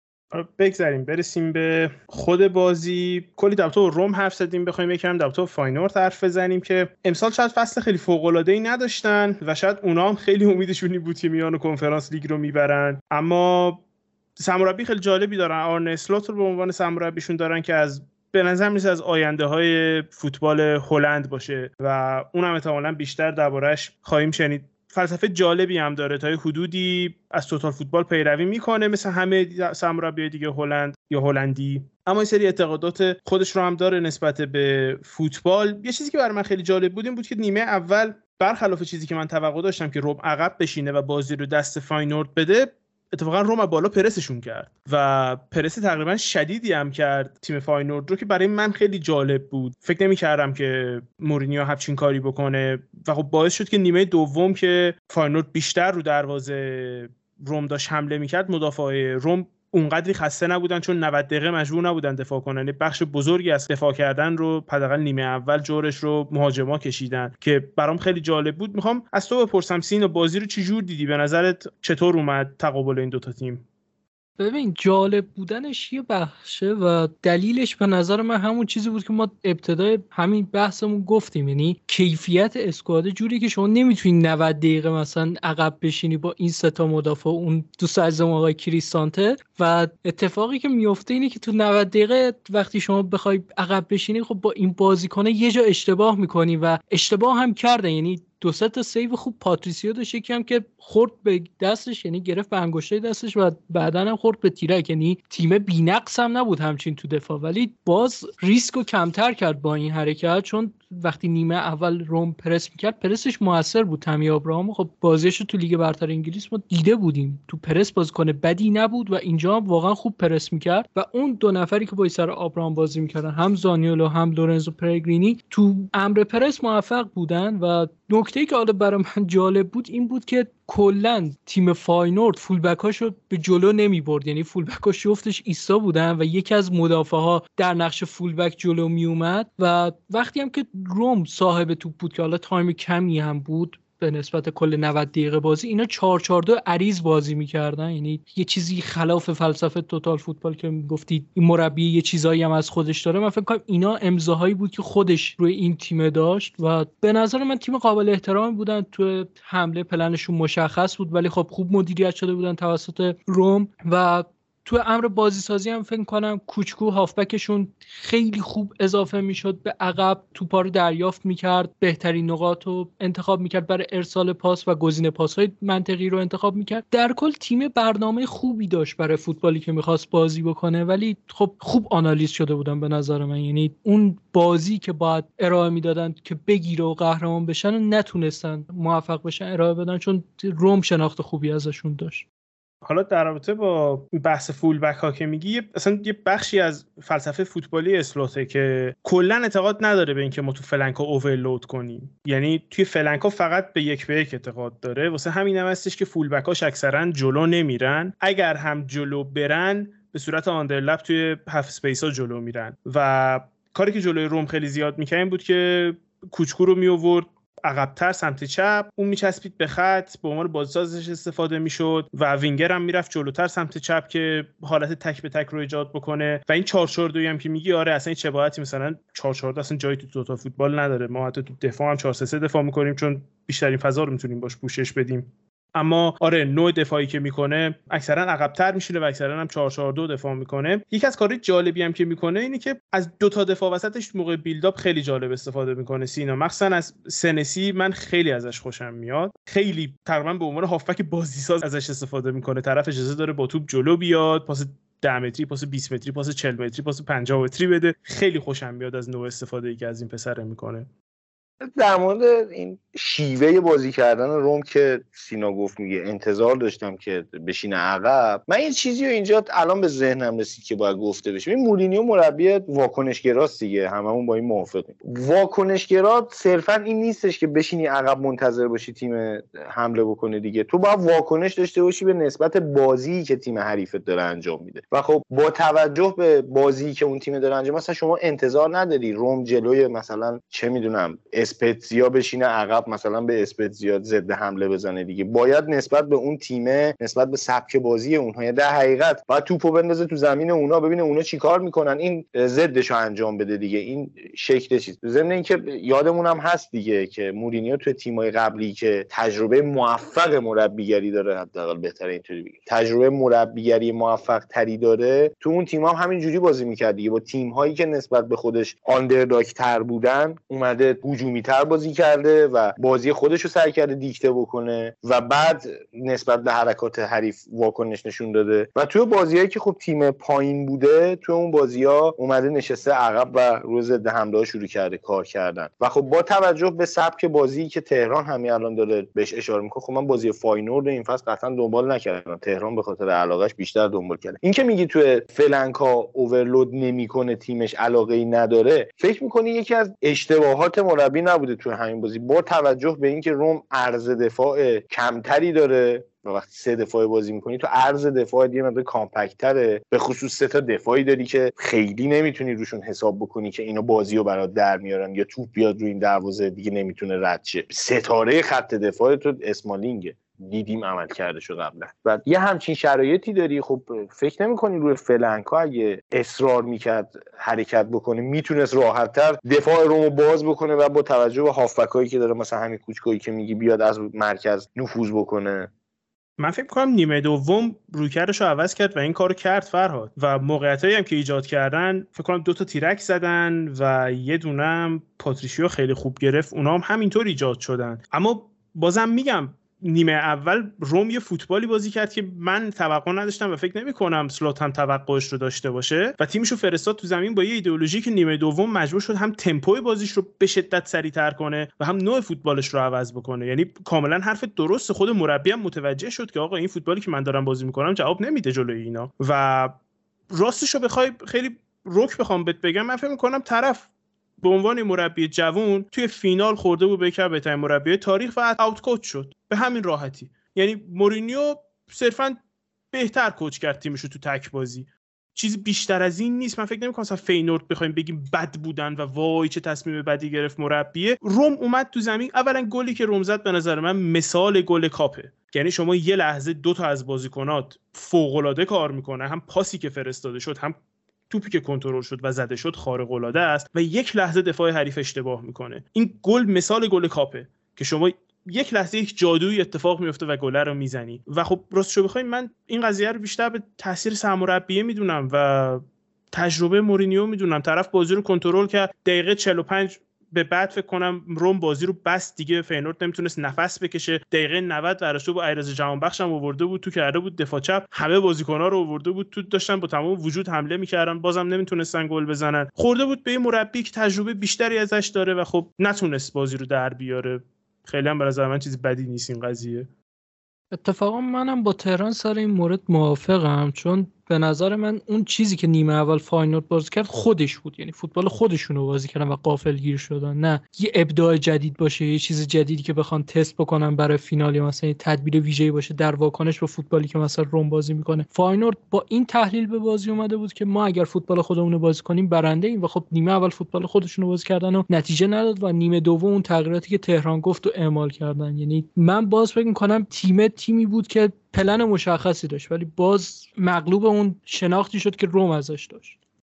بگذاریم برسیم به خود بازی. کلی در تو روم حرف زدیم، بخوایم یکم در تو فاینورد حرف بزنیم که امسال شاید فصل خیلی فوق‌العاده‌ای نداشتن و شاید اونا هم خیلی امیدشون بود که میان کنفرانس لیگ رو میبرن، اما سرمربی خیلی جالبی دارن. آرنه سلوت رو به عنوان سرمربیشون دارن که از به نظر میاد از آینده های فوتبال هلند باشه و اونم احتمالاً بیشتر درباره‌اش خواهیم شنید. فلسفه جالبی هم داره، تا یه حدودی از توتال فوتبال پیروی میکنه مثل همه سرمربیای دیگه هلند یا هلندی، اما این سری اعتقادات خودش رو هم داره نسبت به فوتبال. یه چیزی که برای من خیلی جالب بود این بود که نیمه اول برخلاف چیزی که من توقع داشتم که روم عقب بشینه و بازی رو دست فاینورد بده، اتفاقا روم بالا پرسشون کرد و پرس تقریبا شدیدی هم کرد تیم فاینورد رو که برای من خیلی جالب بود. فکر نمی‌کردم که مورینیو همچین کاری بکنه و خب باعث شد که نیمه دوم که فاینورد بیشتر رو دروازه روم داشت حمله می‌کرد، مدافعای روم اونقدری خسته نبودن چون نود دقیقه مجبور نبودن دفاع کنن. بخش بزرگی از دفاع کردن رو حداقل نیمه اول جورش رو مهاجما کشیدن که برام خیلی جالب بود. میخوام از تو بپرسم سینا، بازی رو چی جور دیدی؟ به نظرت چطور اومد تقابل این دوتا تیم؟ ببین جالب بودنش یه بخشه و دلیلش به نظر من همون چیزی بود که ما ابتدای همین بحثمون گفتیم، یعنی کیفیت اسکواد جوری که شما نمیتونی نود دقیقه مثلا عقب بشینی با این سه تا مدافع، اون دوست عزیزم آقای کریستانته، و اتفاقی که میفته اینه که تو نود دقیقه وقتی شما بخوای عقب بشینی خب با این بازیکن یه جا اشتباه میکنی و اشتباه هم کرده. یعنی دو سه تا سیو خوب پاتریسیو داشت، یکی هم که خورد به دستش، یعنی گرفت به انگشتای دستش و بعداً هم خورد به تیرک. یعنی تیم بی‌نقص هم نبود همچین تو دفاع، ولی باز ریسکو کمتر کرد با این حرکت، چون وقتی نیمه اول روم پرس میکرد پرسش موثر بود. تامی ابراهام خب بازیش تو لیگ برتر انگلیس ما دیده بودیم، تو پرس بازیکن بدی نبود و اینجا هم واقعا خوب پرس میکرد و اون دو نفری که با سر ابراهام بازی میکردن، هم زانیولو هم لورنزو پرگرینی، تو امر پرس موفق بودن. و نکته‌ای که حالا برای من جالب بود این بود که کلا تیم فاینورد فولبکاشو به جلو نمیبرد، یعنی فولبکاش جفتش ایستا بودن و یکی از مدافعاها در نقش فولبک جلو می اومد و وقتی هم که روم صاحب توپ بود که حالا تایم کمی هم بود به نسبت کل نود دقیقه بازی، اینا چهار چهار دو عریض بازی میکردن. یعنی یه چیزی خلاف فلسفه توتال فوتبال که گفتید این مربی یه چیزایی هم از خودش داره، من فکر کنم اینا امضاهایی بود که خودش روی این تیم داشت و به نظر من تیم قابل احترامی بودن. تو حمله پلنشون مشخص بود ولی خب خوب مدیریت شده بودن توسط روم و تو امر بازی سازی هم فکر کنم کوچکو هافبکشون خیلی خوب اضافه میشد به عقب، توپا رو دریافت میکرد، بهترین نقاط رو انتخاب میکرد برای ارسال پاس و گزینه پاس‌های منطقی رو انتخاب میکرد. در کل تیم برنامه خوبی داشت برای فوتبالی که میخواست بازی بکنه، ولی خب خوب آنالیز شده بودن به نظر من. یعنی اون بازی که باید ارائه میدادن که بگیره و قهرمان بشن و نتونستن موفق بشن ارائه بدن، چون روم شناخت خوبی ازشون داشت. حالا در رابطه با بحث فول بک ها که میگی، اصلا یه بخشی از فلسفه فوتبالی اسلوته که کلا اعتقاد نداره به اینکه ما تو فلنک ها اوورلود کنیم. یعنی توی فلنک ها فقط به یک به یک اعتقاد داره. واسه همین هم هستش که فول بک هاش اکثرا جلو نمیرن، اگر هم جلو برن به صورت آندرلپ توی هاف اسپیس ها جلو میرن. و کاری که جلوی روم خیلی زیاد میکنه این بود که کوچکو رو می آورد عقب‌تر سمت چپ، اون میچسبید به خط، به عنوان بازسازش استفاده میشد و وینگر هم میرفت جلوتر سمت چپ که حالت تک به تک رو ایجاد بکنه. و این چهار چهار دو هم که میگی، آره اصلا این شباهتی مثلا چهار چهار دو اصلا جایی تو دوتا فوتبال نداره. ما حتی تو دفاع هم چهار سه سه دفاع میکنیم چون بیشترین فضا رو میتونیم باش پوشش بدیم. اما آره نوع دفاعی که میکنه اکثرا عقب‌تر میشینه و اکثرا هم چهار چهار دو دفاع میکنه. یکی از کارهای جالبی هم که میکنه اینه که از دو تا دفاع وسطش موقع بیلداپ خیلی جالب استفاده میکنه. سینا مخصوصا از سنسی من خیلی ازش خوشم میاد. خیلی تقریبا به عنوان هافبک بازیساز ازش استفاده میکنه. طرف اجازه داره با توپ جلو بیاد، پاس ده متری، پاس بیست متری، پاس چهل متری، پاس پنجاه متری بده. خیلی خوشم میاد از نوع استفاده‌ای که از این پسر میکنه. در مورد این شیوه بازی کردن روم که سینا گفت میگه انتظار داشتم که بشینه عقب، من این چیزی رو اینجا الان به ذهنم رسید که باید گفته بشه. این مورینیو مربی واکنشگراست دیگه، هممون با این موافقیم. واکنشگرا صرفا این نیستش که بشینی عقب منتظر باشی تیم حمله بکنه دیگه، تو باید واکنش داشته باشی به نسبت بازی که تیم حریفت داره انجام میده. و خب با توجه به بازی که اون تیم داره انجام، مثلا شما انتظار نداری روم جلوی مثلا چه میدونم اسپتزیا بشینه عقب مثلا به اسپتزیا ضد حمله بزنه دیگه. باید نسبت به اون تیمه، نسبت به سبک بازی اونها، در حقیقت باید توپو بندازه تو زمین اونا، ببینه اونا چیکار میکنن، این ضدشو انجام بده دیگه. این شکل چیز. ضمن اینکه یادمون هم هست دیگه که مورینیو تو تیمای قبلی که تجربه موفق مربیگری داره، حداقل بهتره اینطوری بگیم، تجربه مربیگری موفق تری داره، تو اون تیم‌ها هم همین جوری بازی می‌کرد دیگه. با تیم‌هایی که نسبت به خودش آندرداگ تر بودن اومده هجومی‌تر بازی کرده و بازی خودش رو سعی کرده دیکته بکنه و بعد نسبت به حرکات حریف واکنش نشون داده. و توی بازیایی که خب تیم پایین بوده، توی اون بازی‌ها اومده نشسته عقب و روی ضد حمله شروع کرده کار کردن. و خب با توجه به سبک بازی که تهران همین الان داره بهش اشاره میکنه، خب من بازی فاینورد این فصل قطعا دنبال نکردم، تهران به خاطر علاقهش بیشتر دنبال کرده. این که میگی توی فلنکا اوورلود نمیکنه، تیمش علاقه‌ای نداره، فکر میکنی یکی از اشتباهات مربی نبوده توی همین بازی؟ با توجه به اینکه روم عرض دفاع کمتری داره و وقتی سه دفاعی بازی میکنی تو عرض دفاع دیگه مقدار کامپکت تره، به خصوص سه تا دفاعی داری که خیلی نمیتونی روشون حساب بکنی که اینا بازیو برات در میارن یا توپ بیاد روی این دروازه دیگه نمیتونه رد شه. ستاره خط دفاع تو اسمالینگه، دیدیم عمل کرده شو قبلا. و یه همچین شرایطی داری، خب فکر نمی‌کنی روی فلنکا اگه اصرار میکرد حرکت بکنه میتونست راحت‌تر دفاع رومو باز بکنه و با توجه به هافبکایی که داره مثلا همین کوچکویی که میگی بیاد از مرکز نفوذ بکنه؟ من فکر می‌کنم نیمه دوم رویکردش رو عوض کرد و این کارو کرد فرهاد. و موقعیتایی هم که ایجاد کردن، فکر کنم دو تا تیرک زدن و یه دونه هم پاتریشیو خیلی خوب گرفت، اونا هم همینطور ایجاد شدن. اما بازم میگم نیمه اول روم یه فوتبالی بازی کرد که من توقع نداشتم و فکر نمی‌کنم سلوت هم توقعش رو داشته باشه و تیمشو فرستاد تو زمین با یه ایدئولوژی که نیمه دوم مجبور شد هم تمپوی بازیش رو به شدت سریع‌تر کنه و هم نوع فوتبالش رو عوض بکنه. یعنی کاملا حرف درست خود مربی هم متوجه شد که آقا این فوتبالی که من دارم بازی می‌کنم جواب نمیده جلوی اینا. و راستش رو بخوای خیلی رک بخوام بهت بگم، من فکر می‌کنم طرف به عنوان مربی جوان توی فینال خورده بود به یکی از بهترین مربیای تاریخ و اوت کوچ شد به همین راحتی. یعنی مورینیو صرفاً بهتر کوچ کرد تیمشو تو تک بازی، چیزی بیشتر از این نیست. من فکر نمی‌کنم مثلا فینورد بخوایم بگیم بد بودن و وای چه تصمیم بدی گرفت مربیه. روم اومد تو زمین، اولا گلی که روم زد به نظر من مثال گل کاپه. یعنی شما یه لحظه دو تا از بازیکنات فوق‌العاده کار میکنه، هم پاسی که فرستاده شد هم توپی که کنترل شد و زده شد خارق‌العاده است و یک لحظه دفاع حریف اشتباه میکنه. این گل مثال گل کاپه که شما یک لحظه یک جادویی اتفاق میفته و گل رو میزنی. و خب راستشو بخوایم من این قضیه رو بیشتر به تاثیر سرمربی میدونم و تجربه مورینیو میدونم. طرف بازی رو کنترل کرد، دقیقه چهل و پنج به بعد فکر کنم روم بازی رو بس دیگه، فینورد نمیتونست نفس بکشه. دقیقه نود ورشو با ایرز جهانبخش هم آورده بود تو، کرده بود دفاع چپ، همه بازیکن‌ها رو آورده بود تو، داشتن با تمام وجود حمله میکردن، بازم نمیتونستن گل بزنن. خورده بود به این مربی که تجربه بیشتری ازش داره و خب نتونست بازی رو در بیاره. خیلی هم به نظر من چیز بدی نیست این قضیه. اتفاقا منم با تهران سر این مورد موافقم، چون به نظر من اون چیزی که نیمه اول فاینورد بازی کرد خودش بود، یعنی فوتبال خودشون رو بازی کردن و غافلگیر شدن، نه یه ابداع جدید باشه، یه چیز جدیدی که بخوان تست بکنن برای فینال، یا مثلا یه تدبیر ویژه‌ای باشه در واکنش به فوتبالی که مثلا روم بازی میکنه. فاینورد با این تحلیل به بازی اومده بود که ما اگر فوتبال خودمون رو بازی کنیم برنده ایم، و خب نیمه اول فوتبال خودشون رو بازی کردن و نتیجه نداد، و نیمه دوم اون تغییراتی که تهران گفت و اعمال کردن. یعنی من باز فکر می‌کنم تیم تیمی بود که پلن مشخصی داشت، ولی باز مغلوب اون شناختی شد که روم ازش داشت.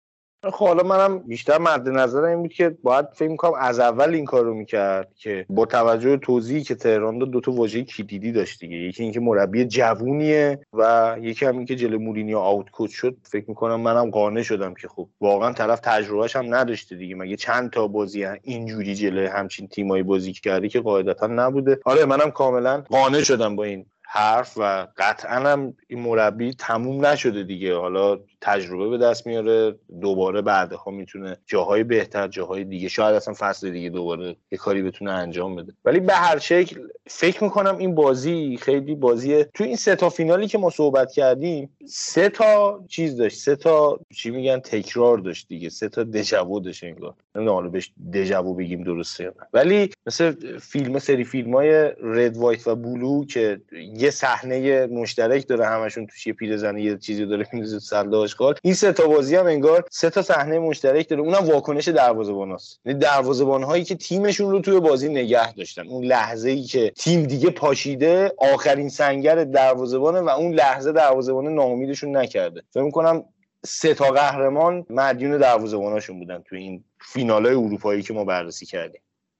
خب حالا منم بیشتر مد نظرم این بود که باید فکر می‌کنم از اول این کارو می‌کرد که با توجه به توضیحی که تهران داد دو تا واژه کلیدی داشت دیگه. یکی اینکه مربی جوونیه و یکی هم اینکه جلوی مورینیو آوت کوچ شد. فکر می‌کنم منم قانع شدم که خب واقعا طرف تجربهش هم نداشته دیگه، مگه چند تا بازی اینجوری جلوی همچین تیمایی بازی کردی که قاعدتا نبوده. آره منم کاملا قانع شدم با این حرف و قطعا هم این مربی تموم نشده دیگه. حالا تجربه به دست میاره، دوباره بعدها میتونه جاهای بهتر، جاهای دیگه، شاید اصلا فصل دیگه دوباره یه کاری بتونه انجام بده. ولی به هر شکل فکر میکنم این بازی خیلی بازیه. تو این سه تا فینالی که ما صحبت کردیم سه تا چیز داشت، سه تا چی میگن تکرار داشت دیگه، سه تا دژاوو داشت انگار. نمیدونم حالا بهش دژاوو بگیم درسته یا نه، ولی مثل فیلم سری فیلمای رد وایت و بلو که یه صحنه مشترک داره همشون توش، یه پیرزن یه چیزی داره میندازه سله آشغال، این سه تا بازی هم انگار سه تا صحنه مشترک داره، اونم واکنش دروازه‌باناست. یعنی دروازه‌بان‌هایی که تیمشون رو توی بازی نگه داشتن، اون لحظه‌ای که تیم دیگه پاشیده آخرین سنگر دروازه‌بانه و اون لحظه دروازه‌بان ناامیدشون نکرده. فکر می‌کنم سه تا قهرمان مدیون دروازه‌باناشون بودن توی این فینال‌های اروپایی که ما بررسی کردیم.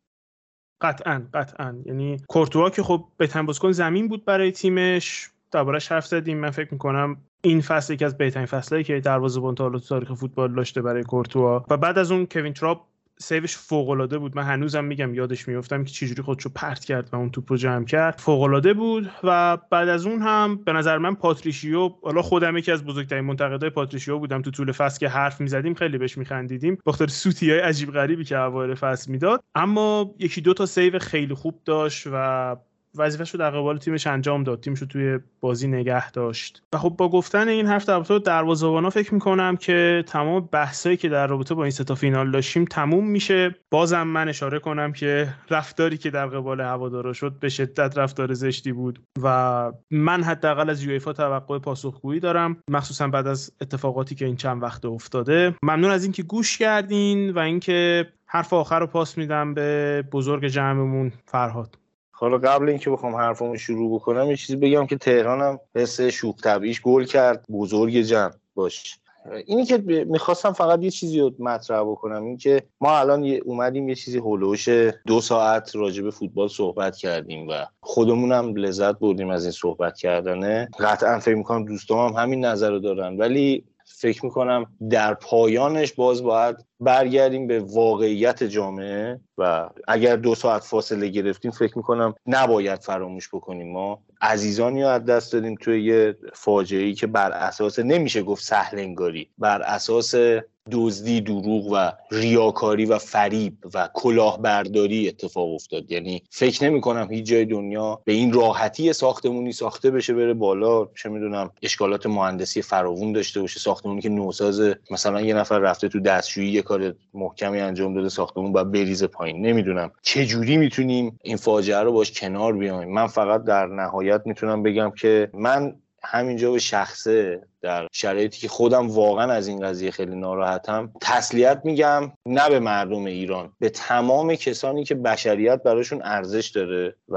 قطعاً قطعاً یعنی کورتوا که خب بهترین بازیکن زمین بود برای تیمش، دربارش حرف زدیم. من فکر می‌کنم این فصل یکی از بهترین فصلایی که دروازه‌بان تا حالا تو تاریخ فوتبال داشته برای کورتوا. و بعد از اون کوین تراپ سیوش فوق‌العاده بود. من هنوزم میگم یادش میافتم که چجوری خودشو پرت کرد و اون توپو جمع کرد، فوق‌العاده بود. و بعد از اون هم به نظر من پاتریشیو، حالا خودم یکی از بزرگترین منتقدای پاتریشیو بودم تو طول فصل که حرف میزدیم خیلی بهش میخندیدیم بخاطر سوتیای عجیب غریبی که اوایل فصل میداد، اما یکی دو تا سیو خیلی خوب داشت و وظیفه‌ش رو در قبال تیمش انجام داد، تیمش رو توی بازی نگه داشت. و خب با گفتن این حرف در رابطه با دروازه‌بانا فکر می‌کنم که تمام بحثایی که در رابطه با این سه تا فینال داشتیم تموم میشه. بازم من اشاره کنم که رفتاری که در قبال هوادارا شد به شدت رفتار زشتی بود و من حداقل از یوفا توقع پاسخگویی دارم، مخصوصا بعد از اتفاقاتی که این چند وقت افتاده. ممنون از اینکه گوش کردین و اینکه حرف آخر رو پاس میدم به بزرگ جمعمون فرهاد. حالا قبل اینکه بخوام حرفمو شروع بکنم یه چیزی بگم که تهرانم حس شوخ طبیعیش گل کرد، بزرگ جمع باش. اینی که میخواستم فقط یه چیزی رو مطرح بکنم، این که ما الان اومدیم یه چیزی هولوش دو ساعت راجع به فوتبال صحبت کردیم و خودمونم لذت بردیم از این صحبت کردنه. قطعا فکر میکنم دوستام هم همین نظر رو دارن، ولی فکر میکنم در پایانش باز باید برگردیم به واقعیت جامعه و اگر دو ساعت فاصله گرفتیم فکر میکنم نباید فراموش بکنیم ما عزیزانی رو از دست دادیم توی یه فاجعه‌ای که بر اساس نمیشه گفت سهل انگاری، بر اساس دزدی، دروغ و ریاکاری و فریب و کلاهبرداری اتفاق افتاد. یعنی فکر نمی کنم هیچ جای دنیا به این راحتی ساختمونی ساخته بشه بره بالا، چه میدونم اشکالات مهندسی فراوون داشته باشه، ساختمونی که نوساز مثلا یه نفر رفته تو دستشویی یه کار محکمی انجام داده ساختمون باید بریزه پایین. نمیدونم چه جوری میتونیم این فاجعه رو باش کنار بیایم. من فقط در نهایت میتونم بگم که من همینجا به شخصه در شرایطی که خودم واقعا از این قضیه خیلی ناراحتم تسلیت میگم، نه به مردم ایران، به تمام کسانی که بشریت براشون ارزش داره و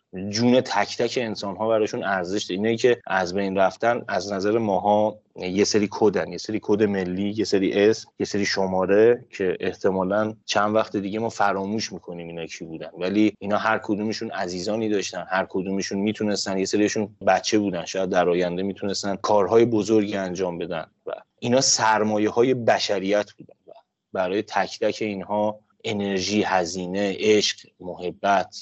جون تک تک انسان ها براشون ارزش داره. اینایی که از بین رفتن از نظر ماها یه سری کدن، یه سری کد ملی، یه سری اسم، یه سری شماره که احتمالاً چند وقت دیگه ما فراموش میکنیم اینا کی بودن، ولی اینا هر کدومشون عزیزانی داشتن، هر کدومشون میتونستن، یه سریشون بچه بودن شاید در آینده میتونستن کارهای بزرگی انجام بدن و اینا سرمایه های بشریت بودن و برای تک تک اینها انرژی، هزینه، عشق، محبت،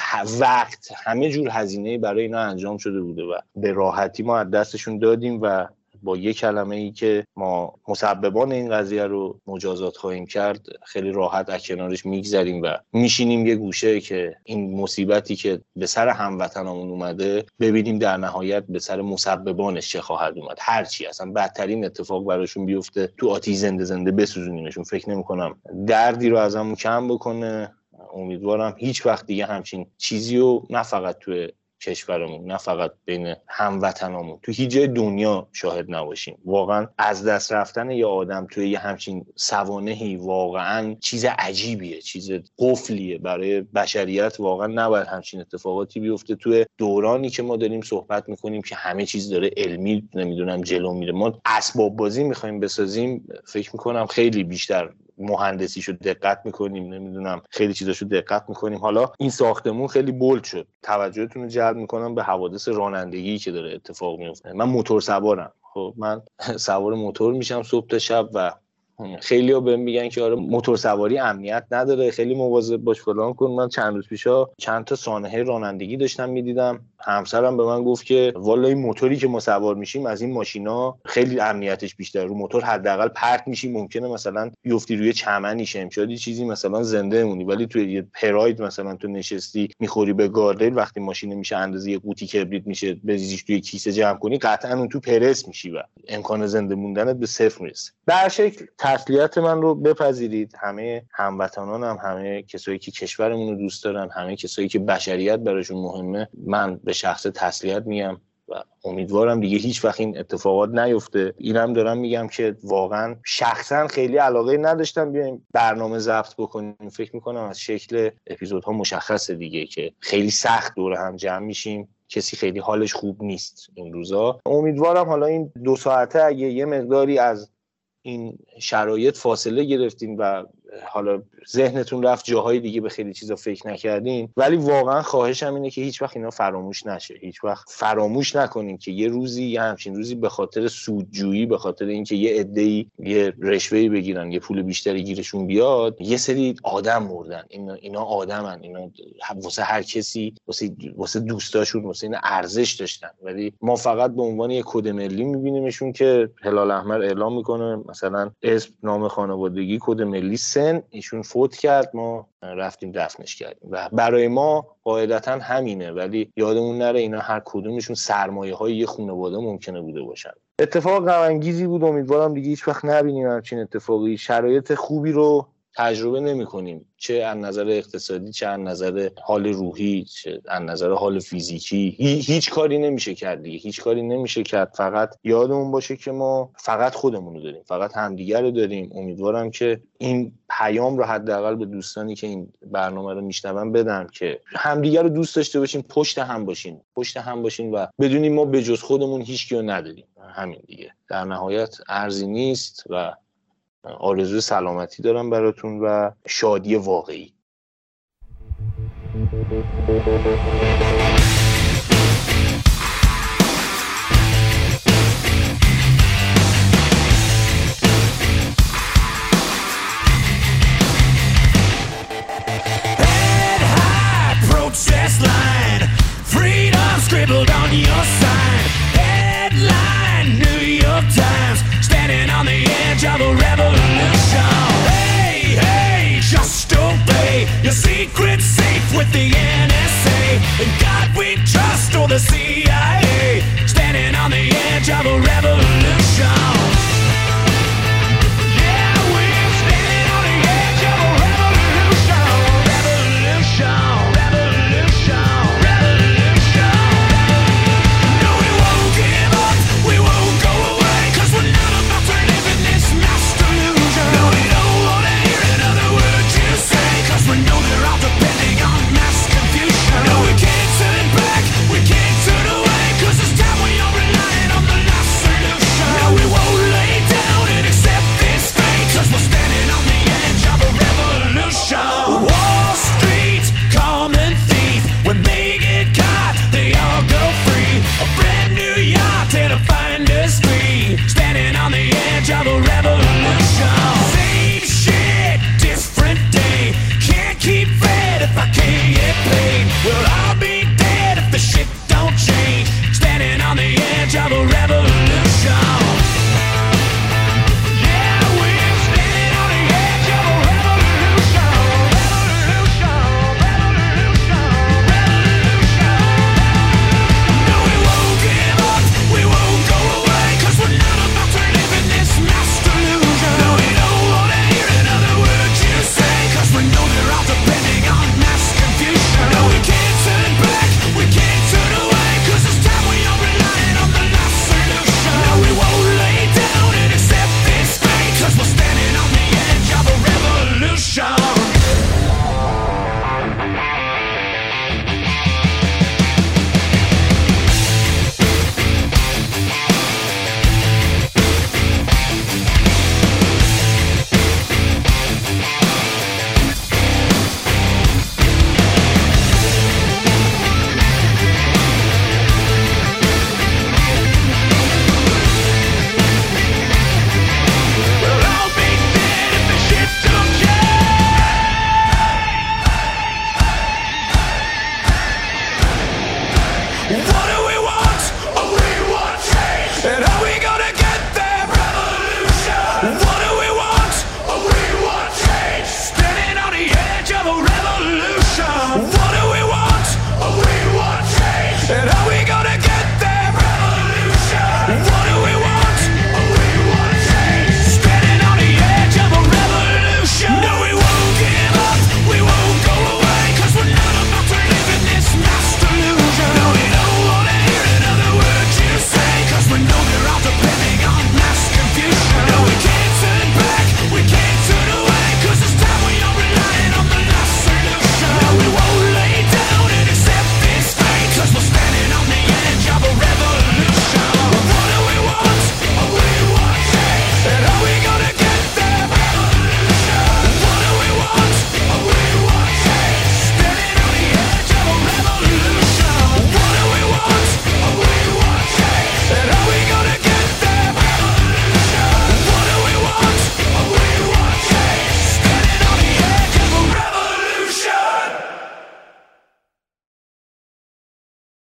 وقت، همه جور هزینه برای اینا انجام شده بوده و به راحتی ما از دستشون دادیم و با یک کلمه ای که ما مسببان این قضیه رو مجازات خواهیم کرد خیلی راحت از کنارش میگذریم و میشینیم یه گوشه که این مصیبتی که به سر هموطنامون اومده ببینیم در نهایت به سر مسببانش چه خواهد اومد. هرچی اصلا بدترین اتفاق براشون بیفته تو آتیش زنده زنده بسوزونیمشون. فکر نمی‌کنم دردی رو ازمون کم بکنه. امیدوارم هیچ وقت دیگه همچین چیزی رو نه فقط تو کشورمون، نه فقط بین هموطنامون، تو هیچ جای دنیا شاهد نباشیم. واقعا از دست رفتن یه آدم توی یه همچین سوانحی واقعا چیز عجیبیه، چیز قفلیه برای بشریت. واقعا نباید همچین اتفاقاتی بیفته توی دورانی که ما داریم صحبت میکنیم که همه چیز داره علمی نمیدونم جلو میره. ما اسباب بازی میخوایم بسازیم، فکر میکنم خیلی بیشتر مهندسیشو دقت میکنیم، نمیدونم خیلی چیزاشو دقت میکنیم. حالا این ساختمون خیلی بولد شد. توجهتون رو جلب میکنم به حوادث رانندگی که داره اتفاق میفته. من موتور سوارم، خب من سوار موتور میشم صبح تا شب و خیلی‌ها بهم میگن که آره موتور سواری امنیت نداره، خیلی مواظب باش فلان کن. من چند روز پیشا چند تا سانحه رانندگی داشتم میدیدم، همسرم به من گفت که والا این موتوری که ما سوار میشیم از این ماشینا خیلی امنیتش بیشتره. رو موتور حداقل پرت میشی، ممکنه مثلا بیفتی روی چمنی، شمشادی چیزی مثلا زنده مونی، ولی توی یه پراید مثلا تو نشستی میخوری به گاردریل، وقتی ماشین میشه اندازه یه قوطی کبریت میشه بریزیش توی کیسه جمع کنی، قطعا اون تو پرس میشی و امکان زنده موندنت به صفر میرسه. به هر شکل تسلیت من رو بپذیرید. همه هموطنانم، همه کسایی که کشورمون رو دوست دارن، همه کسایی که بشریت براشون مهمه، من به شخص تسلیت میگم و امیدوارم دیگه هیچ وقت این اتفاقات نیفته. اینم دارم میگم که واقعا شخصا خیلی علاقه نداشتم بیایم برنامه ضبط بکنیم. فکر میکنم از شکل اپیزودها مشخصه دیگه که خیلی سخت دور هم جمع میشیم، کسی خیلی حالش خوب نیست این روزا. امیدوارم حالا این دو ساعته اگه یه مقداری از این شرایط فاصله گرفتین و حالا ذهنتون رفت جاهای دیگه به خیلی چیزا فکر نکردین، ولی واقعا خواهشم اینه که هیچ وقت اینا فراموش نشه. هیچ وقت فراموش نکنین که یه روزی، یه همچین روزی به خاطر سودجویی، به خاطر اینکه یه عده‌ای یه رشوه‌ای بگیرن، یه پول بیشتری گیرشون بیاد، یه سری آدم مردن. اینا اینا آدمن، اینا واسه هر کسی، واسه واسه دوستاشون، واسه این ارزش داشتن، ولی ما فقط به عنوان یه کد ملی می‌بینیمشون که هلال احمر اعلام میکنه مثلا اسم، نام خانوادگی، کد ملی، سن، ایشون فوت کرد، ما رفتیم دفنش کردیم و برای ما قاعدتا همینه، ولی یادمون نره اینا هر کدومشون سرمایه های یه خانواده ممکنه بوده باشن. اتفاق غم انگیزی بود، امیدوارم دیگه هیچ وقت نبینیم همچین اتفاقی. شرایط خوبی رو تجربه نمی کنیم، چه از نظر اقتصادی، چه از نظر حال روحی، چه از نظر حال فیزیکی. هی، هیچ کاری نمیشه کرد دیگه، هیچ کاری نمیشه کرد. فقط یادمون باشه که ما فقط خودمون رو داریم، فقط همدیگر رو داریم. امیدوارم که این پیام رو حداقل به دوستانی که این برنامه رو میشنون بدم که همدیگر رو دوست داشته باشیم، پشت هم باشیم، پشت هم باشیم و بدونیم ما به جز خودمون هیچ کیو نداریم. همین دیگه. در نهایت ارزی نیست و آرزوی سلامتی دارم براتون و شادی واقعی.